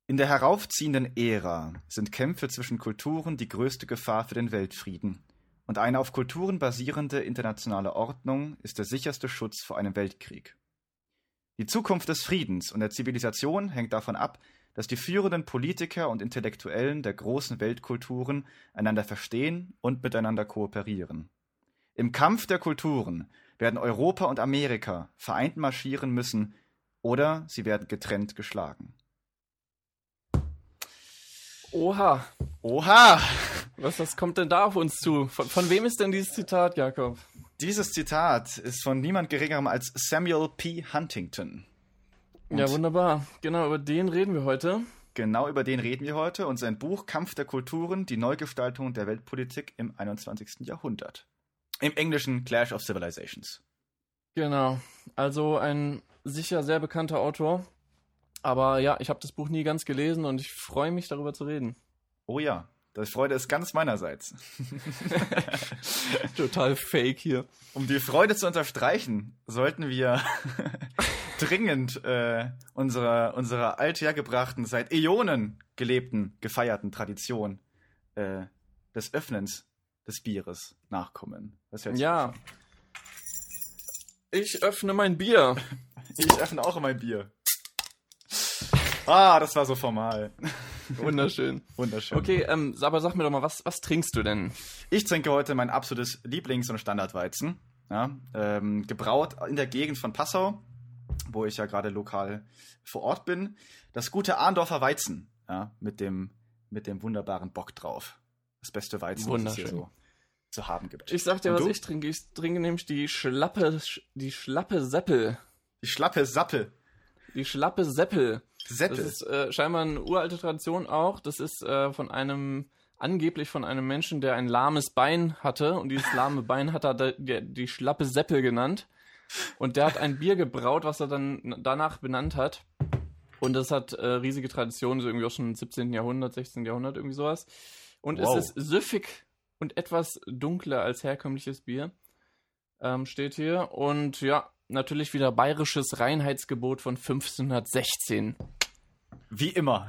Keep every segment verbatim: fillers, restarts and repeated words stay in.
In der heraufziehenden Ära sind Kämpfe zwischen Kulturen die größte Gefahr für den Weltfrieden. Und eine auf Kulturen basierende internationale Ordnung ist der sicherste Schutz vor einem Weltkrieg. Die Zukunft des Friedens und der Zivilisation hängt davon ab, dass die führenden Politiker und Intellektuellen der großen Weltkulturen einander verstehen und miteinander kooperieren. Im Kampf der Kulturen werden Europa und Amerika vereint marschieren müssen oder sie werden getrennt geschlagen. Oha. Oha! Was, was kommt denn da auf uns zu? Von, von wem ist denn dieses Zitat, Jakob? Dieses Zitat ist von niemand Geringerem als Samuel P. Huntington. Und ja, wunderbar. Genau, über den reden wir heute. Genau über den reden wir heute und sein Buch Kampf der Kulturen, die Neugestaltung der Weltpolitik im einundzwanzigsten Jahrhundert. Im Englischen Clash of Civilizations. Genau, also ein sicher sehr bekannter Autor. Aber ja, ich habe das Buch nie ganz gelesen und ich freue mich, darüber zu reden. Oh ja, die Freude ist ganz meinerseits. Total fake hier. Um die Freude zu unterstreichen, sollten wir dringend äh, unserer, unserer althergebrachten, seit Äonen gelebten, gefeierten Tradition äh, des Öffnens des Bieres nachkommen. Was hältst du Ja. davon? Ich öffne mein Bier. Ich öffne auch mein Bier. Ah, das war so formal. Wunderschön. Wunderschön. Okay, ähm, aber sag mir doch mal, was, was trinkst du denn? Ich trinke heute mein absolutes Lieblings- und Standardweizen. Ja, ähm, gebraut in der Gegend von Passau, wo ich ja gerade lokal vor Ort bin. Das gute Ahndorfer Weizen, ja, mit dem, mit dem wunderbaren Bock drauf. Das beste Weizen, was es hier so zu haben gibt. Ich sag dir, Und was du? ich trinke. Ich trinke nämlich die schlappe, die schlappe Seppel. Die schlappe Sappe. Die schlappe Seppel. Seppel. Das ist äh, scheinbar eine uralte Tradition auch. Das ist äh, von einem, angeblich von einem Menschen, der ein lahmes Bein hatte. Und dieses lahme Bein hat er die, die schlappe Seppel genannt. Und der hat ein Bier gebraut, was er dann danach benannt hat. Und das hat äh, riesige Traditionen, so irgendwie auch schon im siebzehnten Jahrhundert, sechzehnten Jahrhundert, irgendwie sowas. Und Wow. es ist süffig und etwas dunkler als herkömmliches Bier. Ähm, steht hier. Und ja, natürlich wieder bayerisches Reinheitsgebot von fünfzehnhundertsechzehn. Wie immer.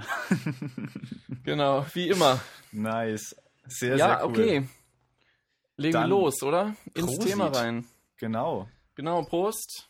Genau, wie immer. Nice. Sehr, Ja, sehr cool. okay. Legen wir Dann los, oder? Ins Prosit. Thema rein. Genau. Genau, Prost.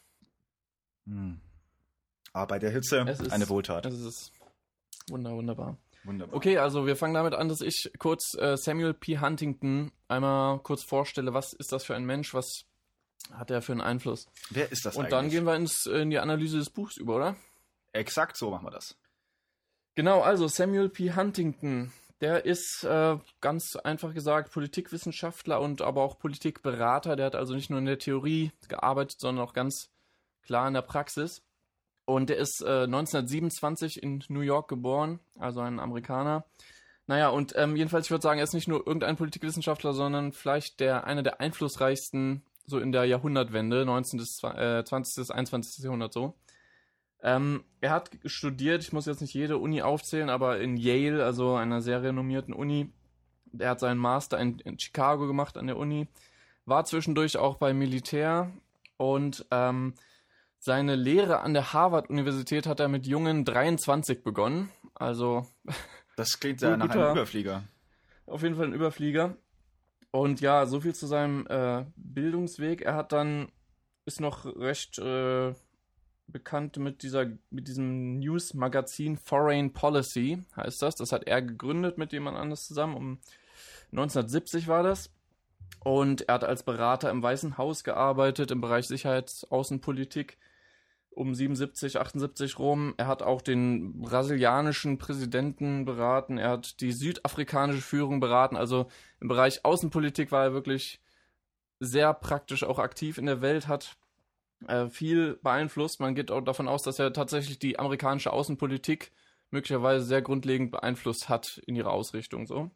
Hm. Aber bei der Hitze Es ist- eine Wohltat. Das ist wunder, wunderbar. Wunderbar. Okay, also wir fangen damit an, dass ich kurz äh, Samuel P. Huntington einmal kurz vorstelle, was ist das für ein Mensch, was hat er für einen Einfluss. Wer ist das Und eigentlich? dann gehen wir ins, in die Analyse des Buchs über, oder? Exakt so machen wir das. Genau, also Samuel P. Huntington, der ist äh, ganz einfach gesagt Politikwissenschaftler und aber auch Politikberater. Der hat also nicht nur in der Theorie gearbeitet, sondern auch ganz klar in der Praxis. Und der ist äh, neunzehnhundertsiebenundzwanzig in New York geboren, also ein Amerikaner. Naja, und ähm, jedenfalls, ich würde sagen, er ist nicht nur irgendein Politikwissenschaftler, sondern vielleicht der einer der einflussreichsten so in der Jahrhundertwende, neunzehnten. Äh, zwanzigsten. einundzwanzigsten. Jahrhundert so. Ähm, er hat studiert, ich muss jetzt nicht jede Uni aufzählen, aber in Yale, also einer sehr renommierten Uni. Er hat seinen Master in, in Chicago gemacht an der Uni, war zwischendurch auch beim Militär und ähm, seine Lehre an der Harvard-Universität hat er mit jungen dreiundzwanzig begonnen. Also Das klingt ja nach Guter- einem Überflieger. auf jeden Fall ein Überflieger. Und ja, so viel zu seinem äh, Bildungsweg. Er hat dann, ist noch recht äh, bekannt mit dieser, mit diesem News-Magazin Foreign Policy, heißt das. Das hat er gegründet mit jemand anderes zusammen. Um neunzehnhundertsiebzig war das. Und er hat als Berater im Weißen Haus gearbeitet, im Bereich Sicherheits-Außenpolitik. Um siebenundsiebzig, achtundsiebzig rum. Er hat auch den brasilianischen Präsidenten beraten. Er hat die südafrikanische Führung beraten. Also im Bereich Außenpolitik war er wirklich sehr praktisch auch aktiv in der Welt, hat äh, viel beeinflusst. Man geht auch davon aus, dass er tatsächlich die amerikanische Außenpolitik möglicherweise sehr grundlegend beeinflusst hat in ihrer Ausrichtung. So.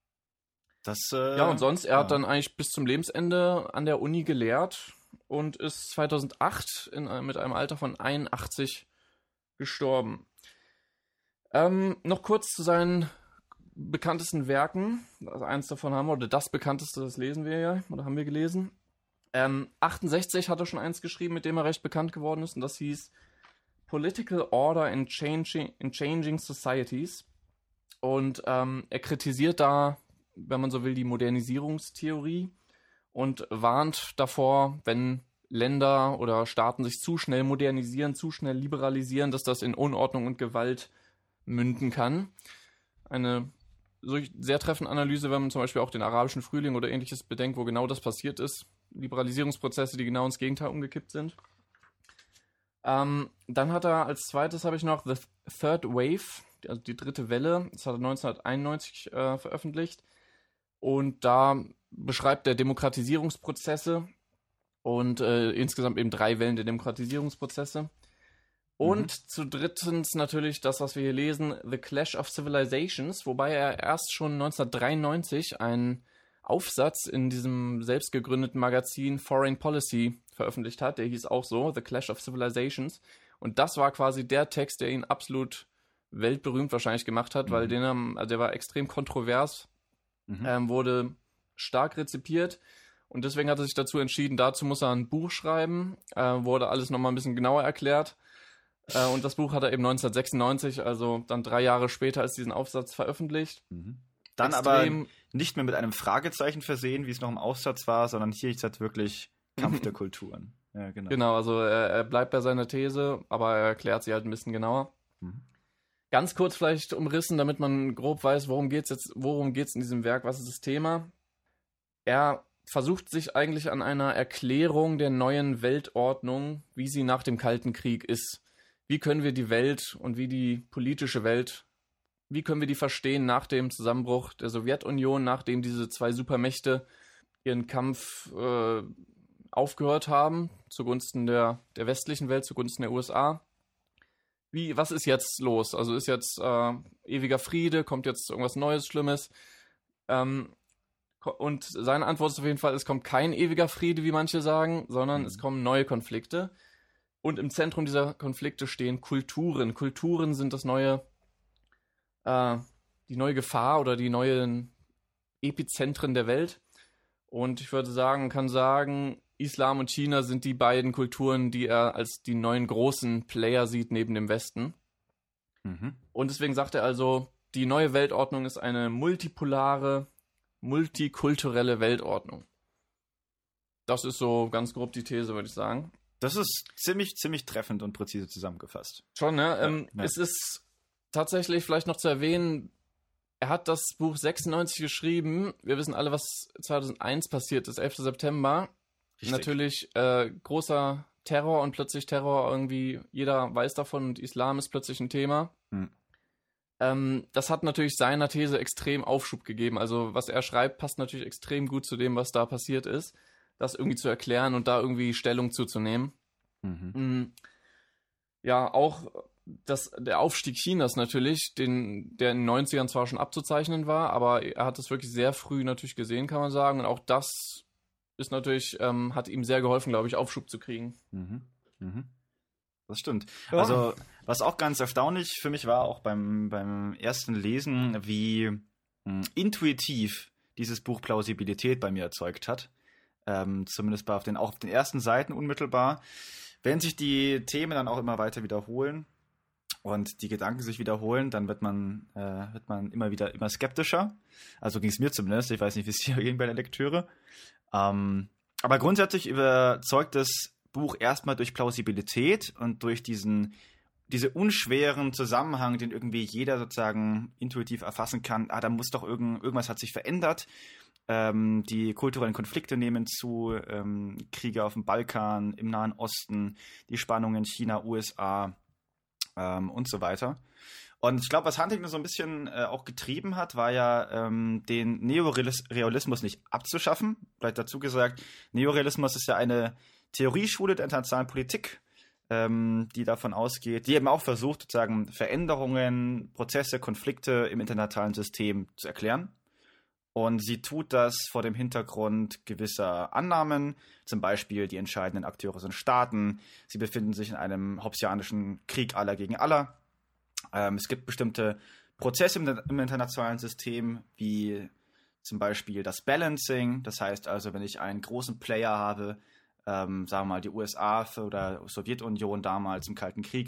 Das, äh, Ja, und sonst, er ja. hat dann eigentlich bis zum Lebensende an der Uni gelehrt und ist zweitausendacht in, äh, mit einem Alter von einundachtzig gestorben. Ähm, noch kurz zu seinen bekanntesten Werken. Also eins davon haben wir, oder das bekannteste, das lesen wir ja, oder haben wir gelesen. Ähm, achtundsechzig hat er schon eins geschrieben, mit dem er recht bekannt geworden ist, und das hieß Political Order in Changing, in Changing Societies. Und ähm, er kritisiert da, wenn man so will, die Modernisierungstheorie und warnt davor, wenn Länder oder Staaten sich zu schnell modernisieren, zu schnell liberalisieren, dass das in Unordnung und Gewalt münden kann. Eine solch sehr treffende Analyse, wenn man zum Beispiel auch den arabischen Frühling oder ähnliches bedenkt, wo genau das passiert ist. Liberalisierungsprozesse, die genau ins Gegenteil umgekippt sind. Ähm, dann hat er als zweites habe ich noch The Third Wave, also die dritte Welle. Das hat er neunzehnhunderteinundneunzig äh, veröffentlicht. Und da beschreibt er Demokratisierungsprozesse und äh, insgesamt eben drei Wellen der Demokratisierungsprozesse. Und mhm. zu drittens natürlich das, was wir hier lesen, The Clash of Civilizations, wobei er erst schon neunzehnhundertdreiundneunzig einen Aufsatz in diesem selbst gegründeten Magazin Foreign Policy veröffentlicht hat. Der hieß auch so, The Clash of Civilizations. Und das war quasi der Text, der ihn absolut weltberühmt wahrscheinlich gemacht hat, mhm. weil den, also der war extrem kontrovers, mhm. ähm, wurde stark rezipiert. Und deswegen hat er sich dazu entschieden, dazu muss er ein Buch schreiben, äh, wurde alles nochmal ein bisschen genauer erklärt. Äh, und das Buch hat er eben neunzehnhundertsechsundneunzig, also dann drei Jahre später als diesen Aufsatz veröffentlicht. Mhm. Dann Extrem, aber nicht mehr mit einem Fragezeichen versehen, wie es noch im Aufsatz war, sondern hier ist halt wirklich Kampf der Kulturen. Ja, genau. Genau, also er, er bleibt bei seiner These, aber er erklärt sie halt ein bisschen genauer. Mhm. Ganz kurz vielleicht umrissen, damit man grob weiß, worum geht's jetzt, worum geht's in diesem Werk, was ist das Thema. Er versucht sich eigentlich an einer Erklärung der neuen Weltordnung, wie sie nach dem Kalten Krieg ist. Wie können wir die Welt und wie die politische Welt, wie können wir die verstehen nach dem Zusammenbruch der Sowjetunion, nachdem diese zwei Supermächte ihren Kampf äh, aufgehört haben, zugunsten der, der westlichen Welt, zugunsten der U S A. Wie, was ist jetzt los? Also ist jetzt äh, ewiger Friede, kommt jetzt irgendwas Neues, Schlimmes? Ähm, und seine Antwort ist auf jeden Fall, es kommt kein ewiger Friede, wie manche sagen, sondern mhm. es kommen neue Konflikte. Und im Zentrum dieser Konflikte stehen Kulturen. Kulturen sind das neue, äh, die neue Gefahr oder die neuen Epizentren der Welt. Und ich würde sagen, kann sagen, Islam und China sind die beiden Kulturen, die er als die neuen großen Player sieht neben dem Westen. Mhm. Und deswegen sagt er also, die neue Weltordnung ist eine multipolare, multikulturelle Weltordnung. Das ist so ganz grob die These, würde ich sagen. Das ist ziemlich, ziemlich treffend und präzise zusammengefasst. Schon, ne? Ähm, ja. Es ist tatsächlich vielleicht noch zu erwähnen, er hat das Buch sechsundneunzig geschrieben. Wir wissen alle, was zweitausendeins passiert ist, elfter September. Richtig. Natürlich äh, großer Terror und plötzlich Terror irgendwie, jeder weiß davon und Islam ist plötzlich ein Thema. Hm. Ähm, das hat natürlich seiner These extrem Aufschub gegeben. Also was er schreibt, passt natürlich extrem gut zu dem, was da passiert ist. Das irgendwie zu erklären und da irgendwie Stellung zuzunehmen. Mhm. Ja, auch das, der Aufstieg Chinas natürlich, den, der in den neunzigern zwar schon abzuzeichnen war, aber er hat es wirklich sehr früh natürlich gesehen, kann man sagen. Und auch das ist natürlich, ähm, hat ihm sehr geholfen, glaube ich, Aufschub zu kriegen. Mhm. Mhm. Das stimmt. Ja. Also, was auch ganz erstaunlich für mich war, auch beim, beim ersten Lesen, wie mh, intuitiv dieses Buch Plausibilität bei mir erzeugt hat. Ähm, zumindest bei auf den, auch auf den ersten Seiten unmittelbar. Wenn sich die Themen dann auch immer weiter wiederholen und die Gedanken sich wiederholen, dann wird man, äh, wird man immer wieder immer skeptischer. Also ging es mir zumindest. Ich weiß nicht, wie es hier ging bei der Lektüre. Ähm, aber grundsätzlich überzeugt das Buch erstmal durch Plausibilität und durch diesen diese unschweren Zusammenhang, den irgendwie jeder sozusagen intuitiv erfassen kann. Ah, da muss doch irgend, irgendwas hat sich verändert. Ähm, die kulturellen Konflikte nehmen zu, ähm, Kriege auf dem Balkan, im Nahen Osten, die Spannungen in China, U S A ähm, und so weiter. Und ich glaube, was Huntington so ein bisschen äh, auch getrieben hat, war ja, ähm, den Neorealismus nicht abzuschaffen. Vielleicht dazu gesagt, Neorealismus ist ja eine Theorieschule der internationalen Politik, ähm, die davon ausgeht, die eben auch versucht, sozusagen Veränderungen, Prozesse, Konflikte im internationalen System zu erklären. Und sie tut das vor dem Hintergrund gewisser Annahmen, zum Beispiel die entscheidenden Akteure sind Staaten, sie befinden sich in einem hobbesianischen Krieg aller gegen aller. Ähm, es gibt bestimmte Prozesse im, im internationalen System, wie zum Beispiel das Balancing, das heißt also, wenn ich einen großen Player habe, ähm, sagen wir mal die U S A oder Sowjetunion damals im Kalten Krieg,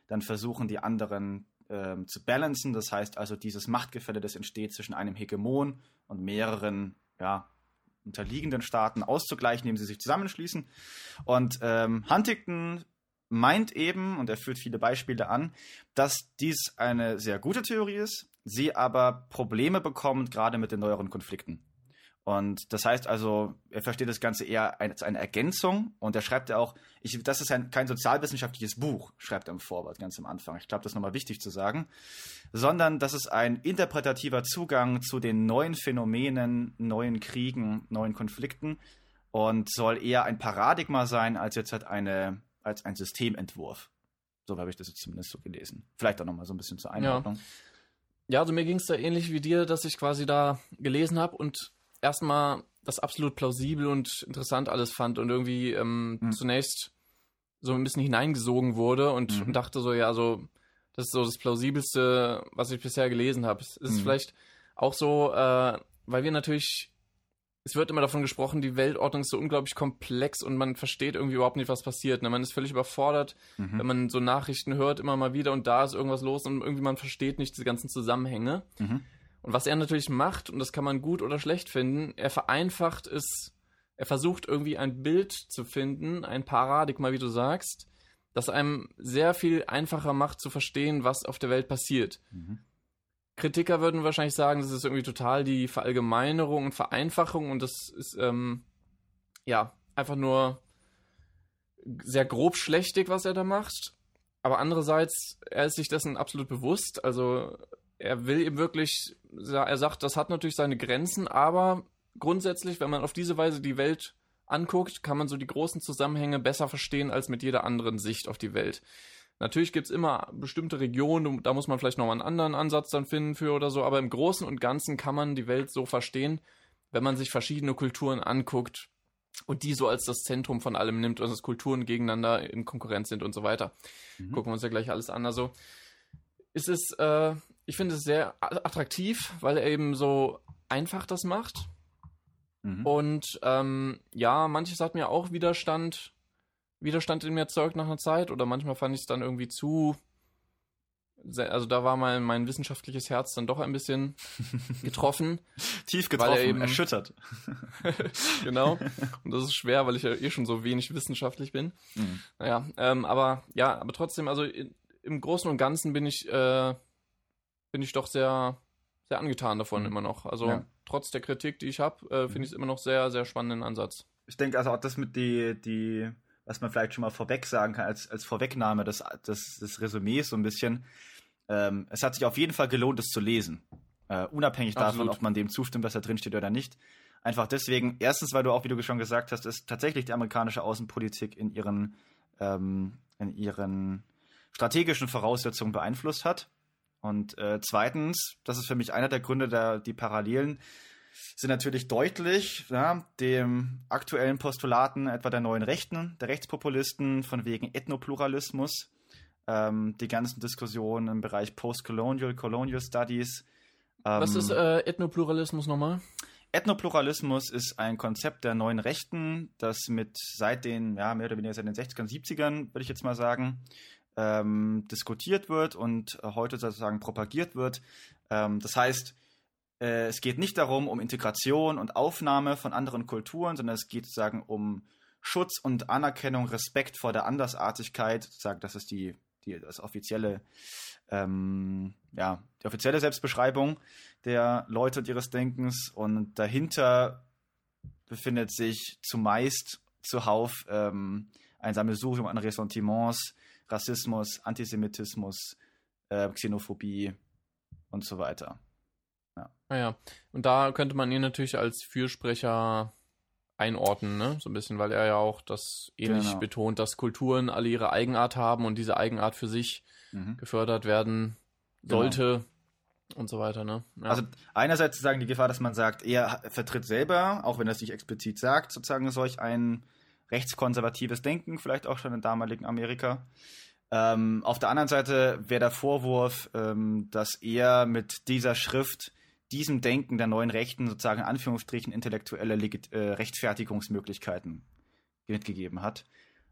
dann versuchen die anderen ähm, zu balancen. Das heißt also dieses Machtgefälle, das entsteht zwischen einem Hegemon und mehreren, ja, unterliegenden Staaten auszugleichen, indem sie sich zusammenschließen. Und ähm, Huntington meint eben, und er führt viele Beispiele an, dass dies eine sehr gute Theorie ist, sie aber Probleme bekommt, gerade mit den neueren Konflikten. Und das heißt also, er versteht das Ganze eher als eine Ergänzung, und er schreibt ja auch, ich, das ist ein, kein sozialwissenschaftliches Buch, schreibt er im Vorwort ganz am Anfang. Ich glaube, das ist nochmal wichtig zu sagen, sondern das ist ein interpretativer Zugang zu den neuen Phänomenen, neuen Kriegen, neuen Konflikten und soll eher ein Paradigma sein, als jetzt halt eine, als ein Systementwurf. So habe ich das jetzt zumindest so gelesen. Vielleicht auch nochmal so ein bisschen zur Einordnung. Ja, ja, also mir ging es da ähnlich wie dir, dass ich quasi da gelesen habe und erstmal das absolut plausibel und interessant alles fand und irgendwie ähm, mhm. zunächst so ein bisschen hineingesogen wurde und, mhm. und dachte so, ja, also das ist so das Plausibelste, was ich bisher gelesen habe. Es ist mhm. vielleicht auch so, äh, weil wir natürlich, es wird immer davon gesprochen, die Weltordnung ist so unglaublich komplex und man versteht irgendwie überhaupt nicht, was passiert. Ne? Man ist völlig überfordert, mhm. wenn man so Nachrichten hört, immer mal wieder, und da ist irgendwas los und irgendwie man versteht nicht diese ganzen Zusammenhänge. Mhm. Und was er natürlich macht, und das kann man gut oder schlecht finden, er vereinfacht es, er versucht irgendwie ein Bild zu finden, ein Paradigma, wie du sagst, das einem sehr viel einfacher macht zu verstehen, was auf der Welt passiert. Mhm. Kritiker würden wahrscheinlich sagen, das ist irgendwie total die Verallgemeinerung und Vereinfachung, und das ist ähm, ja einfach nur sehr grob schlechtig, was er da macht. Aber andererseits, er ist sich dessen absolut bewusst, also er will eben wirklich, er sagt, das hat natürlich seine Grenzen, aber grundsätzlich, wenn man auf diese Weise die Welt anguckt, kann man so die großen Zusammenhänge besser verstehen als mit jeder anderen Sicht auf die Welt. Natürlich gibt es immer bestimmte Regionen, da muss man vielleicht nochmal einen anderen Ansatz dann finden für oder so, aber im Großen und Ganzen kann man die Welt so verstehen, wenn man sich verschiedene Kulturen anguckt und die so als das Zentrum von allem nimmt und dass Kulturen gegeneinander in Konkurrenz sind und so weiter. Mhm. Gucken wir uns ja gleich alles an. Also ist es, äh, ich finde es sehr attraktiv, weil er eben so einfach das macht. Mhm. Und ähm, ja, manches hat mir auch Widerstand, Widerstand in mir erzeugt nach einer Zeit, oder manchmal fand ich es dann irgendwie zu, also da war mein, mein wissenschaftliches Herz dann doch ein bisschen getroffen. Tief getroffen, weil er eben, erschüttert. Genau, und das ist schwer, weil ich ja eh schon so wenig wissenschaftlich bin. Mhm. Naja, ähm, aber ja, aber trotzdem, also in, im Großen und Ganzen bin ich, äh, bin ich doch sehr, sehr angetan davon, mhm. immer noch. Also ja. Trotz der Kritik, die ich habe, äh, finde ich es immer noch sehr, sehr spannenden Ansatz. Ich denke also auch das mit die, die, was man vielleicht schon mal vorweg sagen kann, als, als Vorwegnahme des, des, des Resümees so ein bisschen, ähm, es hat sich auf jeden Fall gelohnt, es zu lesen. Äh, unabhängig Absolut. davon, ob man dem zustimmt, was da drin steht oder nicht. Einfach deswegen, erstens, weil du auch, wie du schon gesagt hast, ist tatsächlich die amerikanische Außenpolitik in ihren, ähm, in ihren strategischen Voraussetzungen beeinflusst hat. Und äh, zweitens, das ist für mich einer der Gründe, der, die Parallelen sind natürlich deutlich, ja, dem aktuellen Postulaten etwa der neuen Rechten, der Rechtspopulisten von wegen Ethnopluralismus, ähm, die ganzen Diskussionen im Bereich Postcolonial, Colonial Studies. Ähm, Was ist äh, Ethnopluralismus nochmal? Ethnopluralismus ist ein Konzept der neuen Rechten, das mit seit den, ja, mehr oder weniger seit den sechzigern, siebzigern, würde ich jetzt mal sagen, ähm, diskutiert wird und heute sozusagen propagiert wird. Ähm, das heißt, äh, es geht nicht darum, um Integration und Aufnahme von anderen Kulturen, sondern es geht sozusagen um Schutz und Anerkennung, Respekt vor der Andersartigkeit. Sozusagen, das ist die, die das offizielle, ähm, ja, die offizielle Selbstbeschreibung der Leute und ihres Denkens. Und dahinter befindet sich zumeist zuhauf ähm, ein Sammelsurium an Ressentiments, Rassismus, Antisemitismus, äh, Xenophobie und so weiter. Ja. Ah ja, und da könnte man ihn natürlich als Fürsprecher einordnen, ne? So ein bisschen, weil er ja auch das ähnlich genau. betont, dass Kulturen alle ihre Eigenart haben und diese Eigenart für sich mhm. gefördert werden sollte genau. und so weiter, ne? Ja. Also einerseits sozusagen die Gefahr, dass man sagt, er vertritt selber, auch wenn er es nicht explizit sagt, sozusagen solch ein rechtskonservatives Denken, vielleicht auch schon im damaligen Amerika. Ähm, auf der anderen Seite wäre der Vorwurf, ähm, dass er mit dieser Schrift diesem Denken der neuen Rechten sozusagen in Anführungsstrichen intellektuelle Legit- äh, Rechtfertigungsmöglichkeiten mitgegeben hat.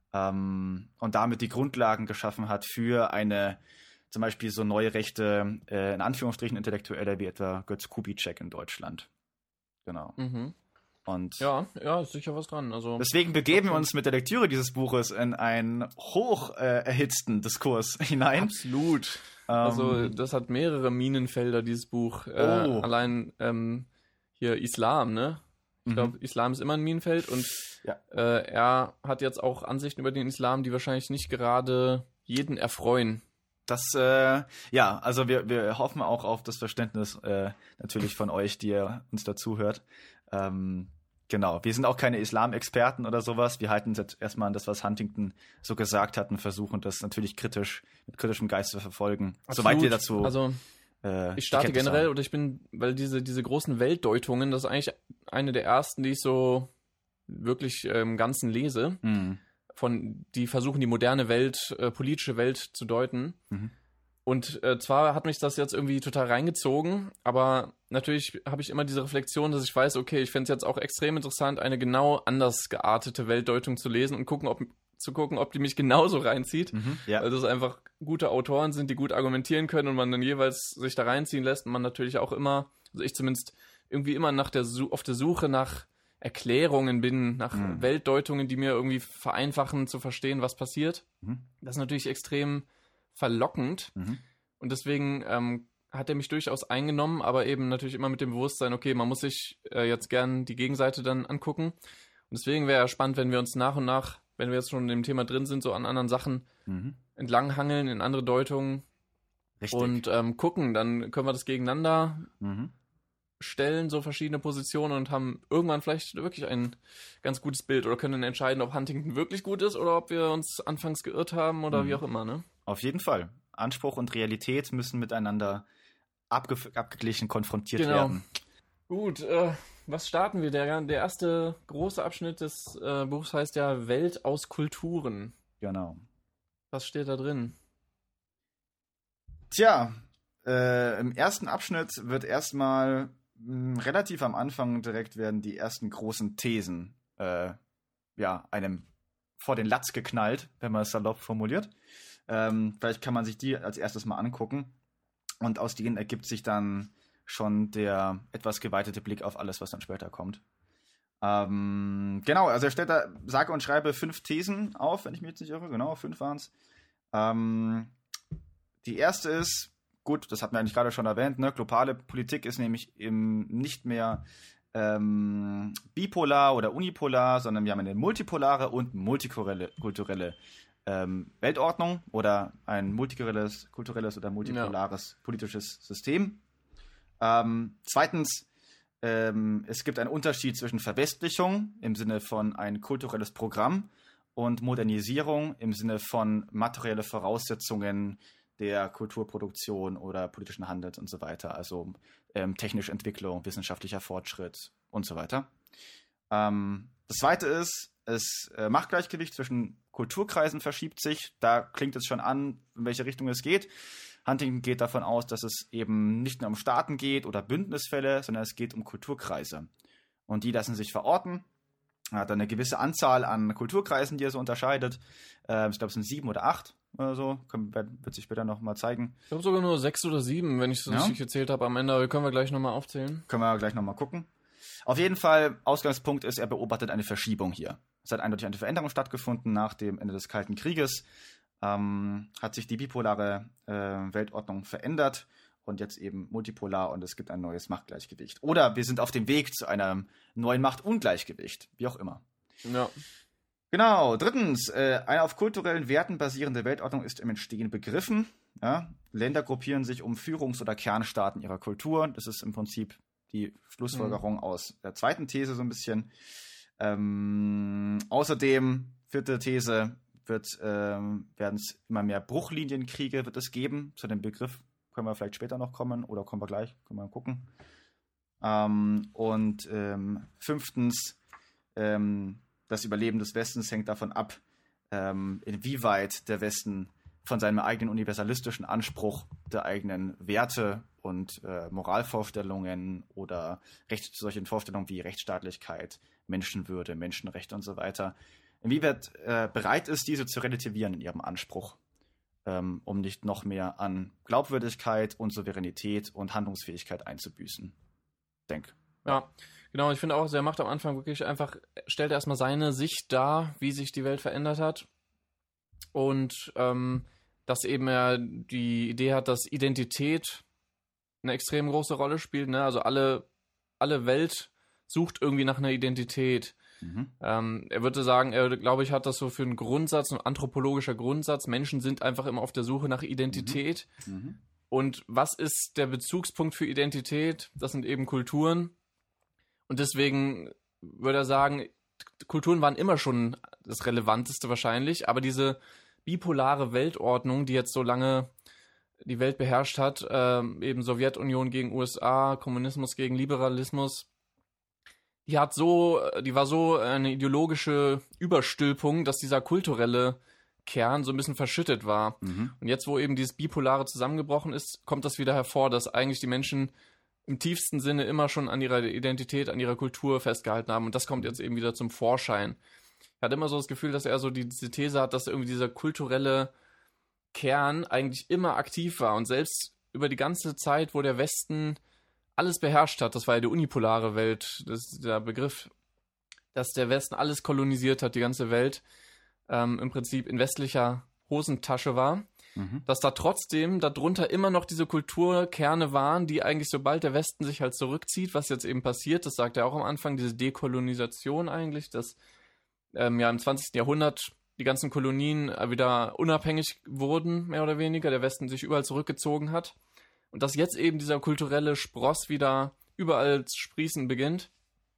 ähm, und damit die Grundlagen geschaffen hat für eine zum Beispiel so neue Rechte, äh, in Anführungsstrichen Intellektuelle, wie etwa Götz Kubitschek in Deutschland. Genau. Mhm. Und ja, ja, ist sicher was dran. Also, deswegen begeben wir uns mit der Lektüre dieses Buches in einen hoch äh, erhitzten Diskurs hinein. Absolut. Ähm, also das hat mehrere Minenfelder, dieses Buch. Äh, Oh. Allein ähm, hier Islam, ne? Ich Mhm. glaube, Islam ist immer ein Minenfeld und Ja. äh, er hat jetzt auch Ansichten über den Islam, die wahrscheinlich nicht gerade jeden erfreuen. Das, äh, ja, also wir, wir hoffen auch auf das Verständnis äh, natürlich von euch, die ihr uns dazu hört. Ähm, genau, wir sind auch keine Islam-Experten oder sowas. Wir halten uns jetzt erstmal an das, was Huntington so gesagt hat und versuchen das natürlich kritisch, mit kritischem Geist zu verfolgen. Absolut. Soweit wir dazu Also äh, ich starte Kenntnis generell haben. oder ich bin, weil diese, diese großen Weltdeutungen, das ist eigentlich eine der ersten, die ich so wirklich äh, im Ganzen lese. Mhm. Von, die versuchen, die moderne Welt, äh, politische Welt zu deuten. Mhm. Und äh, zwar hat mich das jetzt irgendwie total reingezogen, aber natürlich habe ich immer diese Reflexion, dass ich weiß, okay, ich fände es jetzt auch extrem interessant, eine genau anders geartete Weltdeutung zu lesen und gucken, ob, zu gucken, ob die mich genauso reinzieht. Mhm. Ja. Weil das einfach gute Autoren sind, die gut argumentieren können und man dann jeweils sich da reinziehen lässt und man natürlich auch immer, also ich zumindest irgendwie immer nach der Su- auf der Suche nach Erklärungen bin, nach Mhm. Weltdeutungen, die mir irgendwie vereinfachen zu verstehen, was passiert. Mhm. Das ist natürlich extrem verlockend Mhm. und deswegen ähm, hat er mich durchaus eingenommen, aber eben natürlich immer mit dem Bewusstsein, okay, man muss sich äh, jetzt gern die Gegenseite dann angucken. Und deswegen wäre ja spannend, wenn wir uns nach und nach, wenn wir jetzt schon in dem Thema drin sind, so an anderen Sachen Mhm. entlanghangeln, in andere Deutungen Richtig. und ähm, gucken. Dann können wir das gegeneinander Mhm. stellen, so verschiedene Positionen und haben irgendwann vielleicht wirklich ein ganz gutes Bild oder können dann entscheiden, ob Huntington wirklich gut ist oder ob wir uns anfangs geirrt haben oder Mhm. wie auch immer, ne? Auf jeden Fall. Anspruch und Realität müssen miteinander abge- abgeglichen konfrontiert Genau. werden. Gut, äh, was starten wir? Der, der erste große Abschnitt des äh, Buchs heißt ja Welt aus Kulturen. Genau. Was steht da drin? Tja, äh, im ersten Abschnitt wird erstmal mh, relativ am Anfang direkt werden die ersten großen Thesen äh, ja, einem vor den Latz geknallt, wenn man es salopp formuliert. Ähm, vielleicht kann man sich die als erstes mal angucken und aus denen ergibt sich dann schon der etwas geweitete Blick auf alles, was dann später kommt. Ähm, genau, also er stellt da sage und schreibe fünf Thesen auf, wenn ich mich jetzt nicht irre. Genau, fünf waren es. Ähm, die erste ist, gut, das hatten wir eigentlich gerade schon erwähnt, ne? Globale Politik ist nämlich im, nicht mehr ähm, bipolar oder unipolar, sondern wir haben eine multipolare und multikulturelle kulturelle, ähm, Weltordnung oder ein multikulturelles kulturelles oder multipolares ja. politisches System. Ähm, zweitens, ähm, es gibt einen Unterschied zwischen Verwestlichung im Sinne von ein kulturelles Programm und Modernisierung im Sinne von materielle Voraussetzungen der Kulturproduktion oder politischen Handels und so weiter, also ähm, technische Entwicklung, wissenschaftlicher Fortschritt und so weiter. Ähm, das zweite ist, das äh, Machtgleichgewicht zwischen Kulturkreisen verschiebt sich. Da klingt es schon an, in welche Richtung es geht. Huntington geht davon aus, dass es eben nicht nur um Staaten geht oder Bündnisfälle, sondern es geht um Kulturkreise. Und die lassen sich verorten. Er hat eine gewisse Anzahl an Kulturkreisen, die er so unterscheidet. Äh, ich glaube, es sind sieben oder acht oder so. Können, wird sich später noch mal zeigen. Ich glaube sogar nur sechs oder sieben, wenn ich es Ja. richtig gezählt habe am Ende. Aber können wir gleich nochmal aufzählen. Können wir gleich noch mal gucken. Auf jeden Fall, Ausgangspunkt ist, er beobachtet eine Verschiebung hier. Es hat eindeutig eine Veränderung stattgefunden nach dem Ende des Kalten Krieges. Ähm, hat sich die bipolare äh, Weltordnung verändert und jetzt eben multipolar und es gibt ein neues Machtgleichgewicht. Oder wir sind auf dem Weg zu einem neuen Machtungleichgewicht, wie auch immer. Ja. Genau, drittens, äh, eine auf kulturellen Werten basierende Weltordnung ist im Entstehen begriffen. Ja? Länder gruppieren sich um Führungs- oder Kernstaaten ihrer Kultur. Das ist im Prinzip die Schlussfolgerung mhm. aus der zweiten These so ein bisschen. Ähm, außerdem, vierte These, wird, ähm, werden es immer mehr Bruchlinienkriege wird es geben. Zu dem Begriff können wir vielleicht später noch kommen oder kommen wir gleich, können wir mal gucken. Ähm, und ähm, fünftens, ähm, das Überleben des Westens hängt davon ab, ähm, inwieweit der Westen von seinem eigenen universalistischen Anspruch der eigenen Werte und äh, Moralvorstellungen oder Recht, solchen Vorstellungen wie Rechtsstaatlichkeit, Menschenwürde, Menschenrechte und so weiter, inwieweit äh, bereit ist, diese zu relativieren in ihrem Anspruch, ähm, um nicht noch mehr an Glaubwürdigkeit und Souveränität und Handlungsfähigkeit einzubüßen. Denk. Ja, genau. Ich finde auch, er macht am Anfang wirklich einfach, stellt erstmal seine Sicht dar, wie sich die Welt verändert hat. Und ähm, dass eben er die Idee hat, dass Identität eine extrem große Rolle spielt. Ne? Also alle, alle Welt sucht irgendwie nach einer Identität. Mhm. Ähm, er würde sagen, er, glaube ich, hat das so für einen Grundsatz, ein anthropologischer Grundsatz. Menschen sind einfach immer auf der Suche nach Identität. Mhm. Mhm. Und was ist der Bezugspunkt für Identität? Das sind eben Kulturen. Und deswegen würde er sagen, Kulturen waren immer schon das Relevanteste wahrscheinlich, aber diese bipolare Weltordnung, die jetzt so lange die Welt beherrscht hat, äh, eben Sowjetunion gegen U S A, Kommunismus gegen Liberalismus, die hat so, die war so eine ideologische Überstülpung, dass dieser kulturelle Kern so ein bisschen verschüttet war. Mhm. Und jetzt, wo eben dieses Bipolare zusammengebrochen ist, kommt das wieder hervor, dass eigentlich die Menschen im tiefsten Sinne immer schon an ihrer Identität, an ihrer Kultur festgehalten haben. Und das kommt jetzt eben wieder zum Vorschein. Ich hatte immer so das Gefühl, dass er so die, diese These hat, dass irgendwie dieser kulturelle Kern eigentlich immer aktiv war. Und selbst über die ganze Zeit, wo der Westen alles beherrscht hat, das war ja die unipolare Welt, das ist der Begriff, dass der Westen alles kolonisiert hat, die ganze Welt, ähm, im Prinzip in westlicher Hosentasche war, mhm. dass da trotzdem darunter immer noch diese Kulturkerne waren, die eigentlich, sobald der Westen sich halt zurückzieht, was jetzt eben passiert, das sagt er auch am Anfang, diese Dekolonisation eigentlich, dass ähm, ja im zwanzigsten Jahrhundert die ganzen Kolonien wieder unabhängig wurden, mehr oder weniger, der Westen sich überall zurückgezogen hat und dass jetzt eben dieser kulturelle Spross wieder überall zu sprießen beginnt.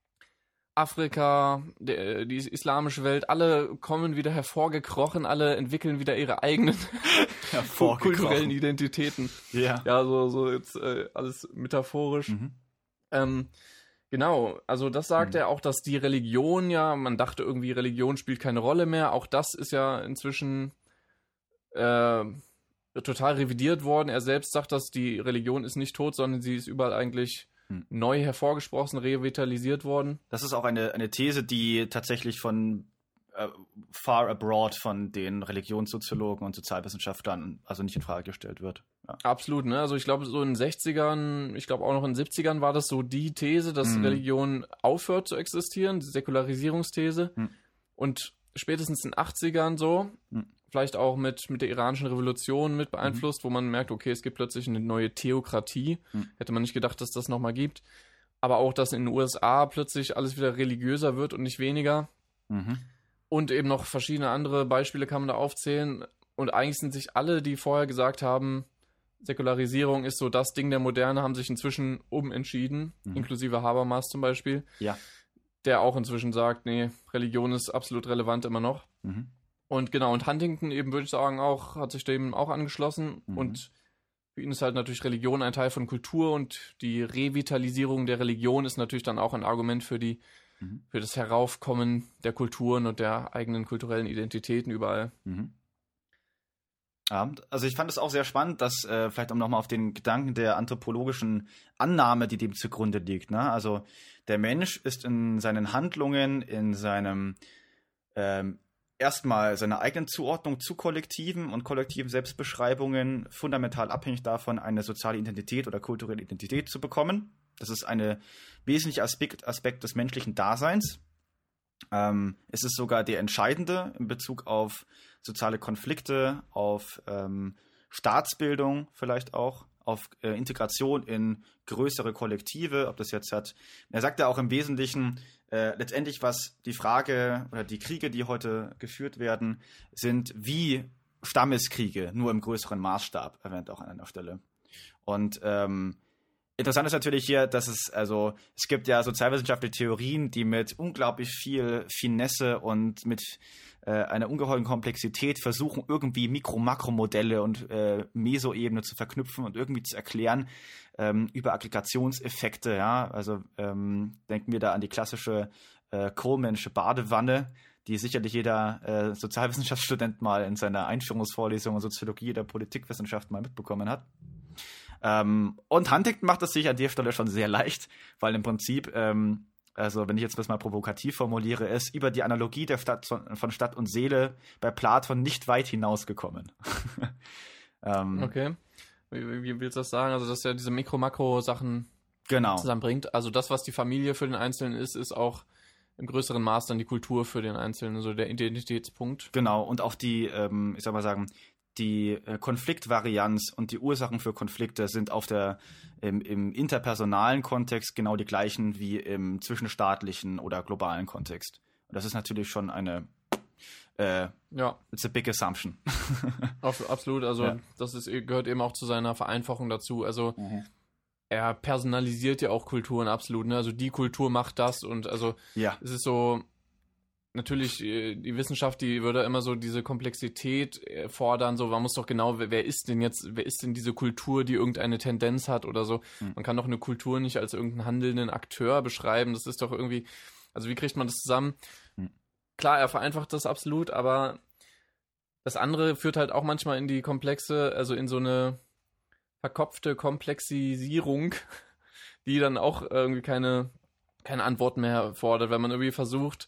Afrika, die, die islamische Welt, alle kommen wieder hervorgekrochen, alle entwickeln wieder ihre eigenen kulturellen Identitäten. Ja, ja so, so jetzt äh, alles metaphorisch. Mhm. Ähm, genau, also das sagt mhm. er auch, dass die Religion ja, man dachte irgendwie, Religion spielt keine Rolle mehr. Auch das ist ja inzwischen äh, total revidiert worden. Er selbst sagt, dass die Religion ist nicht tot, sondern sie ist überall eigentlich neu hervorgesprochen, revitalisiert worden. Das ist auch eine, eine These, die tatsächlich von äh, far abroad von den Religionssoziologen und Sozialwissenschaftlern also nicht in Frage gestellt wird. Ja. Absolut, ne? Also ich glaube, so in den sechzigern, ich glaube auch noch in den siebzigern war das so die These, dass mhm. Religion aufhört zu existieren, die Säkularisierungsthese. Mhm. Und spätestens in den achtzigern so, mhm. vielleicht auch mit, mit der iranischen Revolution mit beeinflusst, mhm. wo man merkt, okay, es gibt plötzlich eine neue Theokratie. Mhm. Hätte man nicht gedacht, dass das nochmal gibt. Aber auch, dass in den U S A plötzlich alles wieder religiöser wird und nicht weniger. Mhm. Und eben noch verschiedene andere Beispiele kann man da aufzählen. Und eigentlich sind sich alle, die vorher gesagt haben, Säkularisierung ist so das Ding der Moderne, haben sich inzwischen umentschieden, mhm. inklusive Habermas zum Beispiel. Ja. Der auch inzwischen sagt, nee, Religion ist absolut relevant immer noch. Mhm. Und genau, und Huntington eben, würde ich sagen, auch, hat sich dem auch angeschlossen. Mhm. Und für ihn ist halt natürlich Religion ein Teil von Kultur und die Revitalisierung der Religion ist natürlich dann auch ein Argument für die, mhm. für das Heraufkommen der Kulturen und der eigenen kulturellen Identitäten überall. Mhm. Ja, also ich fand es auch sehr spannend, dass, äh, vielleicht um nochmal auf den Gedanken der anthropologischen Annahme, die dem zugrunde liegt, ne? Also der Mensch ist in seinen Handlungen, in seinem ähm, erstmal seiner eigenen Zuordnung zu Kollektiven und kollektiven Selbstbeschreibungen fundamental abhängig davon, eine soziale Identität oder kulturelle Identität zu bekommen. Das ist ein wesentlicher Aspekt, Aspekt des menschlichen Daseins. Ähm, es ist sogar der entscheidende in Bezug auf soziale Konflikte, auf ähm, Staatsbildung vielleicht auch, auf äh, Integration in größere Kollektive, ob das jetzt hat. Er sagt ja auch im Wesentlichen, Äh, letztendlich, was die Frage oder die Kriege, die heute geführt werden, sind wie Stammeskriege, nur im größeren Maßstab, erwähnt auch an einer Stelle. Und ähm, interessant ist natürlich hier, dass es, also, es gibt ja sozialwissenschaftliche Theorien, die mit unglaublich viel Finesse und mit äh, einer ungeheuren Komplexität versuchen, irgendwie Mikro-Makro-Modelle und äh, Meso-Ebene zu verknüpfen und irgendwie zu erklären, über Aggregationseffekte, ja, also ähm, denken wir da an die klassische äh, Kohlmännsche Badewanne, die sicherlich jeder äh, Sozialwissenschaftsstudent mal in seiner Einführungsvorlesung in Soziologie oder Politikwissenschaft mal mitbekommen hat. Ähm, und Huntington macht es sich an der Stelle schon sehr leicht, weil im Prinzip ähm, also wenn ich jetzt das mal provokativ formuliere, er ist über die Analogie der Stadt von, von Stadt und Seele bei Platon nicht weit hinausgekommen. ähm, Okay. Wie, wie willst du das sagen? Also, dass er diese Mikro-Makro-Sachen genau. zusammenbringt. Also das, was die Familie für den Einzelnen ist, ist auch im größeren Maß dann die Kultur für den Einzelnen, also der Identitätspunkt. Genau, und auch die, ähm, ich sag mal sagen, die äh, Konfliktvarianz und die Ursachen für Konflikte sind auf der, im, im interpersonalen Kontext genau die gleichen wie im zwischenstaatlichen oder globalen Kontext. Und das ist natürlich schon eine, äh, ja. It's a big assumption. Auf, absolut, also ja. das ist, gehört eben auch zu seiner Vereinfachung dazu. Also mhm. er personalisiert ja auch Kulturen absolut, ne? Also die Kultur macht das und also ja. es ist so, natürlich, die Wissenschaft, die würde immer so diese Komplexität fordern, so, man muss doch genau, wer ist denn jetzt, wer ist denn diese Kultur, die irgendeine Tendenz hat oder so. Mhm. Man kann doch eine Kultur nicht als irgendeinen handelnden Akteur beschreiben, das ist doch irgendwie, also wie kriegt man das zusammen? Mhm. Klar, er vereinfacht das absolut, aber das andere führt halt auch manchmal in die komplexe, also in so eine verkopfte Komplexisierung, die dann auch irgendwie keine, keine Antwort mehr fordert, wenn man irgendwie versucht,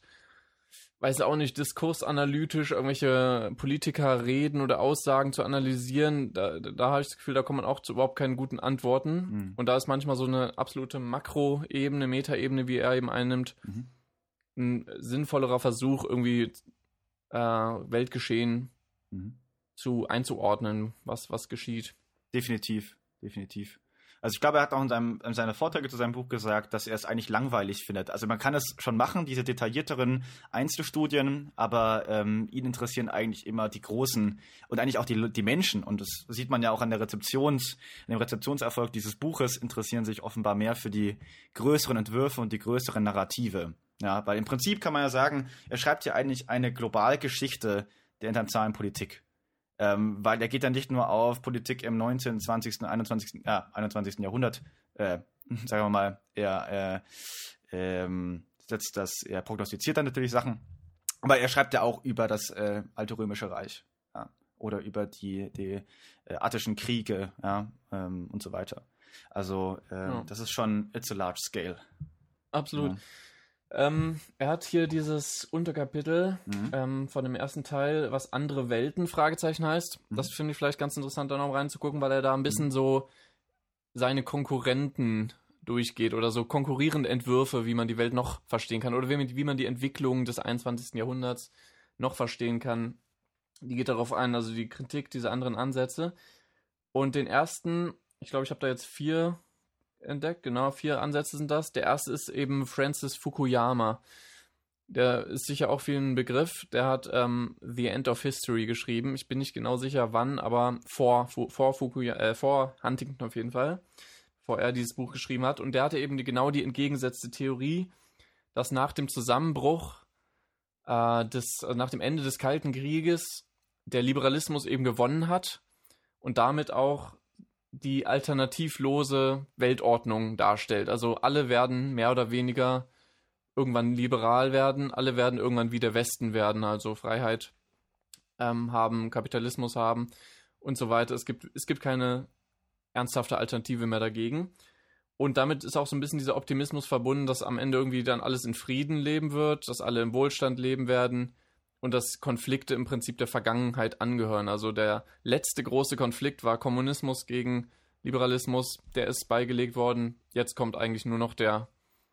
weiß auch nicht, diskursanalytisch irgendwelche Politiker reden oder Aussagen zu analysieren, da, da habe ich das Gefühl, da kommt man auch zu überhaupt keinen guten Antworten. Mhm. Und da ist manchmal so eine absolute Makroebene, Metaebene, wie er eben einnimmt, mhm. ein sinnvollerer Versuch, irgendwie äh, Weltgeschehen mhm. zu einzuordnen, was, was geschieht. Definitiv, definitiv. Also ich glaube, er hat auch in, seinem, in seiner Vorträge zu seinem Buch gesagt, dass er es eigentlich langweilig findet. Also man kann es schon machen, diese detaillierteren Einzelstudien, aber ähm, ihn interessieren eigentlich immer die großen und eigentlich auch die, die Menschen. Und das sieht man ja auch an der Rezeptions, an dem Rezeptionserfolg dieses Buches, interessieren sich offenbar mehr für die größeren Entwürfe und die größeren Narrative. Ja, weil im Prinzip kann man ja sagen, er schreibt ja eigentlich eine Globalgeschichte der internationalen Politik. Ähm, weil er geht dann nicht nur auf Politik im neunzehnten, zwanzigsten, einundzwanzigsten, Ja, einundzwanzigsten Jahrhundert, äh, sagen wir mal, er, äh, ähm, das, das, er prognostiziert dann natürlich Sachen, aber er schreibt ja auch über das äh, alte Römische Reich, ja, oder über die, die äh, attischen Kriege, ja, ähm, und so weiter. Also äh, ja. das ist schon, it's a large scale. Absolut. Ja. Ähm, er hat hier dieses Unterkapitel mhm. ähm, von dem ersten Teil, was andere Welten, Fragezeichen heißt. Mhm. Das finde ich vielleicht ganz interessant, da noch reinzugucken, weil er da ein bisschen mhm. so seine Konkurrenten durchgeht oder so konkurrierende Entwürfe, wie man die Welt noch verstehen kann oder wie man, wie man die Entwicklung des einundzwanzigsten Jahrhunderts noch verstehen kann. Die geht darauf ein, also die Kritik dieser anderen Ansätze. Und den ersten, ich glaube, ich habe da jetzt vier entdeckt, genau, vier Ansätze sind das. Der erste ist eben Francis Fukuyama. Der ist sicher auch vielen Begriff. Der hat ähm, The End of History geschrieben. Ich bin nicht genau sicher, wann, aber vor, vor, Fukuya- äh, vor Huntington auf jeden Fall, bevor er dieses Buch geschrieben hat. Und der hatte eben die, genau die entgegengesetzte Theorie, dass nach dem Zusammenbruch, äh, des, also nach dem Ende des Kalten Krieges, der Liberalismus eben gewonnen hat und damit auch die alternativlose Weltordnung darstellt. Also alle werden mehr oder weniger irgendwann liberal werden, alle werden irgendwann wie der Westen werden, also Freiheit ähm, haben, Kapitalismus haben und so weiter. Es gibt, es gibt keine ernsthafte Alternative mehr dagegen. Und damit ist auch so ein bisschen dieser Optimismus verbunden, dass am Ende irgendwie dann alles in Frieden leben wird, dass alle im Wohlstand leben werden und dass Konflikte im Prinzip der Vergangenheit angehören. Also der letzte große Konflikt war Kommunismus gegen Liberalismus, der ist beigelegt worden. Jetzt kommt eigentlich nur noch der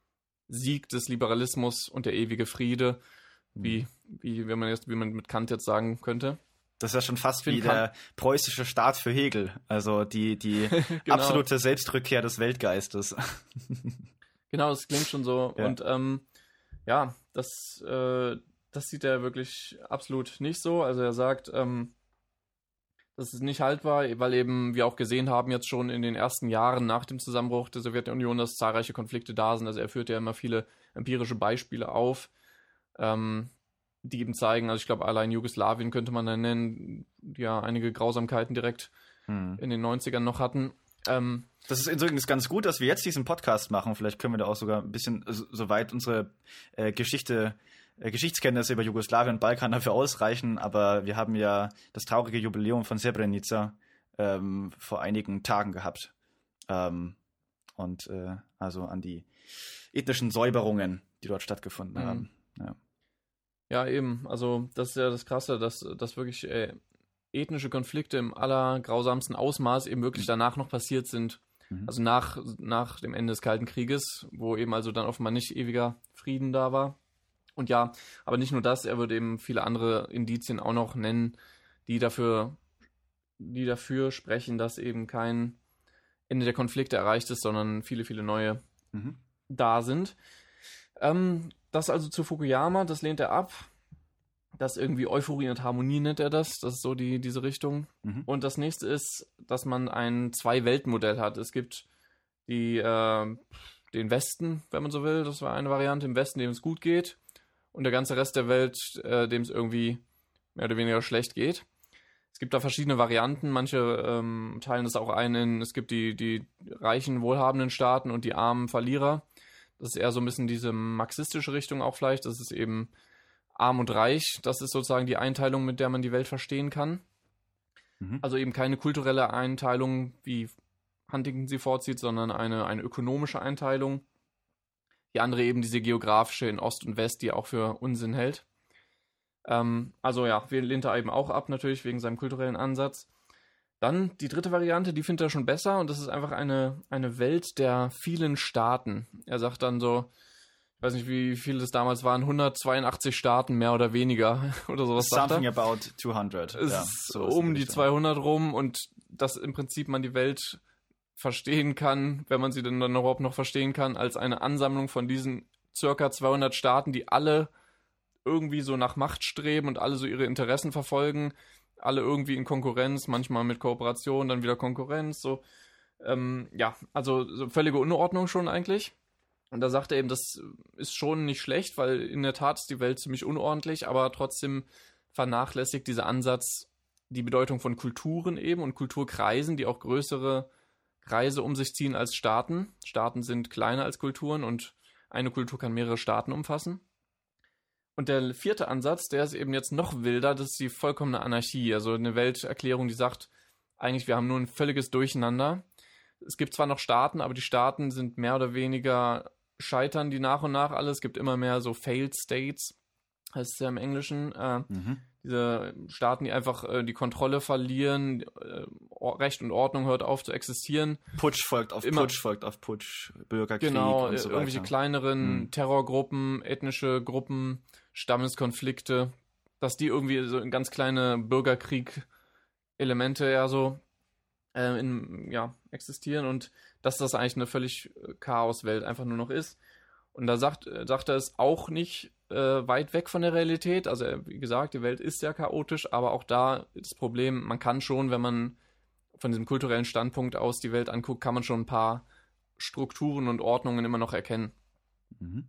Sieg des Liberalismus und der ewige Friede, wie, wie, wenn man jetzt, wie man mit Kant jetzt sagen könnte. Das ist ja schon fast wie der preußische Staat für Hegel, also die, die genau. absolute Selbstrückkehr des Weltgeistes. Genau, das klingt schon so. Ja. Und ähm, ja, das, äh, das sieht er wirklich absolut nicht so. Also er sagt, ähm, das ist nicht haltbar, weil eben wir auch gesehen haben jetzt schon in den ersten Jahren nach dem Zusammenbruch der Sowjetunion, dass zahlreiche Konflikte da sind. Also er führt ja immer viele empirische Beispiele auf, ähm, die eben zeigen, also ich glaube allein Jugoslawien könnte man dann nennen, die ja einige Grausamkeiten direkt hm. in den neunzigern noch hatten. Ähm, das ist übrigens ganz gut, dass wir jetzt diesen Podcast machen. Vielleicht können wir da auch sogar ein bisschen, so, soweit unsere äh, Geschichte, äh, Geschichtskenntnisse über Jugoslawien und Balkan dafür ausreichen. Aber wir haben ja das traurige Jubiläum von Srebrenica ähm, vor einigen Tagen gehabt. Ähm, und äh, also an die ethnischen Säuberungen, die dort stattgefunden Mhm. haben. Ja. Ja, eben. Also das ist ja das Krasse, dass, dass wirklich äh, ethnische Konflikte im allergrausamsten Ausmaß eben wirklich danach noch passiert sind. Mhm. Also nach, nach dem Ende des Kalten Krieges, wo eben also dann offenbar nicht ewiger Frieden da war. Und ja, aber nicht nur das, er würde eben viele andere Indizien auch noch nennen, die dafür, die dafür sprechen, dass eben kein Ende der Konflikte erreicht ist, sondern viele, viele neue Mhm. da sind. Ähm, das also zu Fukuyama, das lehnt er ab. Das irgendwie Euphorie und Harmonie nennt er das. Das ist so die, diese Richtung. Mhm. Und das nächste ist, dass man ein Zwei-Welten-Modell hat. Es gibt die, äh, den Westen, wenn man so will. Das war eine Variante im Westen, dem es gut geht. Und der ganze Rest der Welt, äh, dem es irgendwie mehr oder weniger schlecht geht. Es gibt da verschiedene Varianten. Manche ähm, teilen das auch ein in, es gibt die, die reichen, wohlhabenden Staaten und die armen Verlierer. Das ist eher so ein bisschen diese marxistische Richtung auch vielleicht. Das ist eben arm und reich. Das ist sozusagen die Einteilung, mit der man die Welt verstehen kann. Mhm. Also eben keine kulturelle Einteilung, wie Huntington sie vorzieht, sondern eine, eine ökonomische Einteilung. Die andere eben diese geografische in Ost und West, die er auch für Unsinn hält. Ähm, also ja, wir lehnt er eben auch ab, natürlich wegen seinem kulturellen Ansatz. Dann die dritte Variante, die findet er schon besser und das ist einfach eine, eine Welt der vielen Staaten. Er sagt dann so, ich weiß nicht, wie viele es damals waren, hundertzweiundachtzig Staaten, mehr oder weniger oder sowas. Something sagt er. about zweihundert. Es ja, ist sowas in um die Richtung. zweihundert rum und dass im Prinzip man die Welt verstehen kann, wenn man sie denn dann überhaupt noch verstehen kann, als eine Ansammlung von diesen circa zweihundert Staaten, die alle irgendwie so nach Macht streben und alle so ihre Interessen verfolgen, alle irgendwie in Konkurrenz, manchmal mit Kooperation, dann wieder Konkurrenz, so. Ähm, ja, also so völlige Unordnung schon eigentlich. Und da sagt er eben, das ist schon nicht schlecht, weil in der Tat ist die Welt ziemlich unordentlich, aber trotzdem vernachlässigt dieser Ansatz die Bedeutung von Kulturen eben und Kulturkreisen, die auch größere Kreise um sich ziehen als Staaten. Staaten sind kleiner als Kulturen und eine Kultur kann mehrere Staaten umfassen. Und der vierte Ansatz, der ist eben jetzt noch wilder, das ist die vollkommene Anarchie, also eine Welterklärung, die sagt, eigentlich wir haben nur ein völliges Durcheinander. Es gibt zwar noch Staaten, aber die Staaten sind mehr oder weniger scheitern die nach und nach alle. Es gibt immer mehr so Failed States, heißt es ja im Englischen. Äh, Mhm. Diese Staaten, die einfach äh, die Kontrolle verlieren, äh, Recht und Ordnung hört auf zu existieren. Putsch folgt auf Immer- Putsch folgt auf Putsch, Bürgerkrieg Genau, und so irgendwelche weiter. kleineren Mhm. Terrorgruppen, ethnische Gruppen, Stammeskonflikte, dass die irgendwie so in ganz kleine Bürgerkrieg-Elemente ja so äh, in, ja, existieren und dass das eigentlich eine völlig äh, Chaoswelt einfach nur noch ist. Und da sagt, äh, sagt er es auch nicht äh, weit weg von der Realität. Also er, wie gesagt, die Welt ist sehr chaotisch, aber auch da ist das Problem, man kann schon, wenn man von diesem kulturellen Standpunkt aus die Welt anguckt, kann man schon ein paar Strukturen und Ordnungen immer noch erkennen. Mhm.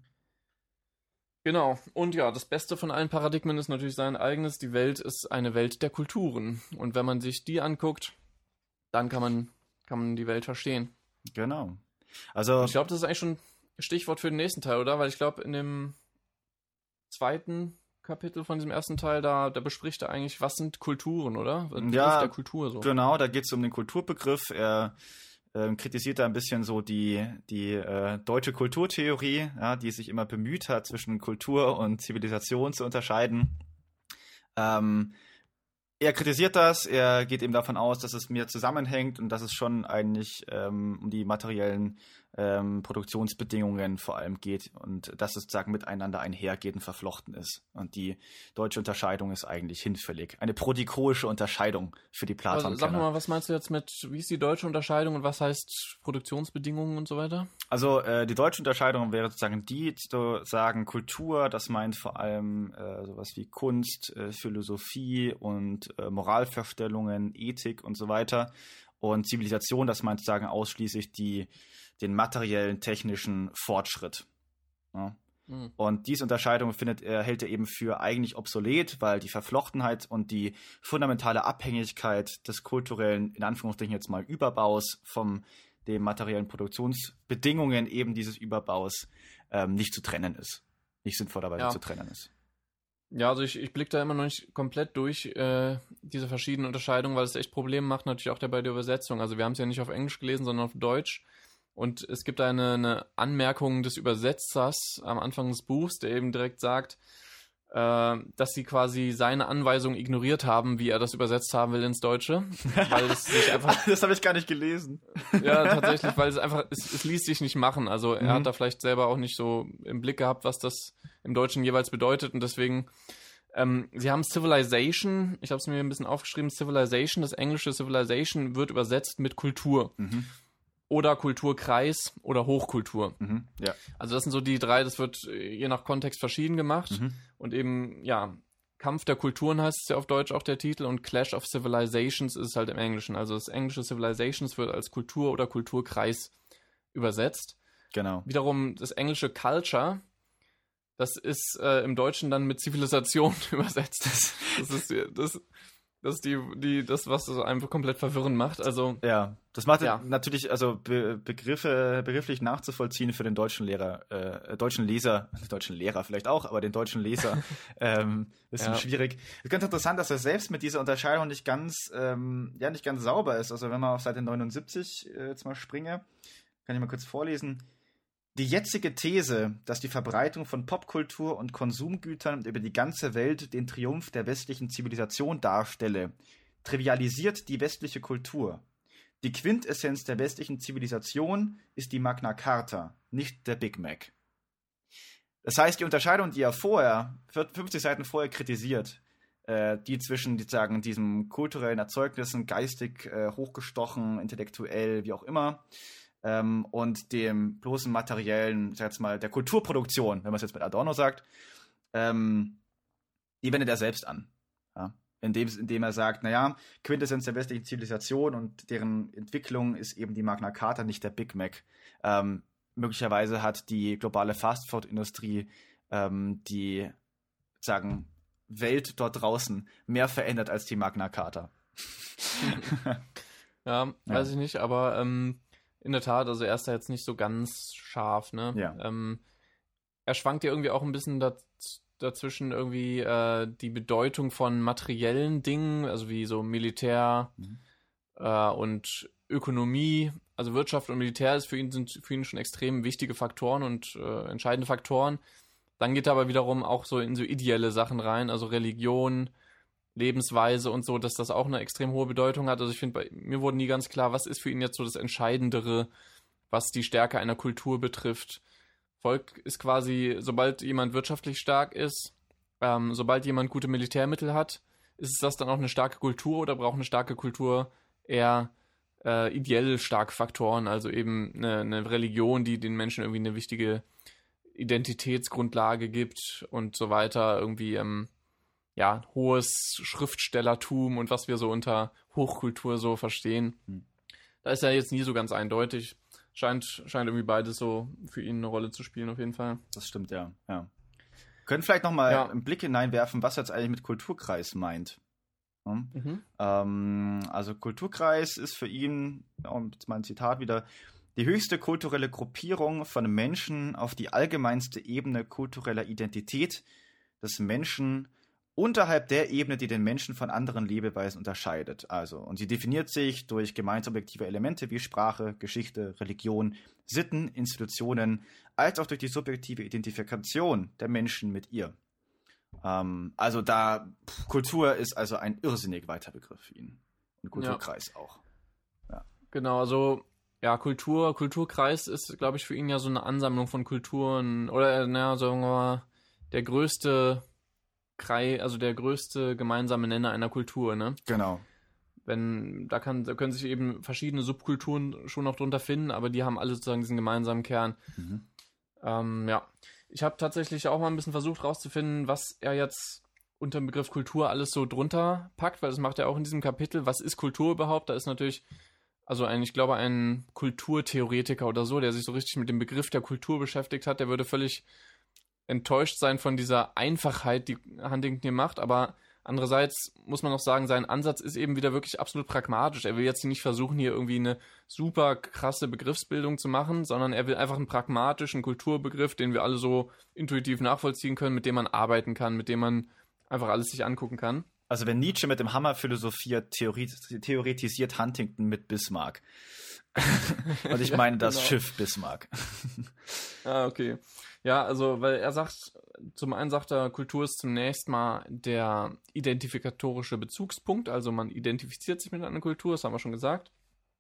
Genau. Und ja, das Beste von allen Paradigmen ist natürlich sein eigenes. Die Welt ist eine Welt der Kulturen. Und wenn man sich die anguckt, dann kann man, kann man die Welt verstehen. Genau. Also, Ich glaube, das ist eigentlich schon Stichwort für den nächsten Teil, oder? Weil ich glaube, in dem zweiten Kapitel von diesem ersten Teil, da, da bespricht er eigentlich, was sind Kulturen, oder? Der Begriff Ja, der Kultur so. genau, da geht es um den Kulturbegriff. Er ähm, kritisiert da ein bisschen so die, die äh, deutsche Kulturtheorie, ja, die sich immer bemüht hat, zwischen Kultur und Zivilisation zu unterscheiden. Ähm, er kritisiert das, er geht eben davon aus, dass es mehr zusammenhängt und dass es schon eigentlich ähm, um die materiellen ähm, Produktionsbedingungen vor allem geht und dass es sozusagen miteinander einhergeht und verflochten ist. Und die deutsche Unterscheidung ist eigentlich hinfällig. Eine prodikoische Unterscheidung für die Also, sag Platon-Kenner. mal, was meinst du jetzt mit, wie ist die deutsche Unterscheidung und was heißt Produktionsbedingungen und so weiter? Also äh, die deutsche Unterscheidung wäre sozusagen die, zu sagen, Kultur, das meint vor allem äh, sowas wie Kunst, äh, Philosophie und äh, Moralvorstellungen, Ethik und so weiter. Und Zivilisation, das meint sozusagen ausschließlich die, den materiellen, technischen Fortschritt. Ja. Hm. Und diese Unterscheidung findet er, hält er eben für eigentlich obsolet, weil die Verflochtenheit und die fundamentale Abhängigkeit des kulturellen, in Anführungsstrichen jetzt mal, Überbaus vom den materiellen Produktionsbedingungen eben dieses Überbaus ähm, nicht zu trennen ist. Nicht sinnvollerweise Ja. zu trennen ist. Ja, also ich, ich blicke da immer noch nicht komplett durch, äh, diese verschiedenen Unterscheidungen, weil es echt Probleme macht, natürlich auch der bei der Übersetzung. Also wir haben es ja nicht auf Englisch gelesen, sondern auf Deutsch. Und es gibt eine, eine Anmerkung des Übersetzers am Anfang des Buchs, der eben direkt sagt, äh, dass sie quasi seine Anweisung ignoriert haben, wie er das übersetzt haben will ins Deutsche. Weil es sich einfach. Das habe ich gar nicht gelesen. Ja, tatsächlich, weil es einfach, es, es ließ sich nicht machen. Also er Mhm. hat da vielleicht selber auch nicht so im Blick gehabt, was das im Deutschen jeweils bedeutet. Und deswegen, ähm, sie haben Civilization, ich habe es mir ein bisschen aufgeschrieben, Civilization, das englische Civilization wird übersetzt mit Kultur. Mhm. Oder Kulturkreis oder Hochkultur. Mhm. Ja. Also das sind so die drei, das wird äh, je nach Kontext verschieden gemacht. Mhm. Und eben, ja, Kampf der Kulturen heißt es ja auf Deutsch auch der Titel und Clash of Civilizations ist es halt im Englischen. Also das englische Civilizations wird als Kultur oder Kulturkreis übersetzt. Genau. Wiederum das englische Culture, das ist äh, im Deutschen dann mit Zivilisation übersetzt. Das, das ist, das, das ist die, die, das, was es einfach komplett verwirrend macht. Also Ja, das macht Ja. natürlich, also Be Begriffe begrifflich nachzuvollziehen für den deutschen Lehrer, äh, deutschen Leser, deutschen Lehrer vielleicht auch, aber den deutschen Leser, ähm, bisschen Ja. schwierig. Es ist ganz interessant, dass er selbst mit dieser Unterscheidung nicht ganz, ähm, ja, nicht ganz sauber ist. Also wenn man auf Seite neunundsiebzig äh, jetzt mal springe, kann ich mal kurz vorlesen. Die jetzige These, dass die Verbreitung von Popkultur und Konsumgütern über die ganze Welt den Triumph der westlichen Zivilisation darstelle, trivialisiert die westliche Kultur. Die Quintessenz der westlichen Zivilisation ist die Magna Carta, nicht der Big Mac. Das heißt, die Unterscheidung, die er vorher, fünfzig Seiten vorher kritisiert, äh, die zwischen sozusagen diesem kulturellen Erzeugnissen, geistig äh, hochgestochen, intellektuell, wie auch immer, ähm, und dem bloßen materiellen, sag jetzt mal, der Kulturproduktion, wenn man es jetzt mit Adorno sagt, ähm, die wendet er selbst an. Ja? Indem, indem er sagt, naja, Quintessenz der westlichen Zivilisation und deren Entwicklung ist eben die Magna Carta, nicht der Big Mac. Ähm, möglicherweise hat die globale Fastfood-Industrie ähm, die, sagen, Welt dort draußen mehr verändert als die Magna Carta. Ja, weiß ich nicht, aber ähm, in der Tat, also er ist da jetzt nicht so ganz scharf, ne? Ja. Ähm, er schwankt ja irgendwie auch ein bisschen daz dazwischen irgendwie äh, die Bedeutung von materiellen Dingen, also wie so Militär Mhm. äh, und Ökonomie, also Wirtschaft und Militär ist für ihn, sind für ihn schon extrem wichtige Faktoren und äh, entscheidende Faktoren. Dann geht er aber wiederum auch so in so ideelle Sachen rein, also Religion, Lebensweise und so, dass das auch eine extrem hohe Bedeutung hat. Also ich finde, bei mir wurde nie ganz klar, was ist für ihn jetzt so das Entscheidendere, was die Stärke einer Kultur betrifft. Volk ist quasi, sobald jemand wirtschaftlich stark ist, ähm, sobald jemand gute Militärmittel hat, ist das dann auch eine starke Kultur oder braucht eine starke Kultur eher äh, ideell starke Faktoren, also eben eine, eine Religion, die den Menschen irgendwie eine wichtige Identitätsgrundlage gibt und so weiter, irgendwie ähm, ja, hohes Schriftstellertum und was wir so unter Hochkultur so verstehen. Hm. Da ist er jetzt nie so ganz eindeutig. Scheint, scheint irgendwie beides so für ihn eine Rolle zu spielen, auf jeden Fall. Das stimmt, ja. ja. Können vielleicht nochmal Ja. einen Blick hineinwerfen, was er jetzt eigentlich mit Kulturkreis meint. Hm? Mhm. Ähm, also Kulturkreis ist für ihn, um jetzt mal ein Zitat wieder, die höchste kulturelle Gruppierung von Menschen auf die allgemeinste Ebene kultureller Identität des Menschen unterhalb der Ebene, die den Menschen von anderen Lebewesen unterscheidet. Also, und sie definiert sich durch gemeinsubjektive Elemente wie Sprache, Geschichte, Religion, Sitten, Institutionen, als auch durch die subjektive Identifikation der Menschen mit ihr. Ähm, also da, pff, Kultur ist also ein irrsinnig weiter Begriff für ihn. Und Kulturkreis ja. auch. Ja. Genau, also ja, Kultur, Kulturkreis ist, glaube ich, für ihn ja so eine Ansammlung von Kulturen oder, naja, sagen wir mal, der größte Kreis, also der größte gemeinsame Nenner einer Kultur, ne? Genau. Wenn, da, kann, da können sich eben verschiedene Subkulturen schon noch drunter finden, aber die haben alle sozusagen diesen gemeinsamen Kern. Mhm. Ähm, ja, ich habe tatsächlich auch mal ein bisschen versucht rauszufinden, was er jetzt unter dem Begriff Kultur alles so drunter packt, weil das macht er auch in diesem Kapitel. Was ist Kultur überhaupt? Da ist natürlich, also ein, ich glaube, ein Kulturtheoretiker oder so, der sich so richtig mit dem Begriff der Kultur beschäftigt hat, der würde völlig enttäuscht sein von dieser Einfachheit, die Huntington hier macht, aber andererseits muss man auch sagen, sein Ansatz ist eben wieder wirklich absolut pragmatisch. Er will jetzt nicht versuchen, hier irgendwie eine super krasse Begriffsbildung zu machen, sondern er will einfach einen pragmatischen Kulturbegriff, den wir alle so intuitiv nachvollziehen können, mit dem man arbeiten kann, mit dem man einfach alles sich angucken kann. Also wenn Nietzsche mit dem Hammer philosophiert, theoret- theoretisiert Huntington mit Bismarck. Und ich meine das genau. Schiff Bismarck. Ah, okay. Ja, also, weil er sagt, zum einen sagt er, Kultur ist zunächst mal der identifikatorische Bezugspunkt, also man identifiziert sich mit einer Kultur, das haben wir schon gesagt.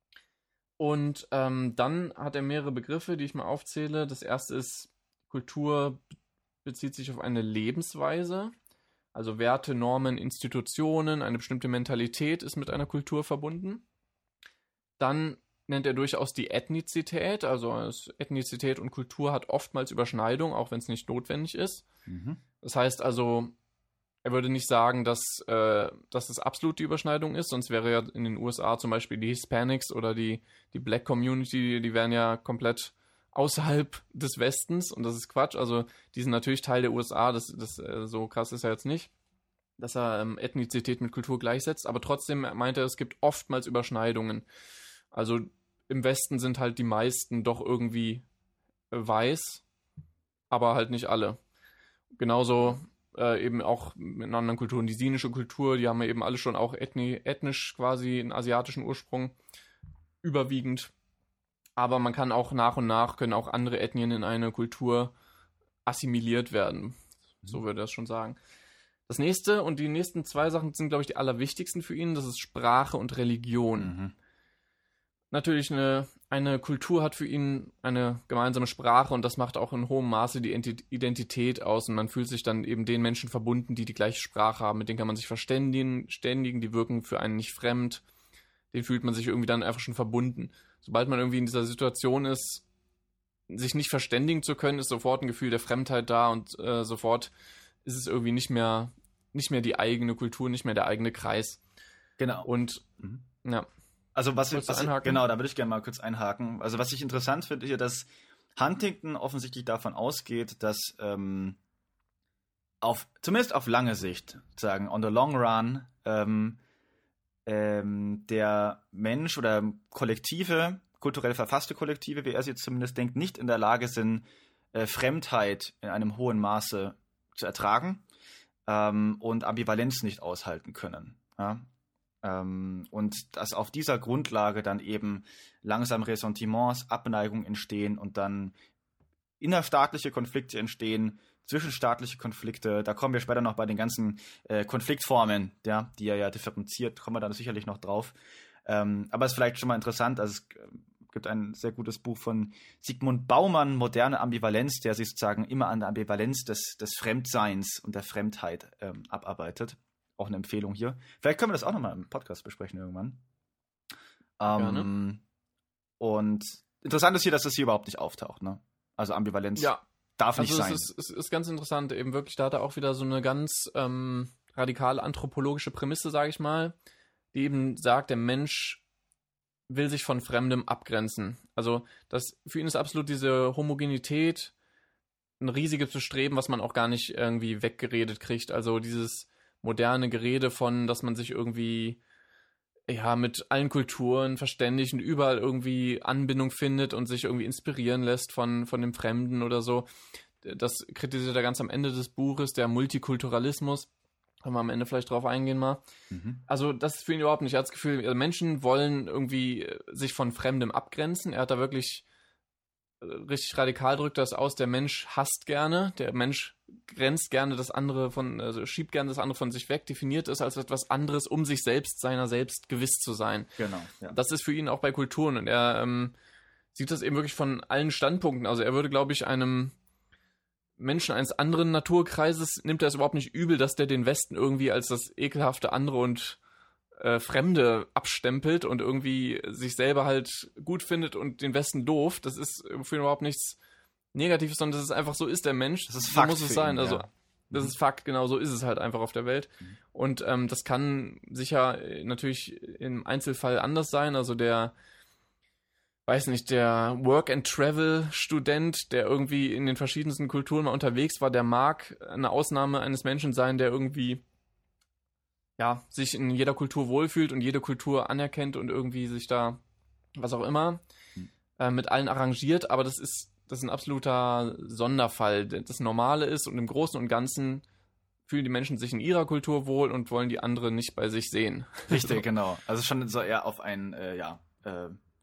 Und ähm, dann hat er mehrere Begriffe, die ich mal aufzähle. Das erste ist, Kultur bezieht sich auf eine Lebensweise, also Werte, Normen, Institutionen, eine bestimmte Mentalität ist mit einer Kultur verbunden. Dann nennt er durchaus die Ethnizität, also Ethnizität und Kultur hat oftmals Überschneidung, auch wenn es nicht notwendig ist. Mhm. Das heißt also, er würde nicht sagen, dass, äh, dass es absolut die Überschneidung ist, sonst wäre ja in den U S A zum Beispiel die Hispanics oder die, die Black Community, die wären ja komplett außerhalb des Westens und das ist Quatsch. Also die sind natürlich Teil der U S A, das, das äh, so krass ist er jetzt nicht, dass er ähm, Ethnizität mit Kultur gleichsetzt, aber trotzdem meint er, es gibt oftmals Überschneidungen. Also im Westen sind halt die meisten doch irgendwie äh, weiß, aber halt nicht alle. Genauso äh, eben auch in anderen Kulturen. Die sinische Kultur, die haben ja eben alle schon auch ethni- ethnisch quasi einen asiatischen Ursprung, überwiegend. Aber man kann auch nach und nach, können auch andere Ethnien in eine Kultur assimiliert werden. So würde er es schon sagen. Das nächste und die nächsten zwei Sachen sind, glaube ich, die allerwichtigsten für ihn. Das ist Sprache und Religion. Mhm. Natürlich, eine, eine Kultur hat für ihn eine gemeinsame Sprache und das macht auch in hohem Maße die Identität aus und man fühlt sich dann eben den Menschen verbunden, die die gleiche Sprache haben, mit denen kann man sich verständigen, ständigen, die wirken für einen nicht fremd, den fühlt man sich irgendwie dann einfach schon verbunden. Sobald man irgendwie in dieser Situation ist, sich nicht verständigen zu können, ist sofort ein Gefühl der Fremdheit da und äh, sofort ist es irgendwie nicht mehr, nicht mehr die eigene Kultur, nicht mehr der eigene Kreis. Genau. Und, mhm. ja. Also was, Wolltest du was ich, einhaken? genau, da würde ich gerne mal kurz einhaken. Also was ich interessant finde, ist ja, dass Huntington offensichtlich davon ausgeht, dass ähm, auf, zumindest auf lange Sicht, sagen, on the long run, ähm, ähm, der Mensch oder Kollektive, kulturell verfasste Kollektive, wie er es jetzt zumindest denkt, nicht in der Lage sind, äh, Fremdheit in einem hohen Maße zu ertragen ähm, und Ambivalenz nicht aushalten können. Ja? Ähm, und dass auf dieser Grundlage dann eben langsam Ressentiments, Abneigungen entstehen und dann innerstaatliche Konflikte entstehen, zwischenstaatliche Konflikte, da kommen wir später noch bei den ganzen äh, Konfliktformen, ja, die er ja differenziert, kommen wir dann sicherlich noch drauf. Ähm, aber es ist vielleicht schon mal interessant, also es gibt ein sehr gutes Buch von Sigmund Baumann, Moderne Ambivalenz, der sich sozusagen immer an der Ambivalenz des, des Fremdseins und der Fremdheit ähm, abarbeitet. Auch eine Empfehlung hier. Vielleicht können wir das auch nochmal im Podcast besprechen irgendwann. Ähm, und interessant ist hier, dass das hier überhaupt nicht auftaucht, ne? Also Ambivalenz Ja. darf nicht Also sein. es ist, es ist ganz interessant, eben wirklich, da hat er auch wieder so eine ganz ähm, radikale anthropologische Prämisse, sage ich mal, die eben sagt, der Mensch will sich von Fremdem abgrenzen. Also das für ihn ist absolut diese Homogenität ein riesiges Bestreben, was man auch gar nicht irgendwie weggeredet kriegt. Also dieses moderne Gerede von, dass man sich irgendwie ja mit allen Kulturen verständigt und überall irgendwie Anbindung findet und sich irgendwie inspirieren lässt von, von dem Fremden oder so. Das kritisiert er ganz am Ende des Buches, der Multikulturalismus. Können wir am Ende vielleicht drauf eingehen mal. Mhm. Also das ist für ihn überhaupt nicht. Er hat das Gefühl, Menschen wollen irgendwie sich von Fremdem abgrenzen. Er hat da wirklich richtig radikal, drückt das aus, der Mensch hasst gerne, der Mensch grenzt gerne das andere von, also schiebt gerne das andere von sich weg, definiert es als etwas anderes, um sich selbst seiner selbst gewiss zu sein. Genau, ja. Das ist für ihn auch bei Kulturen und er ähm, sieht das eben wirklich von allen Standpunkten. Also er würde, glaube ich, einem Menschen eines anderen Naturkreises, nimmt er es überhaupt nicht übel, dass der den Westen irgendwie als das ekelhafte andere und äh, Fremde abstempelt und irgendwie sich selber halt gut findet und den Westen doof. Das ist für ihn überhaupt nichts Negatives, sondern das ist einfach, so ist der Mensch. Das ist so Fakt muss es für sein. ihn, Also ja. das ist Fakt, genau so ist es halt einfach auf der Welt. Mhm. Und ähm, das kann sicher natürlich im Einzelfall anders sein. Also der, weiß nicht, der Work-and-Travel-Student, der irgendwie in den verschiedensten Kulturen mal unterwegs war, der mag eine Ausnahme eines Menschen sein, der irgendwie ja, sich in jeder Kultur wohlfühlt und jede Kultur anerkennt und irgendwie sich da, was auch immer, Mhm. äh, mit allen arrangiert. Aber das ist, das ist ein absoluter Sonderfall. Das Normale ist und im Großen und Ganzen fühlen die Menschen sich in ihrer Kultur wohl und wollen die andere nicht bei sich sehen. Richtig, genau. Also schon so eher auf ein, äh, ja, äh,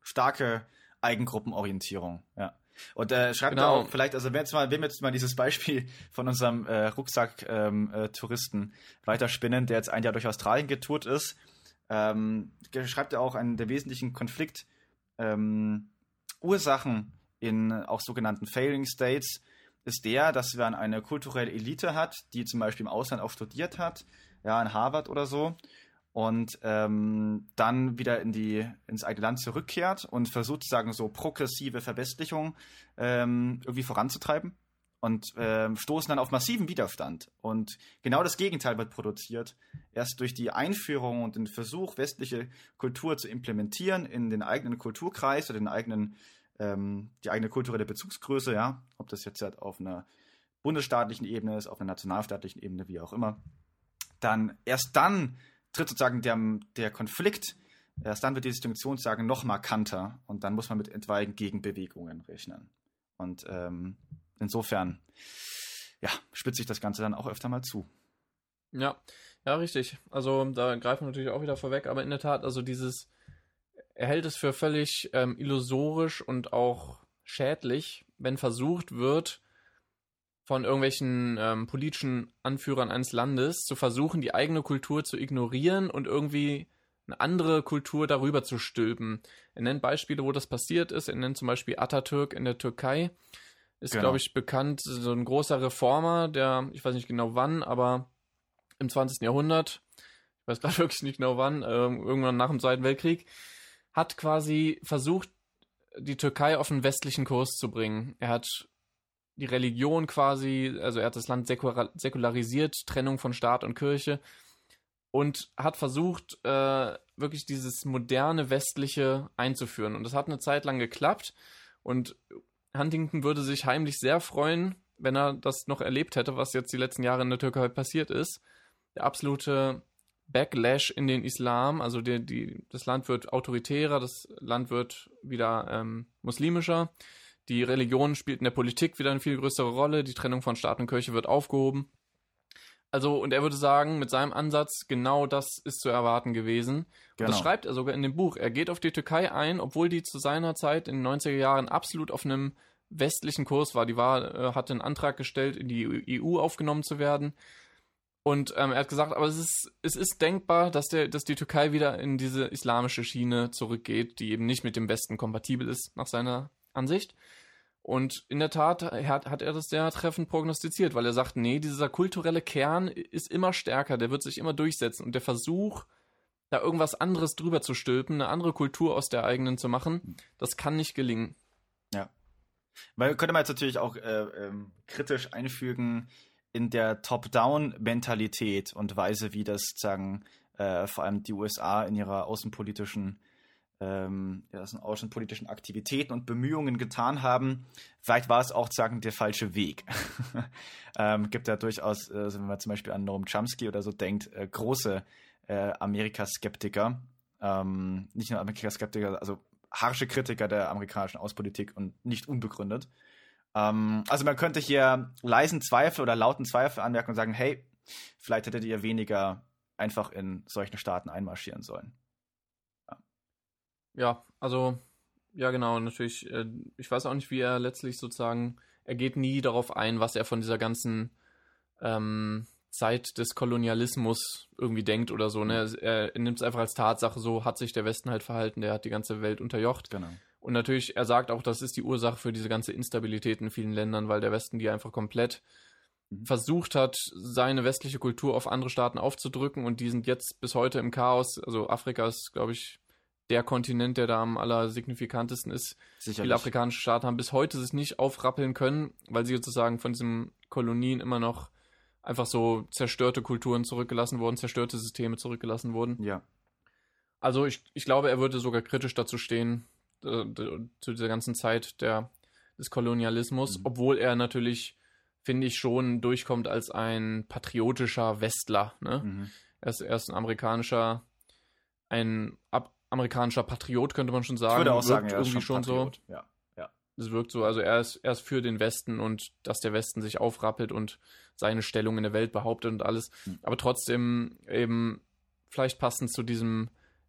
starke Eigengruppenorientierung, ja. Und äh, schreibt Genau. da auch vielleicht, also wenn jetzt mal, wenn wir jetzt mal dieses Beispiel von unserem äh, Rucksack-Touristen ähm, äh, weiterspinnen, der jetzt ein Jahr durch Australien getourt ist, ähm, schreibt er auch einen der wesentlichen Konflikt ähm, Ursachen in auch sogenannten Failing States ist der, dass man eine kulturelle Elite hat, die zum Beispiel im Ausland auch studiert hat, ja, in Harvard oder so, und ähm, dann wieder in die, ins eigene Land zurückkehrt und versucht, sagen so progressive Verwestlichung ähm, irgendwie voranzutreiben und ähm, stoßen dann auf massiven Widerstand. Und genau das Gegenteil wird produziert. Erst durch die Einführung und den Versuch, westliche Kultur zu implementieren in den eigenen Kulturkreis oder den eigenen, ähm, die eigene kulturelle Bezugsgröße, ja, ob das jetzt halt auf einer bundesstaatlichen Ebene ist, auf einer nationalstaatlichen Ebene, wie auch immer, dann erst dann tritt sozusagen der, der Konflikt, erst dann wird die Distinktion sagen noch markanter und dann muss man mit etwaigen Gegenbewegungen rechnen. Und ähm, insofern, ja, spitzt sich das Ganze dann auch öfter mal zu. Ja, ja, richtig. Also da greifen wir natürlich auch wieder vorweg, aber in der Tat, also dieses, er hält es für völlig ähm, illusorisch und auch schädlich, wenn versucht wird, von irgendwelchen ähm, politischen Anführern eines Landes zu versuchen, die eigene Kultur zu ignorieren und irgendwie eine andere Kultur darüber zu stülpen. Er nennt Beispiele, wo das passiert ist. Er nennt zum Beispiel Atatürk in der Türkei. Ist, Genau. glaube ich, bekannt, so ein großer Reformer, der, ich weiß nicht genau wann, aber im zwanzigsten Jahrhundert, ich weiß gerade wirklich nicht genau wann, äh, irgendwann nach dem Zweiten Weltkrieg, hat quasi versucht, die Türkei auf einen westlichen Kurs zu bringen. Er hat die Religion quasi, also er hat das Land säkular, säkularisiert, Trennung von Staat und Kirche und hat versucht, äh, wirklich dieses moderne Westliche einzuführen. Und das hat eine Zeit lang geklappt und Huntington würde sich heimlich sehr freuen, wenn er das noch erlebt hätte, was jetzt die letzten Jahre in der Türkei passiert ist. Der absolute Backlash in den Islam, also die, die, das Land wird autoritärer, das Land wird wieder ähm, muslimischer. Die Religion spielt in der Politik wieder eine viel größere Rolle. Die Trennung von Staat und Kirche wird aufgehoben. Also, und er würde sagen, mit seinem Ansatz, genau das ist zu erwarten gewesen. Genau. Und das schreibt er sogar in dem Buch. Er geht auf die Türkei ein, obwohl die zu seiner Zeit in den neunziger Jahren absolut auf einem westlichen Kurs war. Die war, äh, hatte einen Antrag gestellt, in die E U aufgenommen zu werden. Und ähm, er hat gesagt, aber es ist, es ist denkbar, dass, der, dass die Türkei wieder in diese islamische Schiene zurückgeht, die eben nicht mit dem Westen kompatibel ist, nach seiner Ansicht. Und in der Tat hat, hat er das sehr treffend prognostiziert, weil er sagt, nee, dieser kulturelle Kern ist immer stärker, der wird sich immer durchsetzen. Und der Versuch, da irgendwas anderes drüber zu stülpen, eine andere Kultur aus der eigenen zu machen, das kann nicht gelingen. Ja. Weil könnte man jetzt natürlich auch äh, ähm, kritisch einfügen in der Top-Down-Mentalität und Weise, wie das sozusagen äh, vor allem die U S A in ihrer außenpolitischen Ähm, ja, außenpolitischen Aktivitäten und Bemühungen getan haben. Vielleicht war es auch sagen der falsche Weg. ähm, gibt ja durchaus, äh, wenn man zum Beispiel an Noam Chomsky oder so denkt, äh, große äh, Amerikaskeptiker, ähm, nicht nur Amerikaskeptiker, also harsche Kritiker der amerikanischen Außenpolitik und nicht unbegründet. Ähm, also man könnte hier leisen Zweifel oder lauten Zweifel anmerken und sagen, hey, vielleicht hättet ihr weniger einfach in solchen Staaten einmarschieren sollen. Ja, also, ja genau, natürlich, äh, ich weiß auch nicht, wie er letztlich sozusagen, er geht nie darauf ein, was er von dieser ganzen ähm, Zeit des Kolonialismus irgendwie denkt oder so, ne? Er, er nimmt es einfach als Tatsache, so hat sich der Westen halt verhalten, der hat die ganze Welt unterjocht. Genau. Und natürlich, er sagt auch, das ist die Ursache für diese ganze Instabilität in vielen Ländern, weil der Westen die einfach komplett mhm. versucht hat, seine westliche Kultur auf andere Staaten aufzudrücken und die sind jetzt bis heute im Chaos. Also Afrika ist, glaube ich, der Kontinent, der da am allersignifikantesten ist. Sicherlich. Viele afrikanische Staaten haben bis heute sich nicht aufrappeln können, weil sie sozusagen von diesen Kolonien immer noch einfach so zerstörte Kulturen zurückgelassen wurden, zerstörte Systeme zurückgelassen wurden. Ja. Also ich, ich glaube, er würde sogar kritisch dazu stehen, äh, zu dieser ganzen Zeit der, des Kolonialismus, mhm. obwohl er natürlich, finde ich, schon durchkommt als ein patriotischer Westler. Ne? Mhm. Er, ist, er ist ein amerikanischer, ein ab, amerikanischer Patriot, könnte man schon sagen. Ich würde auch wirkt sagen, er ist irgendwie schon schon Patriot. so. Ja. Ja. Es wirkt so, also er ist, er ist für den Westen und dass der Westen sich aufrappelt und seine Stellung in der Welt behauptet und alles. Mhm. Aber trotzdem eben vielleicht passend zu diesem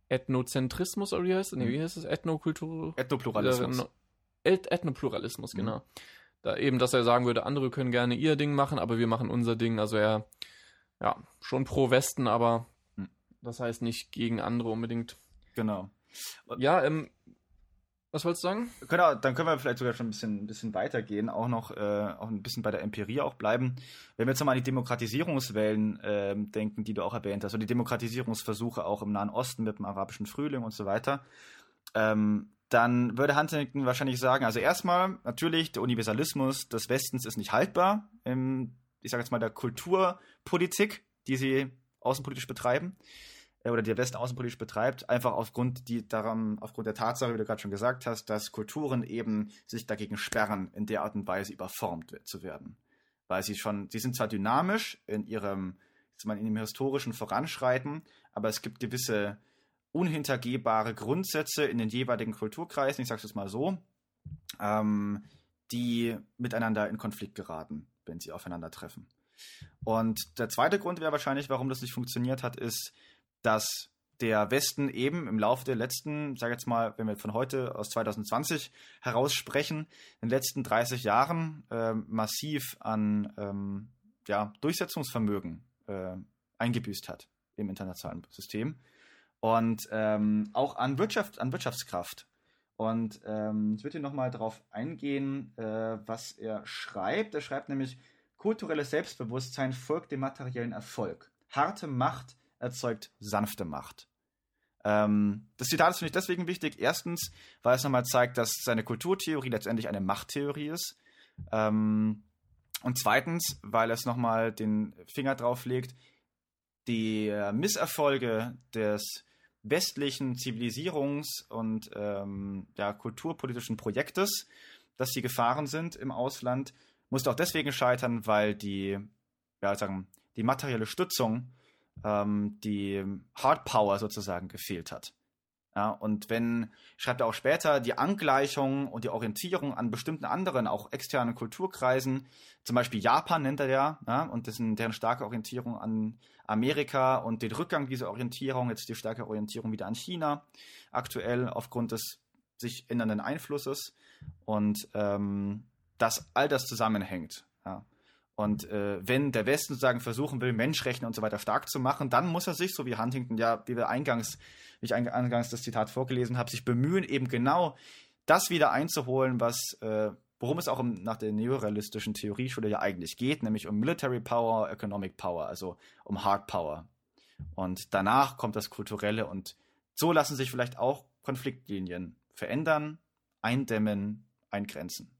Ethnozentrismus, oder wie heißt es? Nee, wie heißt es? Ethnokultur? Ethnopluralismus. Äh, Ethnopluralismus, genau. Mhm. Da eben, dass er sagen würde, andere können gerne ihr Ding machen, aber wir machen unser Ding. Also er, ja, schon pro Westen, aber mhm. das heißt nicht gegen andere unbedingt. Genau. Und ja, ähm, was wolltest du sagen? Genau, dann können wir vielleicht sogar schon ein bisschen, ein bisschen weitergehen, auch noch äh, auch ein bisschen bei der Empirie auch bleiben. Wenn wir jetzt nochmal an die Demokratisierungswellen äh, denken, die du auch erwähnt hast, und die Demokratisierungsversuche auch im Nahen Osten mit dem arabischen Frühling und so weiter, ähm, dann würde Huntington wahrscheinlich sagen, also erstmal natürlich, der Universalismus des Westens ist nicht haltbar, im, ich sage jetzt mal, der Kulturpolitik, die sie außenpolitisch betreiben, oder die der Westen außenpolitisch betreibt, einfach aufgrund, die, daran, aufgrund der Tatsache, wie du gerade schon gesagt hast, dass Kulturen eben sich dagegen sperren, in der Art und Weise überformt zu werden. Weil sie schon, sie sind zwar dynamisch in ihrem, jetzt mal in ihrem historischen Voranschreiten, aber es gibt gewisse unhintergehbare Grundsätze in den jeweiligen Kulturkreisen, ich sage es mal so, ähm, die miteinander in Konflikt geraten, wenn sie aufeinandertreffen. Und der zweite Grund wäre wahrscheinlich, warum das nicht funktioniert hat, ist, dass der Westen eben im Laufe der letzten, sag jetzt mal, wenn wir von heute aus zwanzig zwanzig heraus sprechen, in den letzten dreißig Jahren äh, massiv an ähm, ja, Durchsetzungsvermögen äh, eingebüßt hat im internationalen System und ähm, auch an Wirtschaft, an Wirtschaftskraft. Und ähm, ich würde hier nochmal darauf eingehen, äh, was er schreibt. Er schreibt nämlich, kulturelles Selbstbewusstsein folgt dem materiellen Erfolg. Harte Macht erzeugt sanfte Macht. Ähm, das Zitat ist, finde ich, deswegen wichtig. Erstens, weil es nochmal zeigt, dass seine Kulturtheorie letztendlich eine Machttheorie ist. Ähm, und zweitens, weil es nochmal den Finger drauf legt, die Misserfolge des westlichen Zivilisierungs- und ähm, ja, kulturpolitischen Projektes, dass die Gefahren sind im Ausland, musste auch deswegen scheitern, weil die, ja, sagen, die materielle Stützung, die Hardpower sozusagen gefehlt hat. Ja, und wenn, schreibt er auch später, die Angleichung und die Orientierung an bestimmten anderen, auch externen Kulturkreisen, zum Beispiel Japan nennt er ja, ja und dessen, deren starke Orientierung an Amerika und den Rückgang dieser Orientierung, jetzt die starke Orientierung wieder an China, aktuell aufgrund des sich ändernden Einflusses und ähm, dass all das zusammenhängt. Ja. Und äh, wenn der Westen sozusagen versuchen will, Menschenrechte und so weiter stark zu machen, dann muss er sich, so wie Huntington, ja, wie wir eingangs, wie ich eingangs das Zitat vorgelesen habe, sich bemühen, eben genau das wieder einzuholen, was, äh, worum es auch im, nach der neorealistischen Theorieschule ja eigentlich geht, nämlich um Military Power, Economic Power, also um Hard Power. Und danach kommt das Kulturelle und so lassen sich vielleicht auch Konfliktlinien verändern, eindämmen, eingrenzen.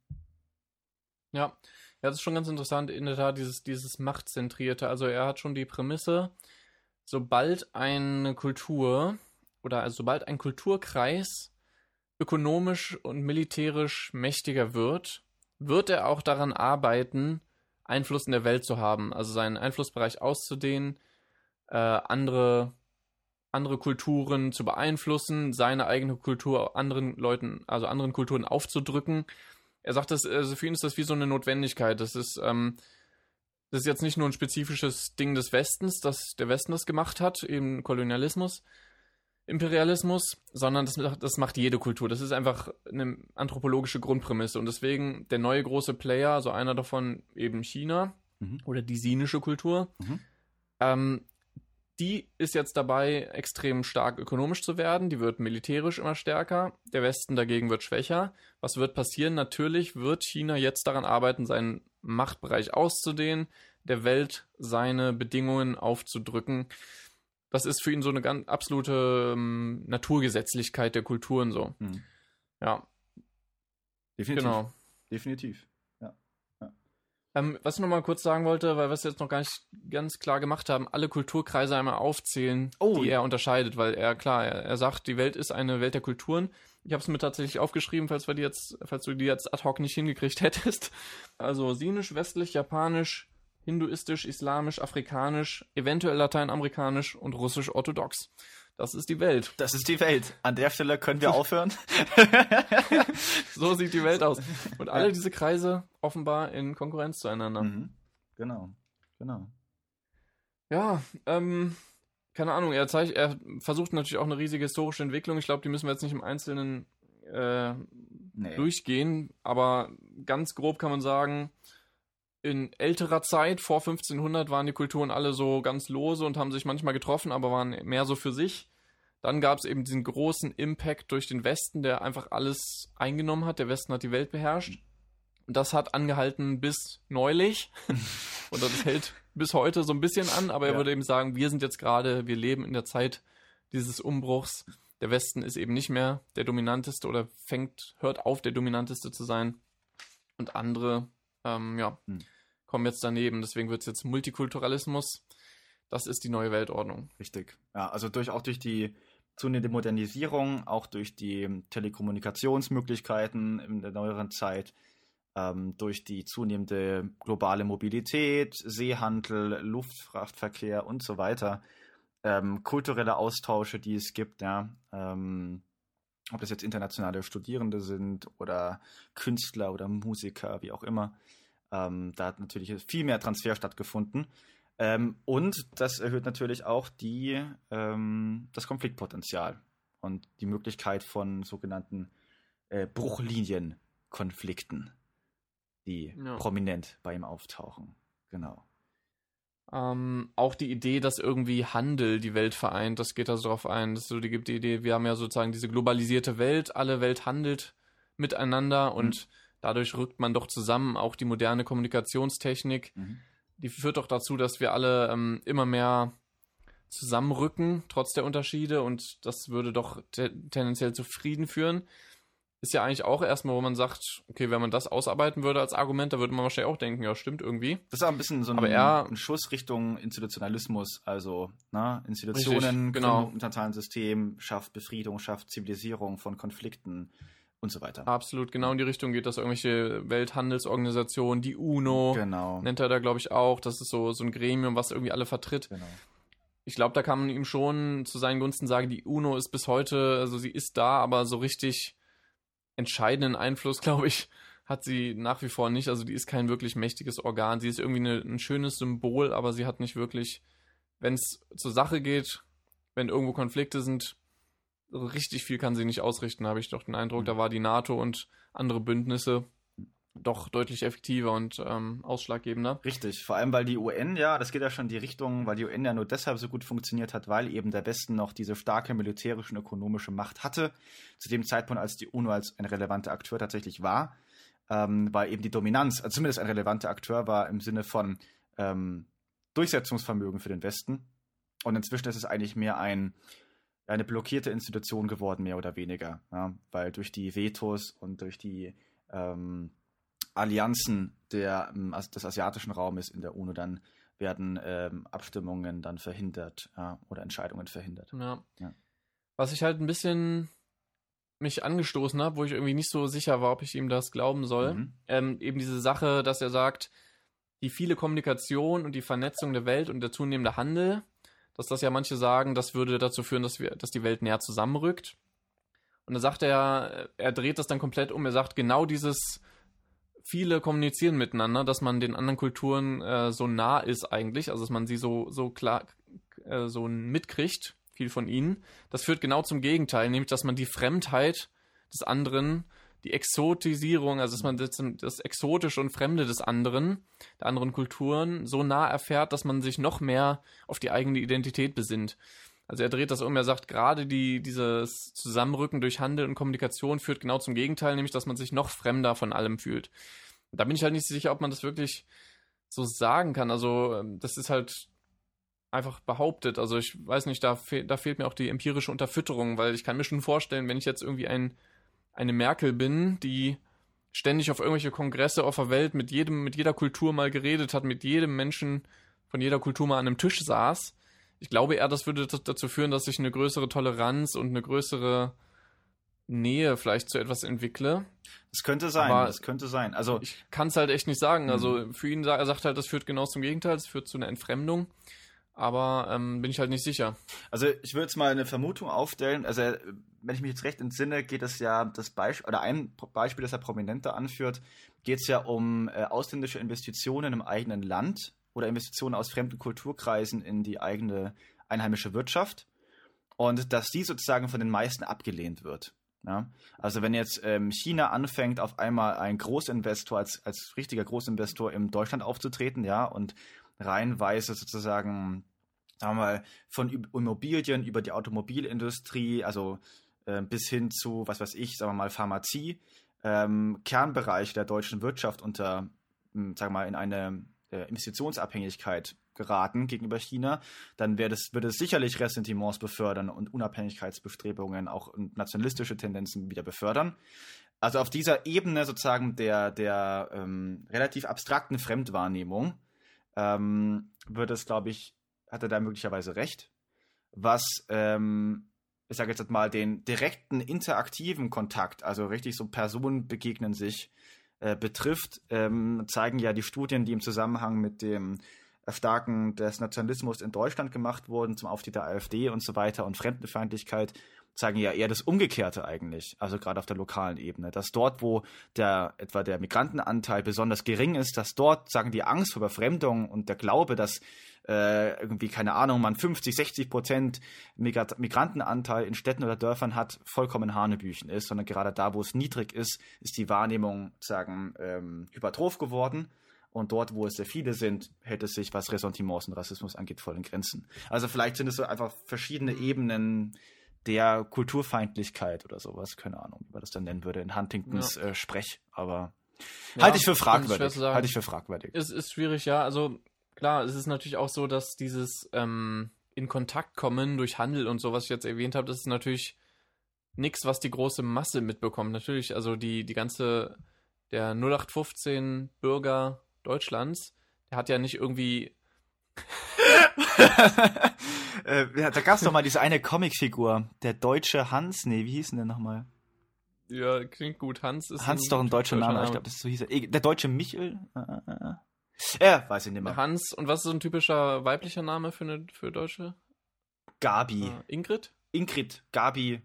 Ja. Ja, das ist schon ganz interessant, in der Tat, dieses, dieses Machtzentrierte. Also er hat schon die Prämisse, sobald eine Kultur oder also sobald ein Kulturkreis ökonomisch und militärisch mächtiger wird, wird er auch daran arbeiten, Einfluss in der Welt zu haben, also seinen Einflussbereich auszudehnen, äh, andere, andere Kulturen zu beeinflussen, seine eigene Kultur anderen Leuten, also anderen Kulturen aufzudrücken. Er sagt, dass, also für ihn ist das wie so eine Notwendigkeit. Das ist, ähm, das ist jetzt nicht nur ein spezifisches Ding des Westens, dass der Westen das gemacht hat, eben Kolonialismus, Imperialismus, sondern das, das macht jede Kultur. Das ist einfach eine anthropologische Grundprämisse. Und deswegen der neue große Player, also einer davon eben China mhm. oder die sinische Kultur, mhm. ähm, die ist jetzt dabei, extrem stark ökonomisch zu werden. Die wird militärisch immer stärker. Der Westen dagegen wird schwächer. Was wird passieren? Natürlich wird China jetzt daran arbeiten, seinen Machtbereich auszudehnen, der Welt seine Bedingungen aufzudrücken. Das ist für ihn so eine ganz absolute ähm, Naturgesetzlichkeit der Kulturen so. Hm. Ja. Definitiv. Genau. Definitiv. Ähm, was ich noch mal kurz sagen wollte, weil wir es jetzt noch gar nicht ganz klar gemacht haben, alle Kulturkreise einmal aufzählen, oh. die er unterscheidet, weil er, klar, er, er sagt, die Welt ist eine Welt der Kulturen. Ich habe es mir tatsächlich aufgeschrieben, falls, wir die jetzt, falls du die jetzt ad hoc nicht hingekriegt hättest. Also sinisch, westlich, japanisch, hinduistisch, islamisch, afrikanisch, eventuell lateinamerikanisch und russisch-orthodox. Das ist die Welt. Das ist die Welt. An der Stelle können wir aufhören. So sieht die Welt aus. Und alle diese Kreise offenbar in Konkurrenz zueinander. Mhm. Genau, genau. Ja, ähm, keine Ahnung, er, zeigt, er versucht natürlich auch eine riesige historische Entwicklung. Ich glaube, die müssen wir jetzt nicht im Einzelnen äh, nee. durchgehen, aber ganz grob kann man sagen, in älterer Zeit, vor fünfzehnhundert, waren die Kulturen alle so ganz lose und haben sich manchmal getroffen, aber waren mehr so für sich. Dann gab es eben diesen großen Impact durch den Westen, der einfach alles eingenommen hat. Der Westen hat die Welt beherrscht. Und das hat angehalten bis neulich. Und das hält bis heute so ein bisschen an. Aber er ja. würde eben sagen, wir sind jetzt gerade, wir leben in der Zeit dieses Umbruchs. Der Westen ist eben nicht mehr der dominanteste oder fängt, hört auf, der dominanteste zu sein. Und andere, ähm, ja, hm. kommen jetzt daneben. Deswegen wird es jetzt Multikulturalismus. Das ist die neue Weltordnung. Richtig. Ja, also durch, auch durch die zunehmende Modernisierung, auch durch die Telekommunikationsmöglichkeiten in der neueren Zeit, ähm, durch die zunehmende globale Mobilität, Seehandel, Luftfrachtverkehr und so weiter, ähm, kulturelle Austausche, die es gibt, ja, ähm, ob das jetzt internationale Studierende sind oder Künstler oder Musiker, wie auch immer, ähm, da hat natürlich viel mehr Transfer stattgefunden. Ähm, und das erhöht natürlich auch die, ähm, das Konfliktpotenzial und die Möglichkeit von sogenannten äh, Bruchlinienkonflikten, die ja. prominent bei ihm auftauchen. Genau. Ähm, auch die Idee, dass irgendwie Handel die Welt vereint, das geht also darauf ein. Das ist so die, die Idee, wir haben ja sozusagen diese globalisierte Welt, alle Welt handelt miteinander mhm. und dadurch rückt man doch zusammen, auch die moderne Kommunikationstechnik. Mhm. Die führt doch dazu, dass wir alle ähm, immer mehr zusammenrücken, trotz der Unterschiede. Und das würde doch te- tendenziell zu Frieden führen. Ist ja eigentlich auch erstmal, wo man sagt, okay, wenn man das ausarbeiten würde als Argument, da würde man wahrscheinlich auch denken, ja, stimmt irgendwie. Das ist auch ein bisschen so ein, Aber er, ein Schuss Richtung Institutionalismus. Also, na, Institutionen, richtig, genau. im internationalen System, schafft Befriedung, schafft Zivilisierung von Konflikten. Und so weiter. Absolut, genau in die Richtung geht das. Irgendwelche Welthandelsorganisationen, die UNO, genau. nennt er da, glaube ich, auch. Das ist so, so ein Gremium, was irgendwie alle vertritt. Genau. Ich glaube, da kann man ihm schon zu seinen Gunsten sagen, die UNO ist bis heute, also sie ist da, aber so richtig entscheidenden Einfluss, glaube ich, hat sie nach wie vor nicht. Also die ist kein wirklich mächtiges Organ. Sie ist irgendwie eine, ein schönes Symbol, aber sie hat nicht wirklich, wenn es zur Sache geht, wenn irgendwo Konflikte sind, richtig viel kann sie nicht ausrichten, habe ich doch den Eindruck. Mhm. Da war die NATO und andere Bündnisse doch deutlich effektiver und ähm, ausschlaggebender. Richtig, vor allem weil die U N ja, das geht ja schon in die Richtung, weil die U N ja nur deshalb so gut funktioniert hat, weil eben der Westen noch diese starke militärische und ökonomische Macht hatte, zu dem Zeitpunkt, als die UNO als ein relevanter Akteur tatsächlich war, ähm, weil eben die Dominanz, also zumindest ein relevanter Akteur war im Sinne von ähm, Durchsetzungsvermögen für den Westen. Und inzwischen ist es eigentlich mehr ein eine blockierte Institution geworden, mehr oder weniger. Ja, weil durch die Vetos und durch die ähm, Allianzen der, ähm, des asiatischen Raumes in der UNO dann werden ähm, Abstimmungen dann verhindert ja, oder Entscheidungen verhindert. Ja. Ja. Was ich halt ein bisschen mich angestoßen habe, wo ich irgendwie nicht so sicher war, ob ich ihm das glauben soll, mhm. ähm, eben diese Sache, dass er sagt, die viele Kommunikation und die Vernetzung der Welt und der zunehmende Handel, dass das ja manche sagen, das würde dazu führen, dass wir, dass die Welt näher zusammenrückt. Und dann sagt er, er dreht das dann komplett um. Er sagt, genau dieses viele kommunizieren miteinander, dass man den anderen Kulturen äh, so nah ist eigentlich, also dass man sie so, so klar äh, so mitkriegt, viel von ihnen. Das führt genau zum Gegenteil, nämlich, dass man die Fremdheit des anderen, die Exotisierung, also dass man das, das Exotische und Fremde des anderen, der anderen Kulturen, so nah erfährt, dass man sich noch mehr auf die eigene Identität besinnt. Also er dreht das um, er sagt, gerade die, dieses Zusammenrücken durch Handel und Kommunikation führt genau zum Gegenteil, nämlich, dass man sich noch fremder von allem fühlt. Da bin ich halt nicht sicher, ob man das wirklich so sagen kann. Also das ist halt einfach behauptet. Also ich weiß nicht, da, fe- da fehlt mir auch die empirische Unterfütterung, weil ich kann mir schon vorstellen, wenn ich jetzt irgendwie ein eine Merkel bin, die ständig auf irgendwelche Kongresse auf der Welt mit jedem, mit jeder Kultur mal geredet hat, mit jedem Menschen von jeder Kultur mal an einem Tisch saß. Ich glaube eher, das würde dazu führen, dass ich eine größere Toleranz und eine größere Nähe vielleicht zu etwas entwickle. Das könnte sein, Aber das könnte sein. Also ich kann es halt echt nicht sagen. Mhm. Also für ihn, er sagt halt, das führt genau zum Gegenteil, es führt zu einer Entfremdung. Aber ähm, bin ich halt nicht sicher. Also ich würde jetzt mal eine Vermutung aufstellen. Also wenn ich mich jetzt recht entsinne, geht es ja das Beispiel, oder ein Beispiel, das er prominenter anführt, geht es ja um äh, ausländische Investitionen im eigenen Land oder Investitionen aus fremden Kulturkreisen in die eigene einheimische Wirtschaft und dass die sozusagen von den meisten abgelehnt wird. Ja? Also wenn jetzt ähm, China anfängt, auf einmal ein Großinvestor, als, als richtiger Großinvestor in Deutschland aufzutreten, ja, und reihenweise sozusagen, sagen wir mal, von Immobilien über die Automobilindustrie, also äh, bis hin zu, was weiß ich, sagen wir mal, Pharmazie, ähm, Kernbereiche der deutschen Wirtschaft unter, sagen wir mal, in eine äh, Investitionsabhängigkeit geraten gegenüber China, dann wäre das, würde es sicherlich Ressentiments befördern und Unabhängigkeitsbestrebungen, auch nationalistische Tendenzen wieder befördern. Also auf dieser Ebene sozusagen der, der ähm, relativ abstrakten Fremdwahrnehmung ähm, wird es, glaube ich, hat er da möglicherweise recht. Was, ähm, ich sage jetzt mal, den direkten interaktiven Kontakt, also richtig so Personen begegnen sich, äh, betrifft, ähm, zeigen ja die Studien, die im Zusammenhang mit dem Erstarken des Nationalismus in Deutschland gemacht wurden, zum Aufstieg der AfD und so weiter und Fremdenfeindlichkeit, zeigen ja eher das Umgekehrte eigentlich, also gerade auf der lokalen Ebene, dass dort, wo der etwa der Migrantenanteil besonders gering ist, dass dort, sagen die Angst vor Befremdung und der Glaube, dass äh, irgendwie, keine Ahnung, man fünfzig, sechzig Prozent Migrat- Migrantenanteil in Städten oder Dörfern hat, vollkommen Hanebüchen ist, sondern gerade da, wo es niedrig ist, ist die Wahrnehmung, sagen, ähm, hypertroph geworden. Und dort, wo es sehr viele sind, hält es sich, was Ressentiments und Rassismus angeht, voll in Grenzen. Also vielleicht sind es so einfach verschiedene Ebenen der Kulturfeindlichkeit oder sowas, keine Ahnung, wie man das dann nennen würde, in Huntingtons ja. äh, Sprech, aber ja, halte ich für fragwürdig. Halte ich für fragwürdig. Es ist schwierig, ja, also klar, es ist natürlich auch so, dass dieses ähm, in Kontakt kommen durch Handel und so, was ich jetzt erwähnt habe, das ist natürlich nichts, was die große Masse mitbekommt. Natürlich, also die, die ganze, der null acht fünfzehn Bürger Deutschlands, der hat ja nicht irgendwie äh, ja, da gab es doch mal diese eine Comicfigur, der deutsche Hans, nee, wie hieß denn der nochmal? Ja, klingt gut, Hans ist Hans ist doch ein deutscher, deutscher Name, Name, ich glaube, das ist so hieß er. Der deutsche Michel? Ja, weiß ich nicht mehr. Hans, und was ist so ein typischer weiblicher Name für eine für Deutsche? Gabi. Uh, Ingrid? Ingrid, Gabi.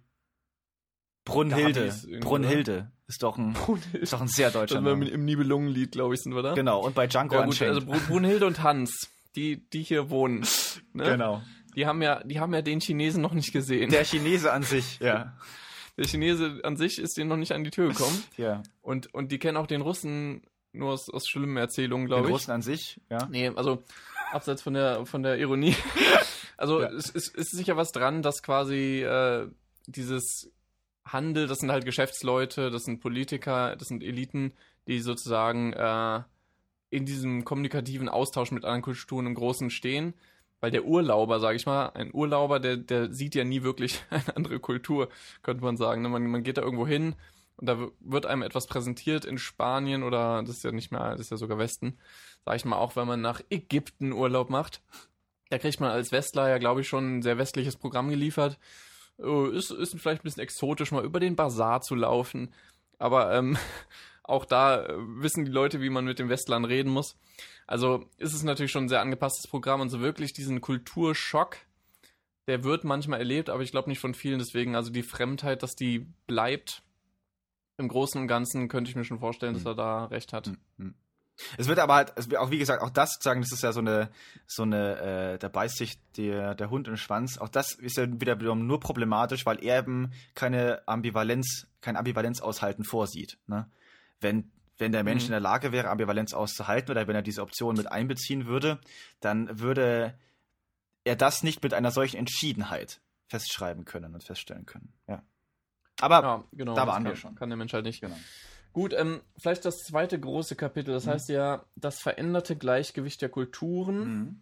Brunhilde. Gabi ist Brunhilde. Ist doch ein, ist doch ein sehr deutscher Name. Im Nibelungenlied, glaube ich, sind wir da. Genau, und bei Django ja, gut, also Brunhilde und Hans, die, die hier wohnen. Ne? Genau. Die haben ja, die haben ja den Chinesen noch nicht gesehen. Der Chinese an sich, ja. Der Chinese an sich ist denen noch nicht an die Tür gekommen. Ja. Und, und die kennen auch den Russen nur aus, aus schlimmen Erzählungen, glaube ich. Den Russen an sich, ja. Nee, also abseits von der, von der Ironie. Also ja. es, es ist sicher was dran, dass quasi äh, dieses Handel, das sind halt Geschäftsleute, das sind Politiker, das sind Eliten, die sozusagen äh, in diesem kommunikativen Austausch mit anderen Kulturen im Großen stehen. Weil der Urlauber, sage ich mal, ein Urlauber, der, der sieht ja nie wirklich eine andere Kultur, könnte man sagen. Man, man geht da irgendwo hin und da wird einem etwas präsentiert in Spanien oder, das ist ja nicht mehr, das ist ja sogar Westen, sage ich mal, auch wenn man nach Ägypten Urlaub macht. Da kriegt man als Westler ja, glaube ich, schon ein sehr westliches Programm geliefert. Ist, ist vielleicht ein bisschen exotisch, mal über den Bazar zu laufen. Aber ähm, auch da wissen die Leute, wie man mit den Westlern reden muss. Also ist es natürlich schon ein sehr angepasstes Programm und so wirklich diesen Kulturschock, der wird manchmal erlebt, aber ich glaube nicht von vielen. Deswegen, also die Fremdheit, dass die bleibt, im Großen und Ganzen könnte ich mir schon vorstellen, dass er da recht hat. Mhm. Es wird aber halt, es wird auch wie gesagt, auch das sagen, das ist ja so eine, so eine, äh, da beißt sich der, der Hund in den Schwanz. Auch das ist ja wieder nur problematisch, weil er eben keine Ambivalenz, kein Ambivalenzaushalten vorsieht. Ne? Wenn, wenn der Mensch mhm. in der Lage wäre, Ambivalenz auszuhalten oder wenn er diese Option mit einbeziehen würde, dann würde er das nicht mit einer solchen Entschiedenheit festschreiben können und feststellen können. Ja. Aber ja, genau, da waren kann, wir schon. Kann der Mensch halt nicht. Genau. Gut, ähm, vielleicht das zweite große Kapitel, das mhm. heißt ja, das veränderte Gleichgewicht der Kulturen mhm.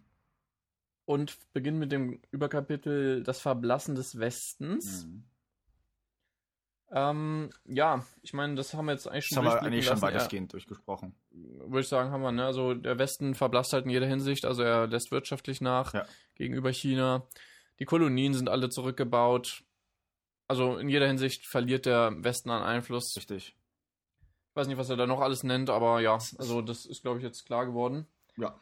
und beginnt mit dem Überkapitel das Verblassen des Westens. Mhm. Ähm, ja, ich meine, das haben wir jetzt eigentlich schon Das haben wir eigentlich schon weitestgehend ja, durchgesprochen. Würde ich sagen, haben wir, ne? Also der Westen verblasst halt in jeder Hinsicht, also er lässt wirtschaftlich nach ja. gegenüber China. Die Kolonien sind alle zurückgebaut. Also in jeder Hinsicht verliert der Westen an Einfluss. Richtig. Ich weiß nicht, was er da noch alles nennt, aber ja, also das ist, glaube ich, jetzt klar geworden. Ja.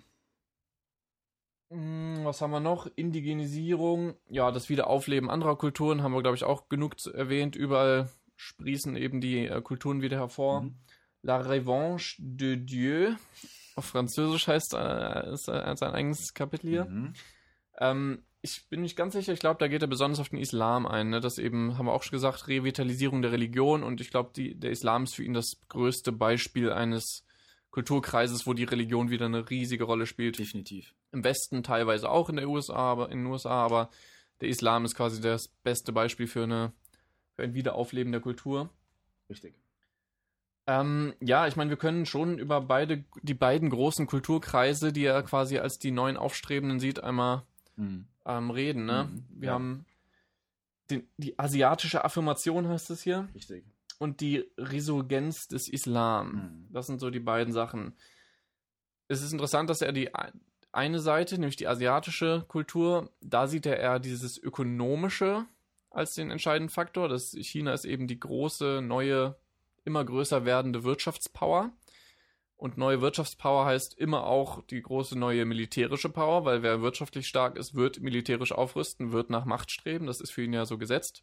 Was haben wir noch? Indigenisierung, ja, das Wiederaufleben anderer Kulturen haben wir, glaube ich, auch genug erwähnt. Überall sprießen eben die äh, Kulturen wieder hervor. Mhm. La Revanche de Dieu, auf Französisch heißt äh, ist äh, sein eigenes Kapitel hier. Mhm. Ähm, ich bin nicht ganz sicher, ich glaube, da geht er besonders auf den Islam ein. Ne? Das eben, haben wir auch schon gesagt, Revitalisierung der Religion. Und ich glaube, der Islam ist für ihn das größte Beispiel eines Kulturkreises, wo die Religion wieder eine riesige Rolle spielt. Definitiv. Im Westen teilweise auch in der U S A, aber in den U S A, aber der Islam ist quasi das beste Beispiel für, eine, für ein Wiederaufleben der Kultur. Richtig. Ähm, ja, ich meine, wir können schon über beide, die beiden großen Kulturkreise, die er quasi als die neuen Aufstrebenden sieht, einmal mhm. ähm, reden. Ne? Mhm, wir ja. haben die, die asiatische Affirmation, heißt es hier. Richtig. Und die Resurgenz des Islam. Mhm. Das sind so die beiden Sachen. Es ist interessant, dass er die eine Seite, nämlich die asiatische Kultur, da sieht er eher dieses Ökonomische als den entscheidenden Faktor. Das China ist eben die große, neue, immer größer werdende Wirtschaftspower. Und neue Wirtschaftspower heißt immer auch die große neue militärische Power, weil wer wirtschaftlich stark ist, wird militärisch aufrüsten, wird nach Macht streben. Das ist für ihn ja so gesetzt.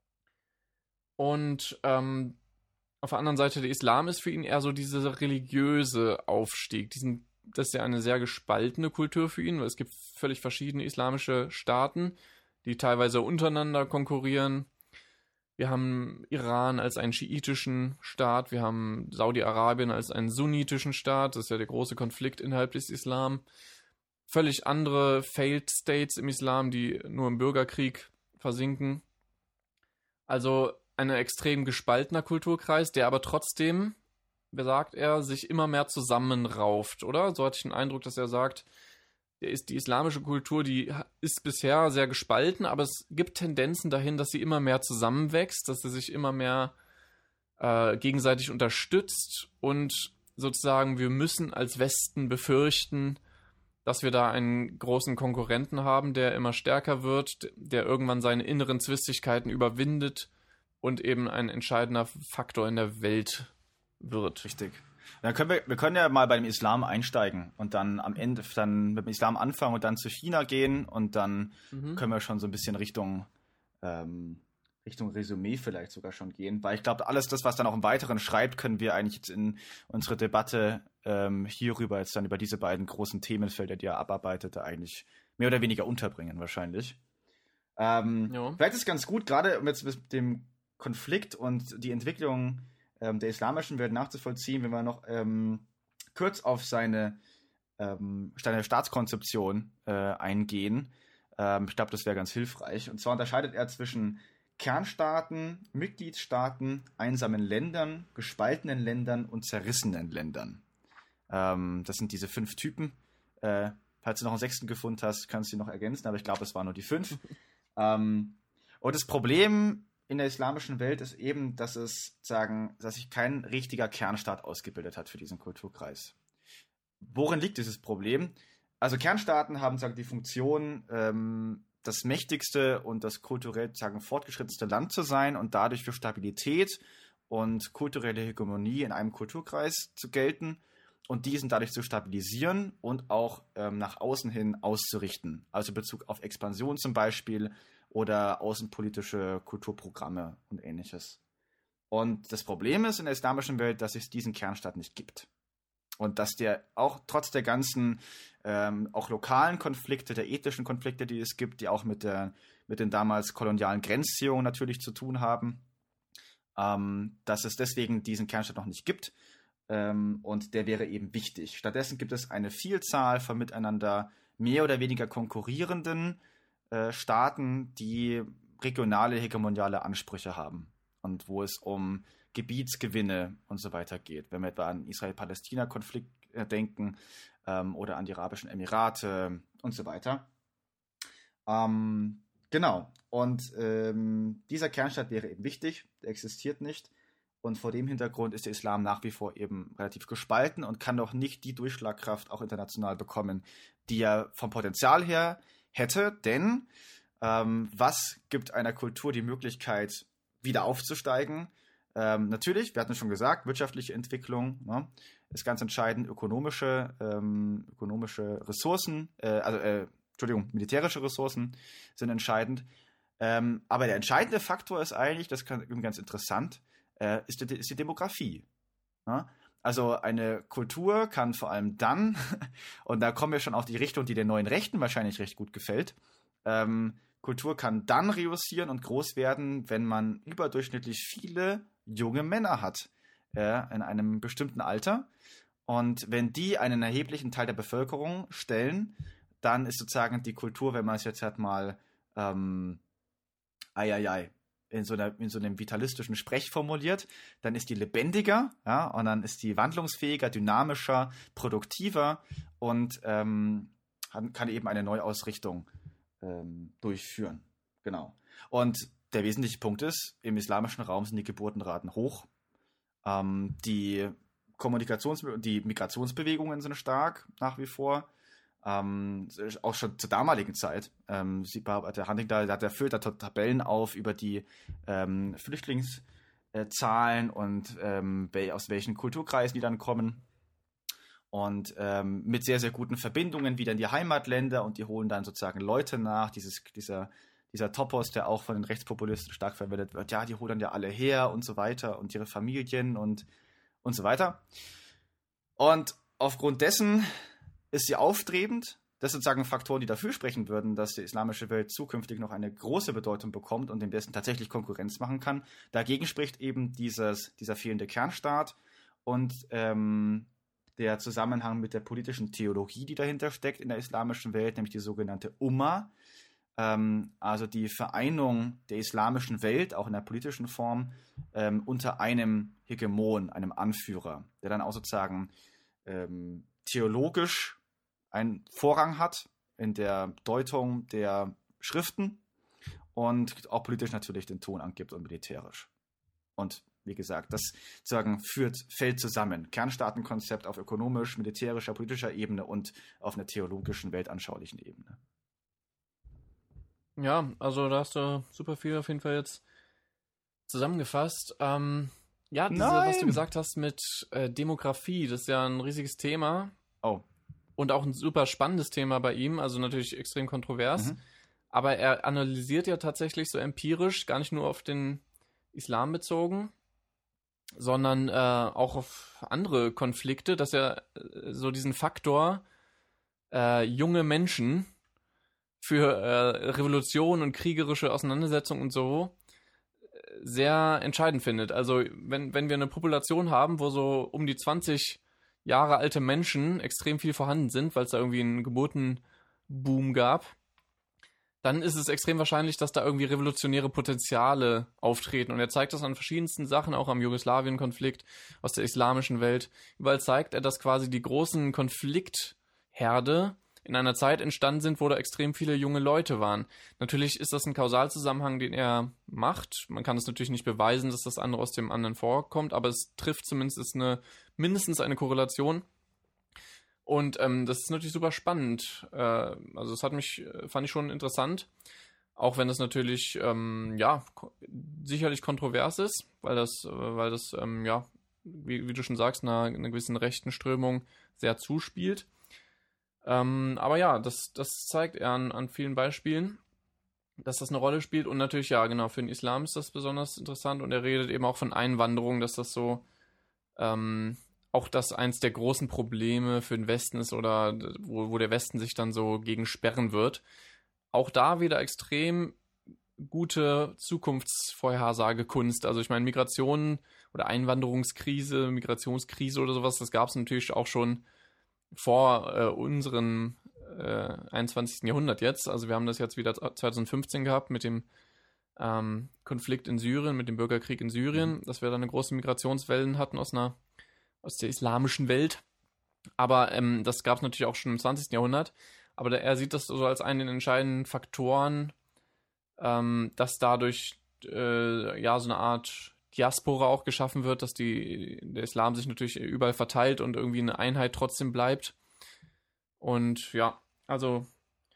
Und ähm, auf der anderen Seite der Islam ist für ihn eher so dieser religiöse Aufstieg. Diesen, das ist ja eine sehr gespaltene Kultur für ihn, weil es gibt völlig verschiedene islamische Staaten, die teilweise untereinander konkurrieren. Wir haben Iran als einen schiitischen Staat, wir haben Saudi-Arabien als einen sunnitischen Staat, das ist ja der große Konflikt innerhalb des Islam. Völlig andere Failed States im Islam, die nur im Bürgerkrieg versinken. Also ein extrem gespaltener Kulturkreis, der aber trotzdem, wie sagt er, sich immer mehr zusammenrauft, oder? So hatte ich den Eindruck, dass er sagt, der ist die islamische Kultur, die ist bisher sehr gespalten, aber es gibt Tendenzen dahin, dass sie immer mehr zusammenwächst, dass sie sich immer mehr äh, gegenseitig unterstützt und sozusagen wir müssen als Westen befürchten, dass wir da einen großen Konkurrenten haben, der immer stärker wird, der irgendwann seine inneren Zwistigkeiten überwindet und eben ein entscheidender Faktor in der Welt wird. Richtig. Dann können wir, wir können ja mal bei dem Islam einsteigen und dann am Ende dann mit dem Islam anfangen und dann zu China gehen und dann mhm. können wir schon so ein bisschen Richtung, ähm, Richtung Resümee vielleicht sogar schon gehen, weil ich glaube, alles das, was dann auch im Weiteren schreibt, können wir eigentlich jetzt in unsere Debatte ähm, hierüber jetzt dann über diese beiden großen Themenfelder, die er abarbeitet, eigentlich mehr oder weniger unterbringen wahrscheinlich. Ähm, vielleicht ist es ganz gut, gerade jetzt mit dem Konflikt und die Entwicklung ähm, der islamischen Welt nachzuvollziehen, wenn wir noch ähm, kurz auf seine, ähm, seine Staatskonzeption äh, eingehen. Ähm, ich glaube, das wäre ganz hilfreich. Und zwar unterscheidet er zwischen Kernstaaten, Mitgliedstaaten, einsamen Ländern, gespaltenen Ländern und zerrissenen Ländern. Ähm, das sind diese fünf Typen. Äh, falls du noch einen sechsten gefunden hast, kannst du ihn noch ergänzen, aber ich glaube, es waren nur die fünf. ähm, und das Problem in der islamischen Welt ist eben, dass es sagen, dass sich kein richtiger Kernstaat ausgebildet hat für diesen Kulturkreis. Worin liegt dieses Problem? Also Kernstaaten haben sagen die Funktion, ähm, das mächtigste und das kulturell sagen fortgeschrittenste Land zu sein und dadurch für Stabilität und kulturelle Hegemonie in einem Kulturkreis zu gelten und diesen dadurch zu stabilisieren und auch ähm, nach außen hin auszurichten. Also in Bezug auf Expansion zum Beispiel oder außenpolitische Kulturprogramme und ähnliches. Und das Problem ist in der islamischen Welt, dass es diesen Kernstaat nicht gibt. Und dass der auch trotz der ganzen ähm, auch lokalen Konflikte, der ethnischen Konflikte, die es gibt, die auch mit, der, mit den damals kolonialen Grenzziehungen natürlich zu tun haben, ähm, dass es deswegen diesen Kernstaat noch nicht gibt. Ähm, und der wäre eben wichtig. Stattdessen gibt es eine Vielzahl von miteinander mehr oder weniger konkurrierenden äh, Staaten, die regionale, hegemoniale Ansprüche haben. Und wo es um Gebietsgewinne und so weiter geht. Wenn wir etwa an den Israel-Palästina-Konflikt äh, denken ähm, oder an die Arabischen Emirate und so weiter. Ähm, genau. Und ähm, dieser Kernstaat wäre eben wichtig, der existiert nicht. Und vor dem Hintergrund ist der Islam nach wie vor eben relativ gespalten und kann doch nicht die Durchschlagkraft auch international bekommen, die er vom Potenzial her hätte. Denn ähm, was gibt einer Kultur die Möglichkeit, wieder aufzusteigen? Ähm, natürlich, wir hatten schon gesagt, wirtschaftliche Entwicklung, ne, ist ganz entscheidend, ökonomische, ähm, ökonomische Ressourcen, äh, also, äh, Entschuldigung, militärische Ressourcen sind entscheidend. Ähm, aber der entscheidende Faktor ist eigentlich, das ist ganz interessant, äh, ist, die, ist die Demografie. Ne? Also eine Kultur kann vor allem dann, und da kommen wir schon auf die Richtung, die den neuen Rechten wahrscheinlich recht gut gefällt, ähm, Kultur kann dann reüssieren und groß werden, wenn man überdurchschnittlich viele junge Männer hat äh, in einem bestimmten Alter. Und wenn die einen erheblichen Teil der Bevölkerung stellen, dann ist sozusagen die Kultur, wenn man es jetzt halt mal ähm, ei, ei, ei, in so, einer, in so einem vitalistischen Sprech formuliert, dann ist die lebendiger, ja, und dann ist die wandlungsfähiger, dynamischer, produktiver und ähm, kann eben eine Neuausrichtung ähm, durchführen. Genau. Und der wesentliche Punkt ist, im islamischen Raum sind die Geburtenraten hoch. Ähm, die Kommunikations- die Migrationsbewegungen sind stark nach wie vor. Ähm, auch schon zur damaligen Zeit. Ähm, sieht man, der Huntington, da, der füllt da Tabellen auf über die ähm, Flüchtlingszahlen und ähm, aus welchen Kulturkreisen die dann kommen. Und ähm, mit sehr, sehr guten Verbindungen wieder in die Heimatländer und die holen dann sozusagen Leute nach. Dieses, dieser, dieser Topos, der auch von den Rechtspopulisten stark verwendet wird, ja, die holen ja alle her und so weiter und ihre Familien und, und so weiter. Und aufgrund dessen ist sie aufstrebend. Das sind sozusagen Faktoren, die dafür sprechen würden, dass die islamische Welt zukünftig noch eine große Bedeutung bekommt und dem dessen tatsächlich Konkurrenz machen kann. Dagegen spricht eben dieses, dieser fehlende Kernstaat und ähm, der Zusammenhang mit der politischen Theologie, die dahinter steckt in der islamischen Welt, nämlich die sogenannte Umma, ähm, also die Vereinung der islamischen Welt, auch in der politischen Form, ähm, unter einem Hegemon, einem Anführer, der dann auch sozusagen ähm, theologisch einen Vorrang hat in der Deutung der Schriften und auch politisch natürlich den Ton angibt und militärisch. Und wie gesagt, das sozusagen führt, fällt zusammen. Kernstaatenkonzept auf ökonomisch, militärischer, politischer Ebene und auf einer theologischen, weltanschaulichen Ebene. Ja, also da hast du super viel auf jeden Fall jetzt zusammengefasst. Ähm, ja, diese, was du gesagt hast mit äh, Demografie, das ist ja ein riesiges Thema. Oh. Und auch ein super spannendes Thema bei ihm, also natürlich extrem kontrovers. Mhm. Aber er analysiert ja tatsächlich so empirisch, gar nicht nur auf den Islam bezogen, sondern äh, auch auf andere Konflikte, dass er äh, so diesen Faktor äh, junge Menschen für äh, Revolution und kriegerische Auseinandersetzung und so äh, sehr entscheidend findet. Also wenn, wenn wir eine Population haben, wo so um die zwanzig Jahre alte Menschen extrem viel vorhanden sind, weil es da irgendwie einen Geburtenboom gab, dann ist es extrem wahrscheinlich, dass da irgendwie revolutionäre Potenziale auftreten. Und er zeigt das an verschiedensten Sachen, auch am Jugoslawien-Konflikt aus der islamischen Welt. Überall zeigt er, dass quasi die großen Konfliktherde in einer Zeit entstanden sind, wo da extrem viele junge Leute waren. Natürlich ist das ein Kausalzusammenhang, den er macht. Man kann es natürlich nicht beweisen, dass das andere aus dem anderen vorkommt, aber es trifft zumindest eine, mindestens eine Korrelation. Und ähm, das ist natürlich super spannend. Äh, also das hat mich, fand ich schon interessant. Auch wenn das natürlich, ähm, ja, ko- sicherlich kontrovers ist, weil das, äh, weil das, ähm, ja, wie, wie du schon sagst, einer, einer gewissen rechten Strömung sehr zuspielt. Ähm, aber ja, das, das zeigt er an, an vielen Beispielen, dass das eine Rolle spielt. Und natürlich, ja, genau, für den Islam ist das besonders interessant. Und er redet eben auch von Einwanderung, dass das so, ähm, auch das eins der großen Probleme für den Westen ist oder wo, wo der Westen sich dann so gegen sperren wird. Auch da wieder extrem gute Zukunftsvorhersagekunst. Also ich meine, Migration oder Einwanderungskrise, Migrationskrise oder sowas, das gab es natürlich auch schon vor äh, unserem äh, einundzwanzigsten Jahrhundert jetzt. Also wir haben das jetzt wieder zwanzig fünfzehn gehabt mit dem ähm, Konflikt in Syrien, mit dem Bürgerkrieg in Syrien, dass wir da eine große Migrationswellen hatten aus einer aus der islamischen Welt. Aber ähm, das gab es natürlich auch schon im zwanzigsten Jahrhundert. Aber der, er sieht das so als einen der entscheidenden Faktoren, ähm, dass dadurch äh, ja so eine Art Diaspora auch geschaffen wird, dass die, der Islam sich natürlich überall verteilt und irgendwie eine Einheit trotzdem bleibt. Und ja, also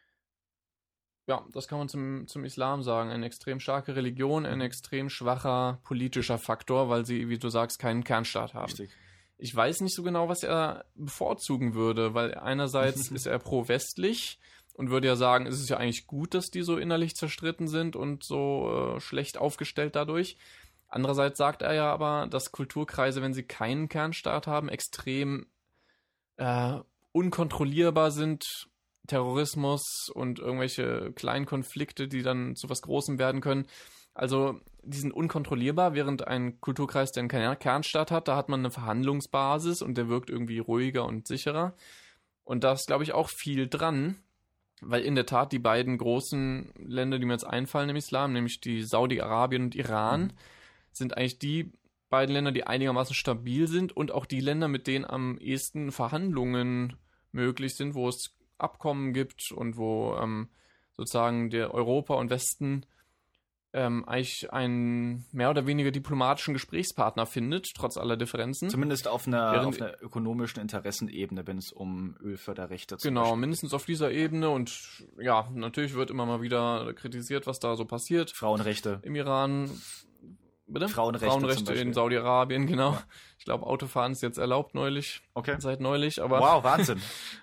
ja, das kann man zum, zum Islam sagen. Eine extrem starke Religion, ein extrem schwacher politischer Faktor, weil sie, wie du sagst, keinen Kernstaat haben. Richtig. Ich weiß nicht so genau, was er bevorzugen würde, weil einerseits ist er pro-westlich und würde ja sagen, es ist ja eigentlich gut, dass die so innerlich zerstritten sind und so äh, schlecht aufgestellt dadurch. Andererseits sagt er ja aber, dass Kulturkreise, wenn sie keinen Kernstaat haben, extrem äh, unkontrollierbar sind. Terrorismus und irgendwelche kleinen Konflikte, die dann zu was Großem werden können. Also die sind unkontrollierbar, während ein Kulturkreis, der keinen Kernstaat hat, da hat man eine Verhandlungsbasis und der wirkt irgendwie ruhiger und sicherer. Und da ist, glaube ich, auch viel dran, weil in der Tat die beiden großen Länder, die mir jetzt einfallen im Islam, nämlich die Saudi-Arabien und Iran, mhm. sind eigentlich die beiden Länder, die einigermaßen stabil sind und auch die Länder, mit denen am ehesten Verhandlungen möglich sind, wo es Abkommen gibt und wo ähm, sozusagen der Europa und Westen ähm, eigentlich einen mehr oder weniger diplomatischen Gesprächspartner findet, trotz aller Differenzen. Zumindest auf einer, Während, auf einer ökonomischen Interessenebene, wenn es um Ölförderrechte geht. Genau, mindestens auf dieser Ebene und ja, natürlich wird immer mal wieder kritisiert, was da so passiert. Frauenrechte. Im Iran. Bitte? Frauenrechte, Frauenrechte in Saudi-Arabien, genau. Ja. Ich glaube, Autofahren ist jetzt erlaubt neulich. Okay. Seit neulich, aber. Wow, Wahnsinn.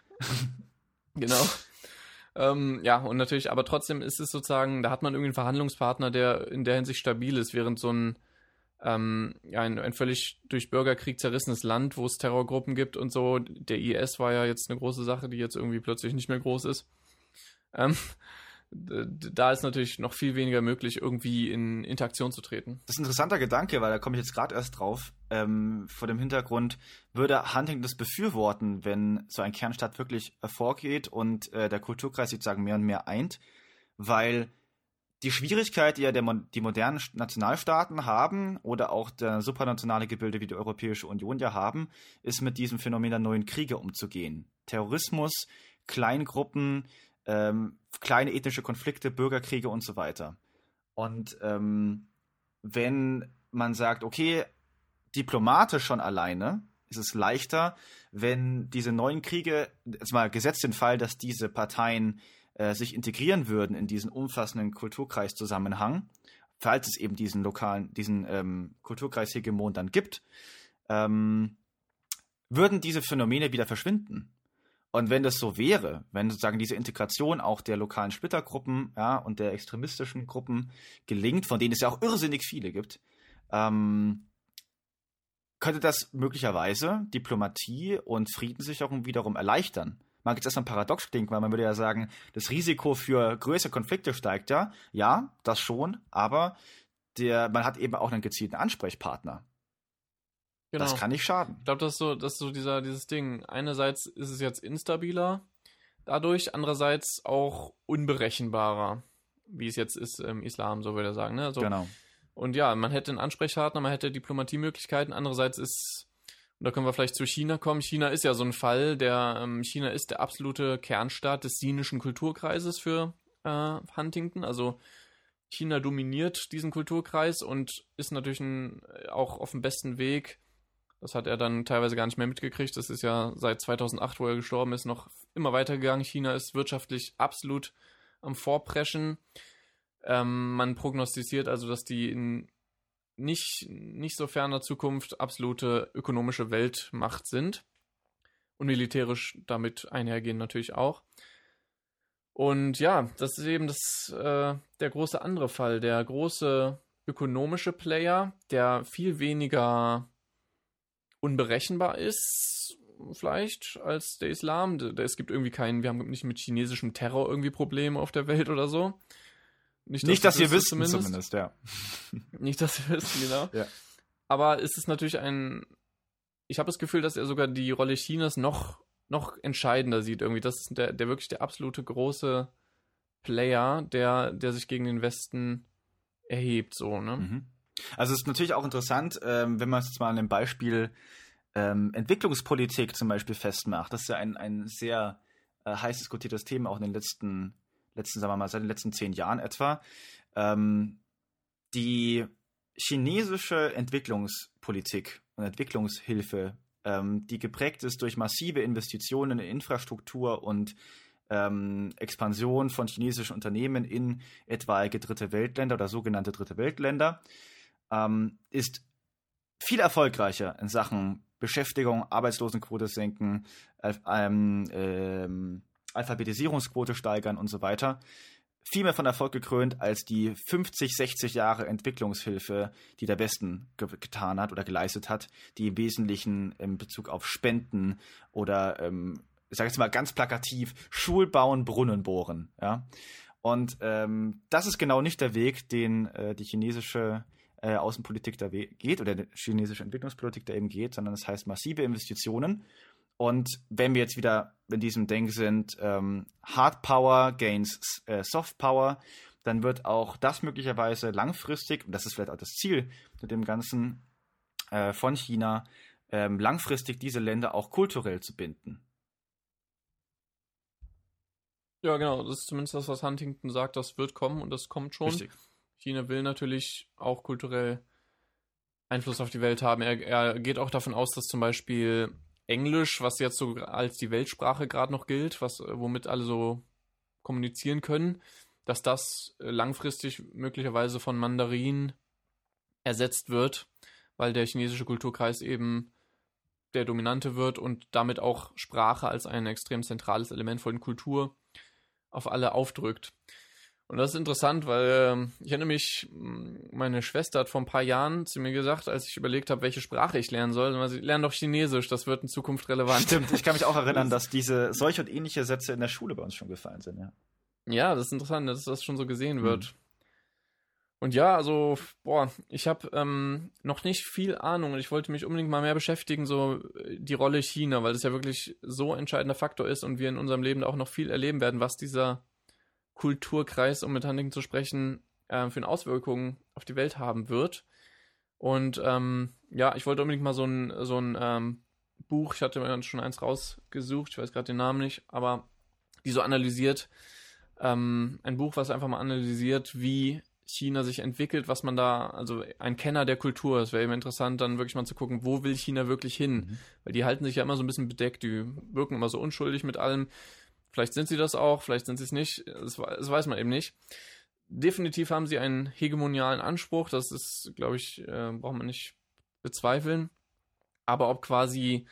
Genau. Ähm, ja, und natürlich, aber trotzdem ist es sozusagen, da hat man irgendwie einen Verhandlungspartner, der in der Hinsicht stabil ist, während so ein, ähm, ja, ein, ein völlig durch Bürgerkrieg zerrissenes Land, wo es Terrorgruppen gibt und so, der I S war ja jetzt eine große Sache, die jetzt irgendwie plötzlich nicht mehr groß ist. Ähm, da ist natürlich noch viel weniger möglich, irgendwie in Interaktion zu treten. Das ist ein interessanter Gedanke, weil da komme ich jetzt gerade erst drauf. Ähm, vor dem Hintergrund würde Huntington das befürworten, wenn so ein Kernstaat wirklich hervorgeht und äh, der Kulturkreis sozusagen mehr und mehr eint, weil die Schwierigkeit, die ja der, die modernen Nationalstaaten haben oder auch der supranationale Gebilde wie die Europäische Union ja haben, ist mit diesem Phänomen der neuen Kriege umzugehen. Terrorismus, Kleingruppen, ähm, kleine ethnische Konflikte, Bürgerkriege und so weiter. Und ähm, wenn man sagt, okay, diplomatisch schon alleine ist es leichter, wenn diese neuen Kriege, jetzt mal gesetzt den Fall, dass diese Parteien äh, sich integrieren würden in diesen umfassenden Kulturkreiszusammenhang, falls es eben diesen lokalen, diesen ähm, Kulturkreishegemon dann gibt, ähm, würden diese Phänomene wieder verschwinden. Und wenn das so wäre, wenn sozusagen diese Integration auch der lokalen Splittergruppen, ja, und der extremistischen Gruppen gelingt, von denen es ja auch irrsinnig viele gibt, ähm, könnte das möglicherweise Diplomatie und Friedenssicherung wiederum erleichtern. Mag jetzt erstmal paradox klingen, weil man würde ja sagen, das Risiko für größere Konflikte steigt ja. Ja, das schon, aber der, man hat eben auch einen gezielten Ansprechpartner. Genau. Das kann nicht schaden. Ich glaube, das ist so, das ist so dieser, dieses Ding. Einerseits ist es jetzt instabiler dadurch, andererseits auch unberechenbarer, wie es jetzt ist im Islam, so würde ich sagen. Ne? Also, genau. Und ja, man hätte einen Ansprechpartner, man hätte Diplomatiemöglichkeiten. Andererseits ist, und da können wir vielleicht zu China kommen, China ist ja so ein Fall, der ähm, China ist der absolute Kernstaat des sinischen Kulturkreises für äh, Huntington. Also China dominiert diesen Kulturkreis und ist natürlich ein, auch auf dem besten Weg. Das hat er dann teilweise gar nicht mehr mitgekriegt. Das ist ja seit zweitausendacht, wo er gestorben ist, noch immer weitergegangen. China ist wirtschaftlich absolut am Vorpreschen. Ähm, man prognostiziert also, dass die in nicht, nicht so ferner Zukunft absolute ökonomische Weltmacht sind. Und militärisch damit einhergehen natürlich auch. Und ja, das ist eben das, äh, der große andere Fall. Der große ökonomische Player, der viel weniger unberechenbar ist, vielleicht, als der Islam. Es gibt irgendwie keinen, wir haben nicht mit chinesischem Terror irgendwie Probleme auf der Welt oder so. Nicht, dass, nicht, dass wir wissen zumindest. zumindest, ja. Nicht, dass wir wissen, genau. Ja. Aber es ist natürlich ein, ich habe das Gefühl, dass er sogar die Rolle Chinas noch, noch entscheidender sieht irgendwie. Das ist der, der wirklich der absolute große Player, der, der sich gegen den Westen erhebt, so, ne? Mhm. Also es ist natürlich auch interessant, ähm, wenn man es jetzt mal an dem Beispiel ähm, Entwicklungspolitik zum Beispiel festmacht. Das ist ja ein, ein sehr äh, heiß diskutiertes Thema, auch in den letzten, letzten, sagen wir mal, seit den letzten zehn Jahren etwa. Ähm, die chinesische Entwicklungspolitik und Entwicklungshilfe, ähm, die geprägt ist durch massive Investitionen in Infrastruktur und ähm, Expansion von chinesischen Unternehmen in etwaige dritte Weltländer oder sogenannte dritte Weltländer, ähm, ist viel erfolgreicher in Sachen Beschäftigung, Arbeitslosenquote senken, äh, ähm, ähm, Alphabetisierungsquote steigern und so weiter, viel mehr von Erfolg gekrönt als die fünfzig, sechzig Jahre Entwicklungshilfe, die der Westen ge- getan hat oder geleistet hat, die im Wesentlichen in Bezug auf Spenden oder, ähm, ich sage jetzt mal ganz plakativ, Schul bauen, Brunnen bohren. Ja? Und ähm, das ist genau nicht der Weg, den äh, die chinesische äh, Außenpolitik da we- geht oder die chinesische Entwicklungspolitik da eben geht, sondern das heißt massive Investitionen. Und wenn wir jetzt wieder in diesem Denk sind, ähm, Hard Power gains äh, Soft Power, dann wird auch das möglicherweise langfristig, und das ist vielleicht auch das Ziel mit dem Ganzen äh, von China, ähm, langfristig diese Länder auch kulturell zu binden. Ja, genau, das ist zumindest das, was Huntington sagt, das wird kommen und das kommt schon. Richtig. China will natürlich auch kulturell Einfluss auf die Welt haben. Er, er geht auch davon aus, dass zum Beispiel Englisch, was jetzt so als die Weltsprache gerade noch gilt, was, womit alle so kommunizieren können, dass das langfristig möglicherweise von Mandarin ersetzt wird, weil der chinesische Kulturkreis eben der dominante wird und damit auch Sprache als ein extrem zentrales Element von Kultur auf alle aufdrückt. Und das ist interessant, weil äh, ich erinnere mich, meine Schwester hat vor ein paar Jahren zu mir gesagt, als ich überlegt habe, welche Sprache ich lernen soll, also, lern doch Chinesisch, das wird in Zukunft relevant. Stimmt, ich kann mich auch erinnern, dass diese solche und ähnliche Sätze in der Schule bei uns schon gefallen sind, ja. Ja, das ist interessant, dass das schon so gesehen wird. Mhm. Und ja, also, boah, ich habe ähm, noch nicht viel Ahnung und ich wollte mich unbedingt mal mehr beschäftigen, so die Rolle China, weil das ja wirklich so ein entscheidender Faktor ist und wir in unserem Leben auch noch viel erleben werden, was dieser Kulturkreis, um mit Huntington zu sprechen, äh, für eine Auswirkung auf die Welt haben wird. Und ähm, ja, ich wollte unbedingt mal so ein, so ein ähm, Buch, ich hatte mir schon eins rausgesucht, ich weiß gerade den Namen nicht, aber die so analysiert, ähm, ein Buch, was einfach mal analysiert, wie China sich entwickelt, was man da, also ein Kenner der Kultur, es wäre eben interessant, dann wirklich mal zu gucken, wo will China wirklich hin? Mhm. Weil die halten sich ja immer so ein bisschen bedeckt, die wirken immer so unschuldig mit allem. Vielleicht sind sie das auch, vielleicht sind sie es nicht, das, das weiß man eben nicht. Definitiv haben sie einen hegemonialen Anspruch, das ist, glaube ich, äh, braucht man nicht bezweifeln. Aber ob quasi,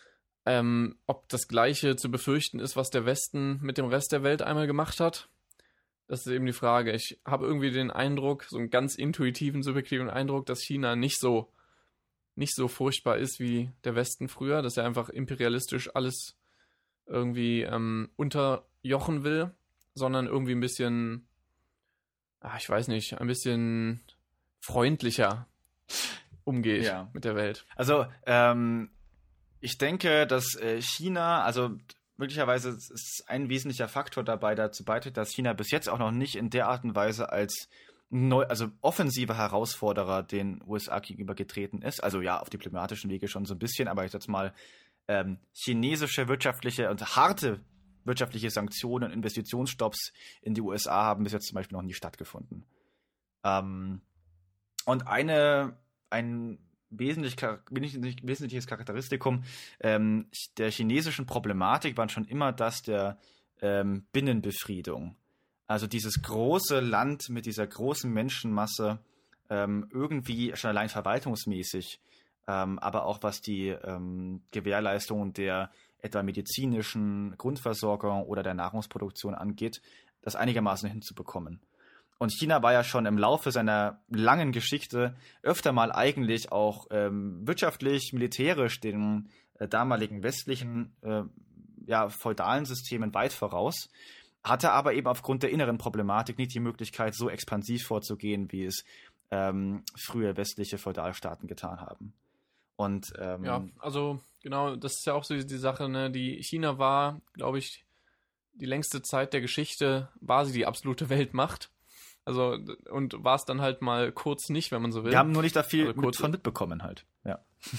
ähm, ob das Gleiche zu befürchten ist, was der Westen mit dem Rest der Welt einmal gemacht hat, das ist eben die Frage. Ich habe irgendwie den Eindruck, so einen ganz intuitiven, subjektiven Eindruck, dass China nicht so, nicht so furchtbar ist wie der Westen früher, dass er einfach imperialistisch alles irgendwie ähm, unterjochen will, sondern irgendwie ein bisschen, ach, ich weiß nicht, ein bisschen freundlicher umgeht ja. mit der Welt. Also, ähm, ich denke, dass äh, China, also möglicherweise ist ein wesentlicher Faktor dabei dazu beiträgt, dass China bis jetzt auch noch nicht in der Art und Weise als neu, also offensiver Herausforderer den U S A gegenüber getreten ist. Also ja, auf diplomatischen Wege schon so ein bisschen, aber ich sag mal, ähm, chinesische wirtschaftliche und harte wirtschaftliche Sanktionen und Investitionsstopps in die U S A haben bis jetzt zum Beispiel noch nie stattgefunden. Ähm, und eine, ein wesentlich, wesentliches Charakteristikum ähm, der chinesischen Problematik war schon immer das der ähm, Binnenbefriedung. Also dieses große Land mit dieser großen Menschenmasse ähm, irgendwie schon allein verwaltungsmäßig, ähm, aber auch was die ähm, Gewährleistung der etwa medizinischen Grundversorgung oder der Nahrungsproduktion angeht, das einigermaßen hinzubekommen. Und China war ja schon im Laufe seiner langen Geschichte öfter mal eigentlich auch ähm, wirtschaftlich, militärisch den äh, damaligen westlichen äh, ja, feudalen Systemen weit voraus, hatte aber eben aufgrund der inneren Problematik nicht die Möglichkeit, so expansiv vorzugehen, wie es ähm, frühe westliche Feudalstaaten getan haben. Und ähm, ja, also genau, das ist ja auch so die, die Sache, ne? Die China war, glaube ich, die längste Zeit der Geschichte war sie die absolute Weltmacht. Also, und war es dann halt mal kurz nicht, wenn man so will. Wir haben nur nicht da viel also mit von mitbekommen halt, ja.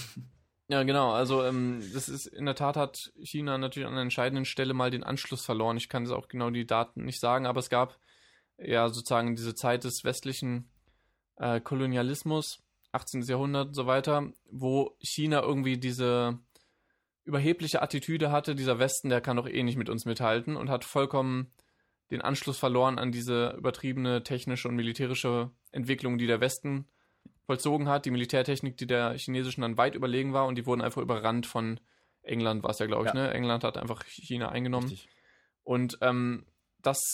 Ja, genau, also ähm, das ist, in der Tat hat China natürlich an einer entscheidenden Stelle mal den Anschluss verloren. Ich kann jetzt auch genau die Daten nicht sagen, aber es gab ja sozusagen diese Zeit des westlichen äh, Kolonialismus, achtzehnten Jahrhundert und so weiter, wo China irgendwie diese überhebliche Attitüde hatte, dieser Westen, der kann doch eh nicht mit uns mithalten und hat vollkommen den Anschluss verloren an diese übertriebene technische und militärische Entwicklung, die der Westen vollzogen hat, die Militärtechnik, die der chinesischen dann weit überlegen war und die wurden einfach überrannt von England, war es ja, glaube ich, ja. ne? England hat einfach China eingenommen. Richtig. Und ähm, das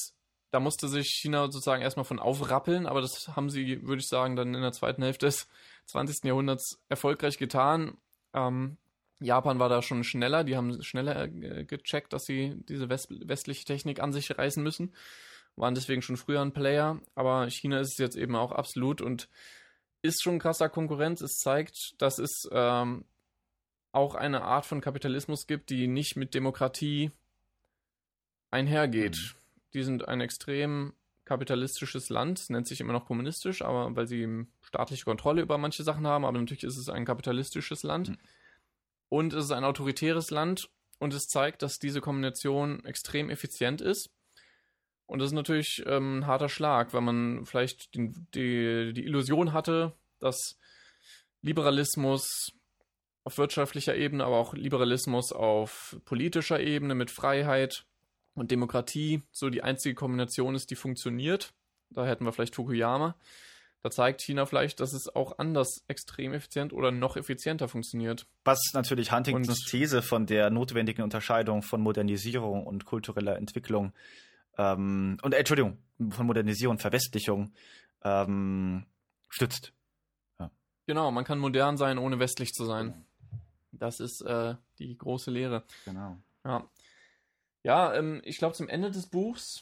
da musste sich China sozusagen erstmal von aufrappeln, aber das haben sie, würde ich sagen, dann in der zweiten Hälfte des zwanzigsten Jahrhunderts erfolgreich getan. Ähm, Japan war da schon schneller, die haben schneller äh, gecheckt, dass sie diese west- westliche Technik an sich reißen müssen, waren deswegen schon früher ein Player, aber China ist es jetzt eben auch absolut und ist schon ein krasser Konkurrenz. Es zeigt, dass es ähm, auch eine Art von Kapitalismus gibt, die nicht mit Demokratie einhergeht. Mhm. Die sind ein extrem kapitalistisches Land, es nennt sich immer noch kommunistisch, aber weil sie staatliche Kontrolle über manche Sachen haben, aber natürlich ist es ein kapitalistisches Land. Mhm. Und es ist ein autoritäres Land und es zeigt, dass diese Kombination extrem effizient ist. Und das ist natürlich ähm, ein harter Schlag, weil man vielleicht die, die, die Illusion hatte, dass Liberalismus auf wirtschaftlicher Ebene, aber auch Liberalismus auf politischer Ebene mit Freiheit und Demokratie so die einzige Kombination ist, die funktioniert. Da hätten wir vielleicht Fukuyama. Da zeigt China vielleicht, dass es auch anders extrem effizient oder noch effizienter funktioniert. Was natürlich Huntingtons und These von der notwendigen Unterscheidung von Modernisierung und kultureller Entwicklung ähm, und äh, Entschuldigung, von Modernisierung und Verwestlichung ähm, stützt. Ja. Genau, man kann modern sein, ohne westlich zu sein. Genau. Das ist äh, die große Lehre. Genau. Ja, ja ähm, ich glaube, zum Ende des Buchs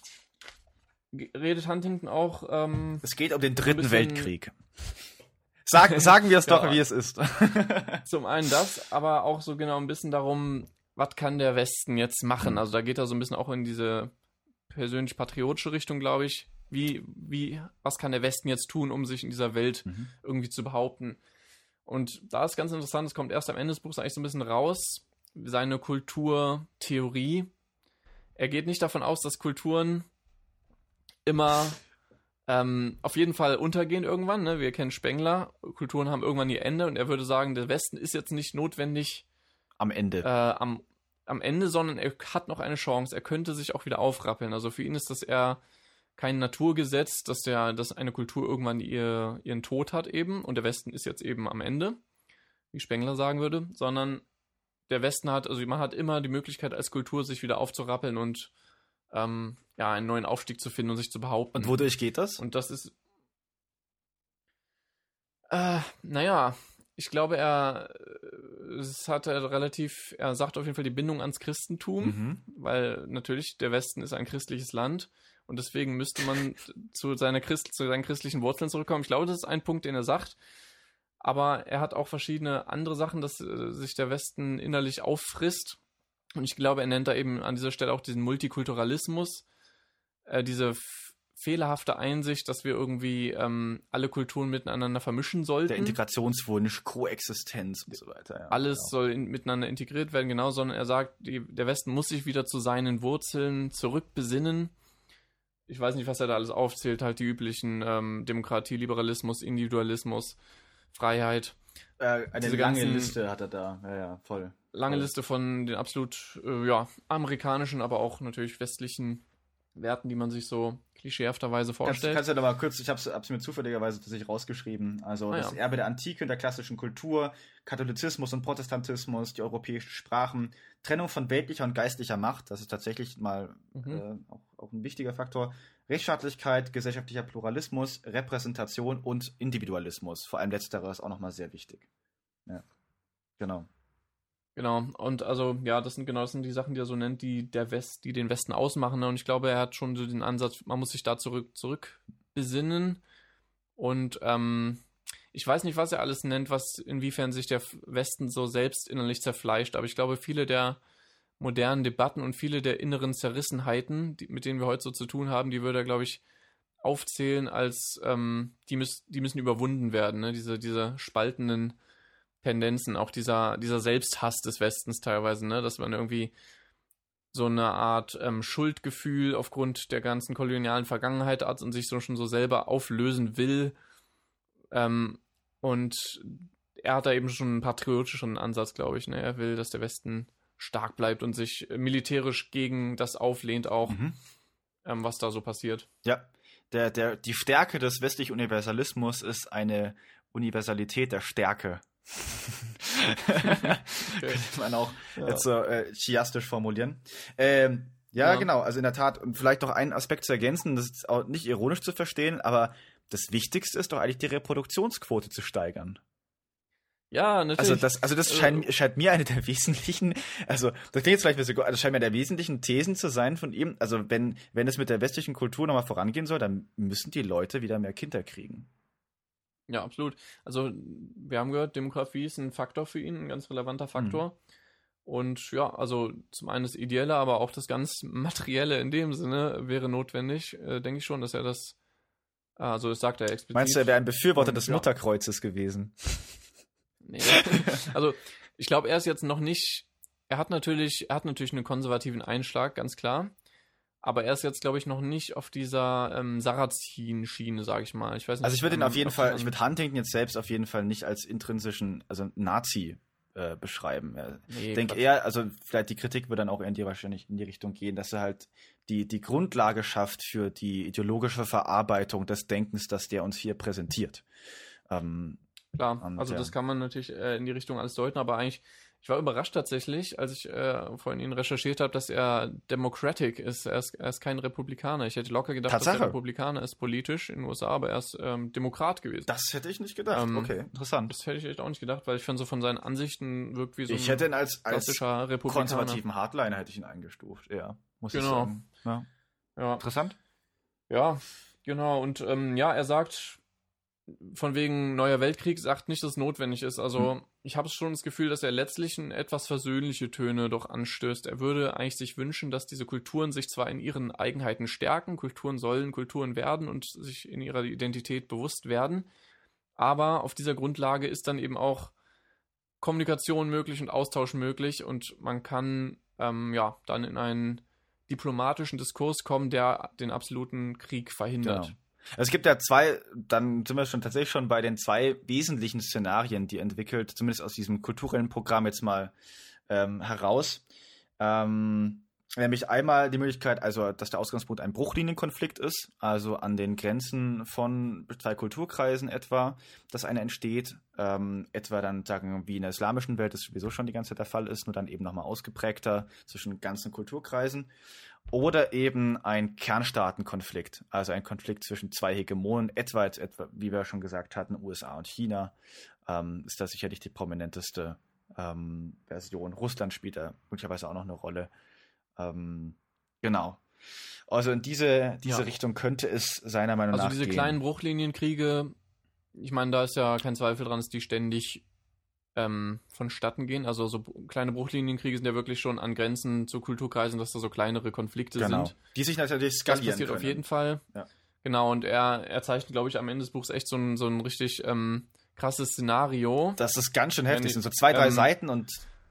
redet Huntington auch. Ähm, es geht um den Dritten bisschen, Weltkrieg. Sag, sagen wir es doch, ja, wie es ist. Zum einen das, aber auch so genau ein bisschen darum, was kann der Westen jetzt machen? Mhm. Also da geht er so ein bisschen auch in diese persönlich-patriotische Richtung, glaube ich. Wie, wie, was kann der Westen jetzt tun, um sich in dieser Welt mhm. irgendwie zu behaupten? Und da ist ganz interessant, es kommt erst am Ende des Buchs eigentlich so ein bisschen raus, seine Kulturtheorie. Er geht nicht davon aus, dass Kulturen immer ähm, auf jeden Fall untergehen irgendwann. Ne? Wir kennen Spengler, Kulturen haben irgendwann ihr Ende und er würde sagen, der Westen ist jetzt nicht notwendig am Ende, äh, am, am Ende, sondern er hat noch eine Chance. Er könnte sich auch wieder aufrappeln. Also für ihn ist das eher kein Naturgesetz, dass, der, dass eine Kultur irgendwann ihr, ihren Tod hat eben und der Westen ist jetzt eben am Ende, wie Spengler sagen würde, sondern der Westen hat, also man hat immer die Möglichkeit als Kultur sich wieder aufzurappeln und Ähm, ja, einen neuen Aufstieg zu finden und sich zu behaupten. Und wodurch geht das? Und das ist äh, naja, ich glaube, er es hat er relativ, er sagt auf jeden Fall die Bindung ans Christentum, mhm. weil natürlich der Westen ist ein christliches Land und deswegen müsste man zu, seiner Christ, zu seinen christlichen Wurzeln zurückkommen. Ich glaube, das ist ein Punkt, den er sagt. Aber er hat auch verschiedene andere Sachen, dass äh, sich der Westen innerlich auffrisst. Und ich glaube, er nennt da eben an dieser Stelle auch diesen Multikulturalismus, äh, diese f- fehlerhafte Einsicht, dass wir irgendwie ähm, alle Kulturen miteinander vermischen sollten. Der Integrationswunsch, Koexistenz und so weiter. Ja, Alles genau. soll in, miteinander integriert werden, genau, sondern er sagt, die, der Westen muss sich wieder zu seinen Wurzeln zurückbesinnen. Ich weiß nicht, was er da alles aufzählt, halt die üblichen ähm, Demokratie, Liberalismus, Individualismus, Freiheit. Äh, eine Diese lange ganzen, Liste hat er da, ja, ja, voll. Lange voll. Liste von den absolut äh, ja, amerikanischen, aber auch natürlich westlichen Werten, die man sich so klischeehafterweise vorstellt. Kannst, kannst du da mal kurz, ich habe es mir zufälligerweise tatsächlich rausgeschrieben, also ah, das ja. Erbe der Antike und der klassischen Kultur, Katholizismus und Protestantismus, die europäischen Sprachen, Trennung von weltlicher und geistlicher Macht, das ist tatsächlich mal mhm. äh, auch, auch ein wichtiger Faktor, Rechtsstaatlichkeit, gesellschaftlicher Pluralismus, Repräsentation und Individualismus, vor allem letzteres auch nochmal sehr wichtig. Ja, genau. Genau, und also, ja, das sind genau das sind die Sachen, die er so nennt, die der West, die den Westen ausmachen. Ne? Und ich glaube, er hat schon so den Ansatz, man muss sich da zurück, zurück besinnen. Und ähm, ich weiß nicht, was er alles nennt, was inwiefern sich der Westen so selbst innerlich zerfleischt. Aber ich glaube, viele der modernen Debatten und viele der inneren Zerrissenheiten, die, mit denen wir heute so zu tun haben, die würde er, glaube ich, aufzählen als, ähm, die, müß, die müssen überwunden werden. Ne? Diese, diese spaltenden Tendenzen, auch dieser, dieser Selbsthass des Westens teilweise, ne, dass man irgendwie so eine Art ähm, Schuldgefühl aufgrund der ganzen kolonialen Vergangenheit hat und sich so schon so selber auflösen will. Ähm, und er hat da eben schon einen patriotischen Ansatz, glaube ich. Ne? Er will, dass der Westen stark bleibt und sich militärisch gegen das auflehnt auch, mhm. ähm, was da so passiert. Ja, der, der, die Stärke des westlichen Universalismus ist eine Universalität der Stärke. Okay. Könnte man auch ja. jetzt so äh, chiastisch formulieren. Ähm, Ja, Ja. genau, also in der Tat. Und vielleicht noch einen Aspekt zu ergänzen, das ist auch nicht ironisch zu verstehen, aber das Wichtigste ist doch eigentlich die Reproduktionsquote zu steigern. Ja, natürlich. Also das, also das Also- scheint, scheint mir eine der wesentlichen, also das klingt jetzt vielleicht ein bisschen, also das scheint mir der wesentlichen Thesen zu sein von ihm. Also wenn, wenn es mit der westlichen Kultur nochmal vorangehen soll, dann müssen die Leute wieder mehr Kinder kriegen. Ja, absolut. Also wir haben gehört, Demografie ist ein Faktor für ihn, ein ganz relevanter Faktor. Mhm. Und ja, also zum einen das Ideelle, aber auch das ganz Materielle in dem Sinne wäre notwendig, äh, denke ich schon, dass er das, also das sagt er explizit. Meinst du, er wäre ein Befürworter Und, des ja. Mutterkreuzes gewesen? Nee. Also ich glaube, er ist jetzt noch nicht, er hat natürlich, er hat natürlich einen konservativen Einschlag, ganz klar. Aber er ist jetzt, glaube ich, noch nicht auf dieser ähm, Sarrazin-Schiene, sage ich mal. Ich weiß nicht, Also ich würde ihn ähm, auf jeden ob Fall, du ich dann- würde Huntington jetzt selbst auf jeden Fall nicht als intrinsischen, also Nazi äh, beschreiben. Ja. Nee, Ich denke Quatsch. eher, also vielleicht die Kritik wird dann auch eher in die, wahrscheinlich in die Richtung gehen, dass er halt die, die Grundlage schafft für die ideologische Verarbeitung des Denkens, das der uns hier präsentiert. Ähm, Klar, Und, also ja. das kann man natürlich äh, in die Richtung alles deuten, aber eigentlich, ich war überrascht tatsächlich, als ich äh, vorhin ihn recherchiert habe, dass er Democratic ist. Er ist, er ist kein Republikaner. Ich hätte locker gedacht, dass Tatsache. er Republikaner ist politisch in den U S A, aber er ist ähm, Demokrat gewesen. das hätte ich nicht gedacht. Ähm, okay, interessant. Das hätte ich echt auch nicht gedacht, weil ich finde, so von seinen Ansichten wirkt wie so Ich ein hätte ihn als, als klassischer Republikaner. konservativen Hardliner hätte ich ihn eingestuft, ja, muss ich Genau. sagen. Ja. Ja. Interessant. Ja, genau. Und ähm, ja, er sagt, von wegen neuer Weltkrieg, sagt nicht, dass es notwendig ist. Also Hm. ich habe schon das Gefühl, dass er letztlich in etwas versöhnliche Töne doch anstößt. Er würde eigentlich sich wünschen, dass diese Kulturen sich zwar in ihren Eigenheiten stärken, Kulturen sollen Kulturen werden und sich in ihrer Identität bewusst werden, aber auf dieser Grundlage ist dann eben auch Kommunikation möglich und Austausch möglich und man kann ähm, ja dann in einen diplomatischen Diskurs kommen, der den absoluten Krieg verhindert. Genau. Also es gibt ja zwei, dann sind wir schon tatsächlich schon bei den zwei wesentlichen Szenarien, die entwickelt, zumindest aus diesem kulturellen Programm jetzt mal ähm, heraus. Ähm, nämlich einmal die Möglichkeit, also dass der Ausgangspunkt ein Bruchlinienkonflikt ist, also an den Grenzen von zwei Kulturkreisen etwa, dass einer entsteht, ähm, etwa dann sagen wie in der islamischen Welt das sowieso schon die ganze Zeit der Fall ist, nur dann eben nochmal ausgeprägter zwischen ganzen Kulturkreisen. Oder eben ein Kernstaatenkonflikt, also ein Konflikt zwischen zwei Hegemonen, etwa, jetzt etwa wie wir schon gesagt hatten, U S A und China, ähm, ist das sicherlich die prominenteste ähm, Version. Russland spielt da möglicherweise auch noch eine Rolle. Ähm, genau. Also in diese, diese Ja. Richtung könnte es seiner Meinung Also nach diese gehen. kleinen Bruchlinienkriege, ich meine, da ist ja kein Zweifel dran, dass die ständig ähm, vonstatten gehen. Also so b- kleine Bruchlinienkriege sind ja wirklich schon an Grenzen zu Kulturkreisen, dass da so kleinere Konflikte Genau. sind. Die sich natürlich Das skalieren passiert können. auf jeden Fall. Ja. Genau, und er, er zeichnet, glaube ich, am Ende des Buchs echt so ein, so ein richtig ähm, krasses Szenario, Das ist ganz schön heftig. Wenn Das sind so zwei, drei ähm, Seiten und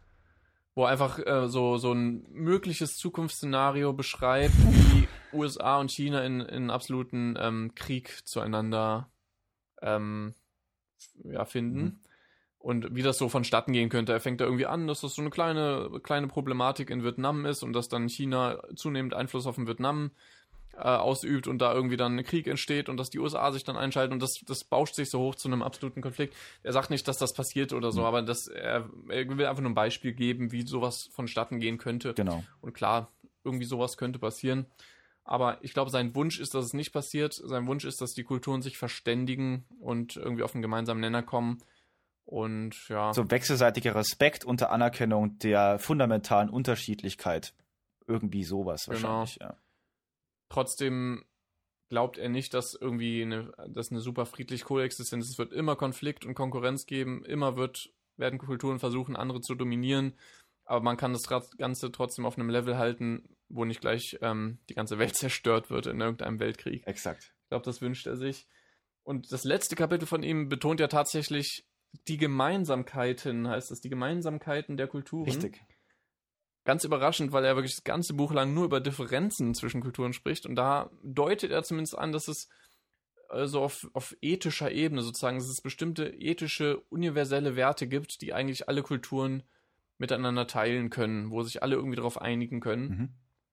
wo er einfach äh, so, so ein mögliches Zukunftsszenario beschreibt, wie U S A und China in, in absoluten ähm, Krieg zueinander ähm, ja, finden. Mhm. Und wie das so vonstatten gehen könnte. Er fängt da irgendwie an, dass das so eine kleine, kleine Problematik in Vietnam ist und dass dann China zunehmend Einfluss auf den Vietnam äh, ausübt und da irgendwie dann ein Krieg entsteht und dass die U S A sich dann einschalten und das, das bauscht sich so hoch zu einem absoluten Konflikt. Er sagt nicht, dass das passiert oder so, Mhm. aber das, er, er will einfach nur ein Beispiel geben, wie sowas vonstatten gehen könnte. genau. Und klar, irgendwie sowas könnte passieren. Aber ich glaube, sein Wunsch ist, dass es nicht passiert. Sein Wunsch ist, dass die Kulturen sich verständigen und irgendwie auf einen gemeinsamen Nenner kommen. Und ja. So wechselseitiger Respekt unter Anerkennung der fundamentalen Unterschiedlichkeit. Irgendwie sowas Genau. wahrscheinlich, ja. Trotzdem glaubt er nicht, dass irgendwie eine, dass eine super friedlich Koexistenz ist. Es wird immer Konflikt und Konkurrenz geben. Immer wird, werden Kulturen versuchen, andere zu dominieren. Aber man kann das Tra- Ganze trotzdem auf einem Level halten, wo nicht gleich ähm, die ganze Welt zerstört wird in irgendeinem Weltkrieg. Exakt. Ich glaube, das wünscht er sich. Und das letzte Kapitel von ihm betont ja tatsächlich die Gemeinsamkeiten, heißt es, die Gemeinsamkeiten der Kulturen. Richtig. Ganz überraschend, weil er wirklich das ganze Buch lang nur über Differenzen zwischen Kulturen spricht. Und da deutet er zumindest an, dass es äh, so auf, auf ethischer Ebene sozusagen, dass es bestimmte ethische, universelle Werte gibt, die eigentlich alle Kulturen miteinander teilen können, wo sich alle irgendwie darauf einigen können. Mhm.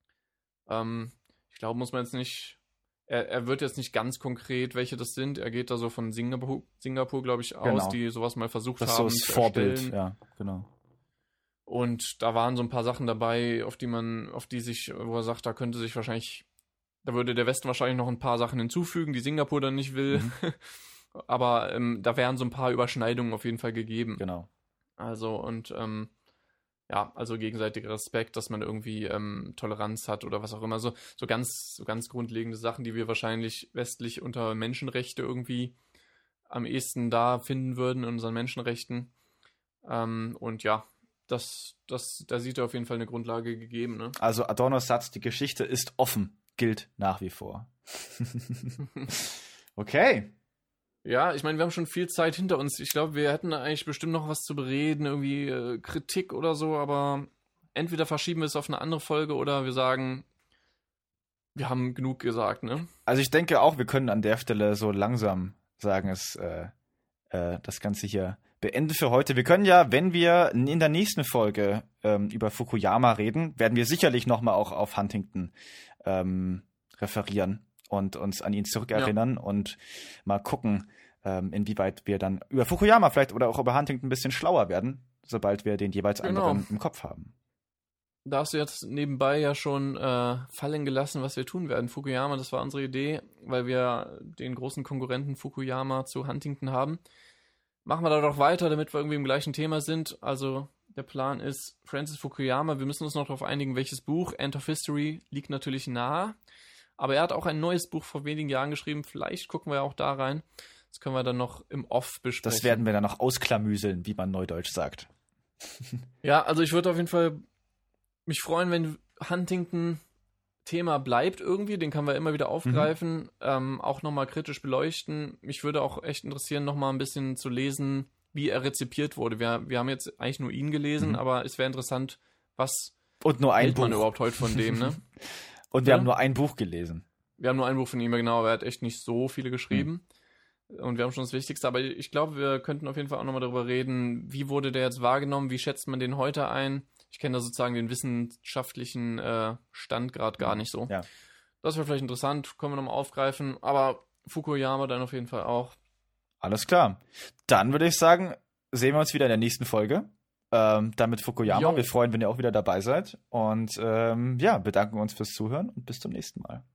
Ähm, ich glaube, muss man jetzt nicht, er, er wird jetzt nicht ganz konkret, welche das sind. Er geht da so von Singapur, Singapur glaube ich, aus, Genau. die sowas mal versucht Das ist so haben das zu Vorbild, erstellen. ja, genau. Und da waren so ein paar Sachen dabei, auf die man, auf die sich, wo er sagt, da könnte sich wahrscheinlich, da würde der Westen wahrscheinlich noch ein paar Sachen hinzufügen, die Singapur dann nicht will. Mhm. Aber ähm, da wären so ein paar Überschneidungen auf jeden Fall gegeben. Genau. Also und ähm, ja, also gegenseitiger Respekt, dass man irgendwie ähm, Toleranz hat oder was auch immer. So, so ganz, so ganz grundlegende Sachen, die wir wahrscheinlich westlich unter Menschenrechte irgendwie am ehesten da finden würden in unseren Menschenrechten. Ähm, und ja, das, das, da sieht er auf jeden Fall eine Grundlage gegeben. Ne? Also Adornos Satz, die Geschichte ist offen, gilt nach wie vor. Okay. Ja, ich meine, wir haben schon viel Zeit hinter uns. Ich glaube, wir hätten eigentlich bestimmt noch was zu bereden, irgendwie äh, Kritik oder so, aber entweder verschieben wir es auf eine andere Folge oder wir sagen, wir haben genug gesagt, ne? Also ich denke auch, wir können an der Stelle so langsam sagen, es äh, äh, das Ganze hier beende für heute. Wir können ja, wenn wir in der nächsten Folge ähm, über Fukuyama reden, werden wir sicherlich nochmal auch auf Huntington ähm, referieren und uns an ihn zurückerinnern ja. und mal gucken, ähm, inwieweit wir dann über Fukuyama vielleicht oder auch über Huntington ein bisschen schlauer werden, sobald wir den jeweils genau. anderen im Kopf haben. Da hast du jetzt nebenbei ja schon äh, fallen gelassen, was wir tun werden. Fukuyama, das war unsere Idee, weil wir den großen Konkurrenten Fukuyama zu Huntington haben. Machen wir da doch weiter, damit wir irgendwie im gleichen Thema sind. Also der Plan ist Francis Fukuyama. Wir müssen uns noch darauf einigen, welches Buch. End of History liegt natürlich nahe. Aber er hat auch ein neues Buch vor wenigen Jahren geschrieben. Vielleicht gucken wir auch da rein. Das können wir dann noch im Off besprechen. Das werden wir dann noch ausklamüseln, wie man neudeutsch sagt. Ja, also ich würde auf jeden Fall mich freuen, wenn Huntington Thema bleibt irgendwie. Den können wir immer wieder aufgreifen, mhm. ähm, auch nochmal kritisch beleuchten. Mich würde auch echt interessieren, nochmal ein bisschen zu lesen, wie er rezipiert wurde. Wir, wir haben jetzt eigentlich nur ihn gelesen, mhm. aber es wäre interessant, was Und nur ein hält man Buch. überhaupt heute von dem, ne? Und wir ja? haben nur ein Buch gelesen. Wir haben nur ein Buch von ihm, genau, aber er hat echt nicht so viele geschrieben. Mhm. Und wir haben schon das Wichtigste, aber ich glaube, wir könnten auf jeden Fall auch nochmal darüber reden, wie wurde der jetzt wahrgenommen, wie schätzt man den heute ein? Ich kenne da sozusagen den wissenschaftlichen äh, Stand gerade gar nicht so. Ja. Das wäre vielleicht interessant, können wir nochmal aufgreifen, aber Fukuyama dann auf jeden Fall auch. Alles klar. Dann würde ich sagen, sehen wir uns wieder in der nächsten Folge. Ähm, dann mit Fukuyama. Jo. Wir freuen, wenn ihr auch wieder dabei seid. Und ähm, ja, bedanken uns fürs Zuhören und bis zum nächsten Mal.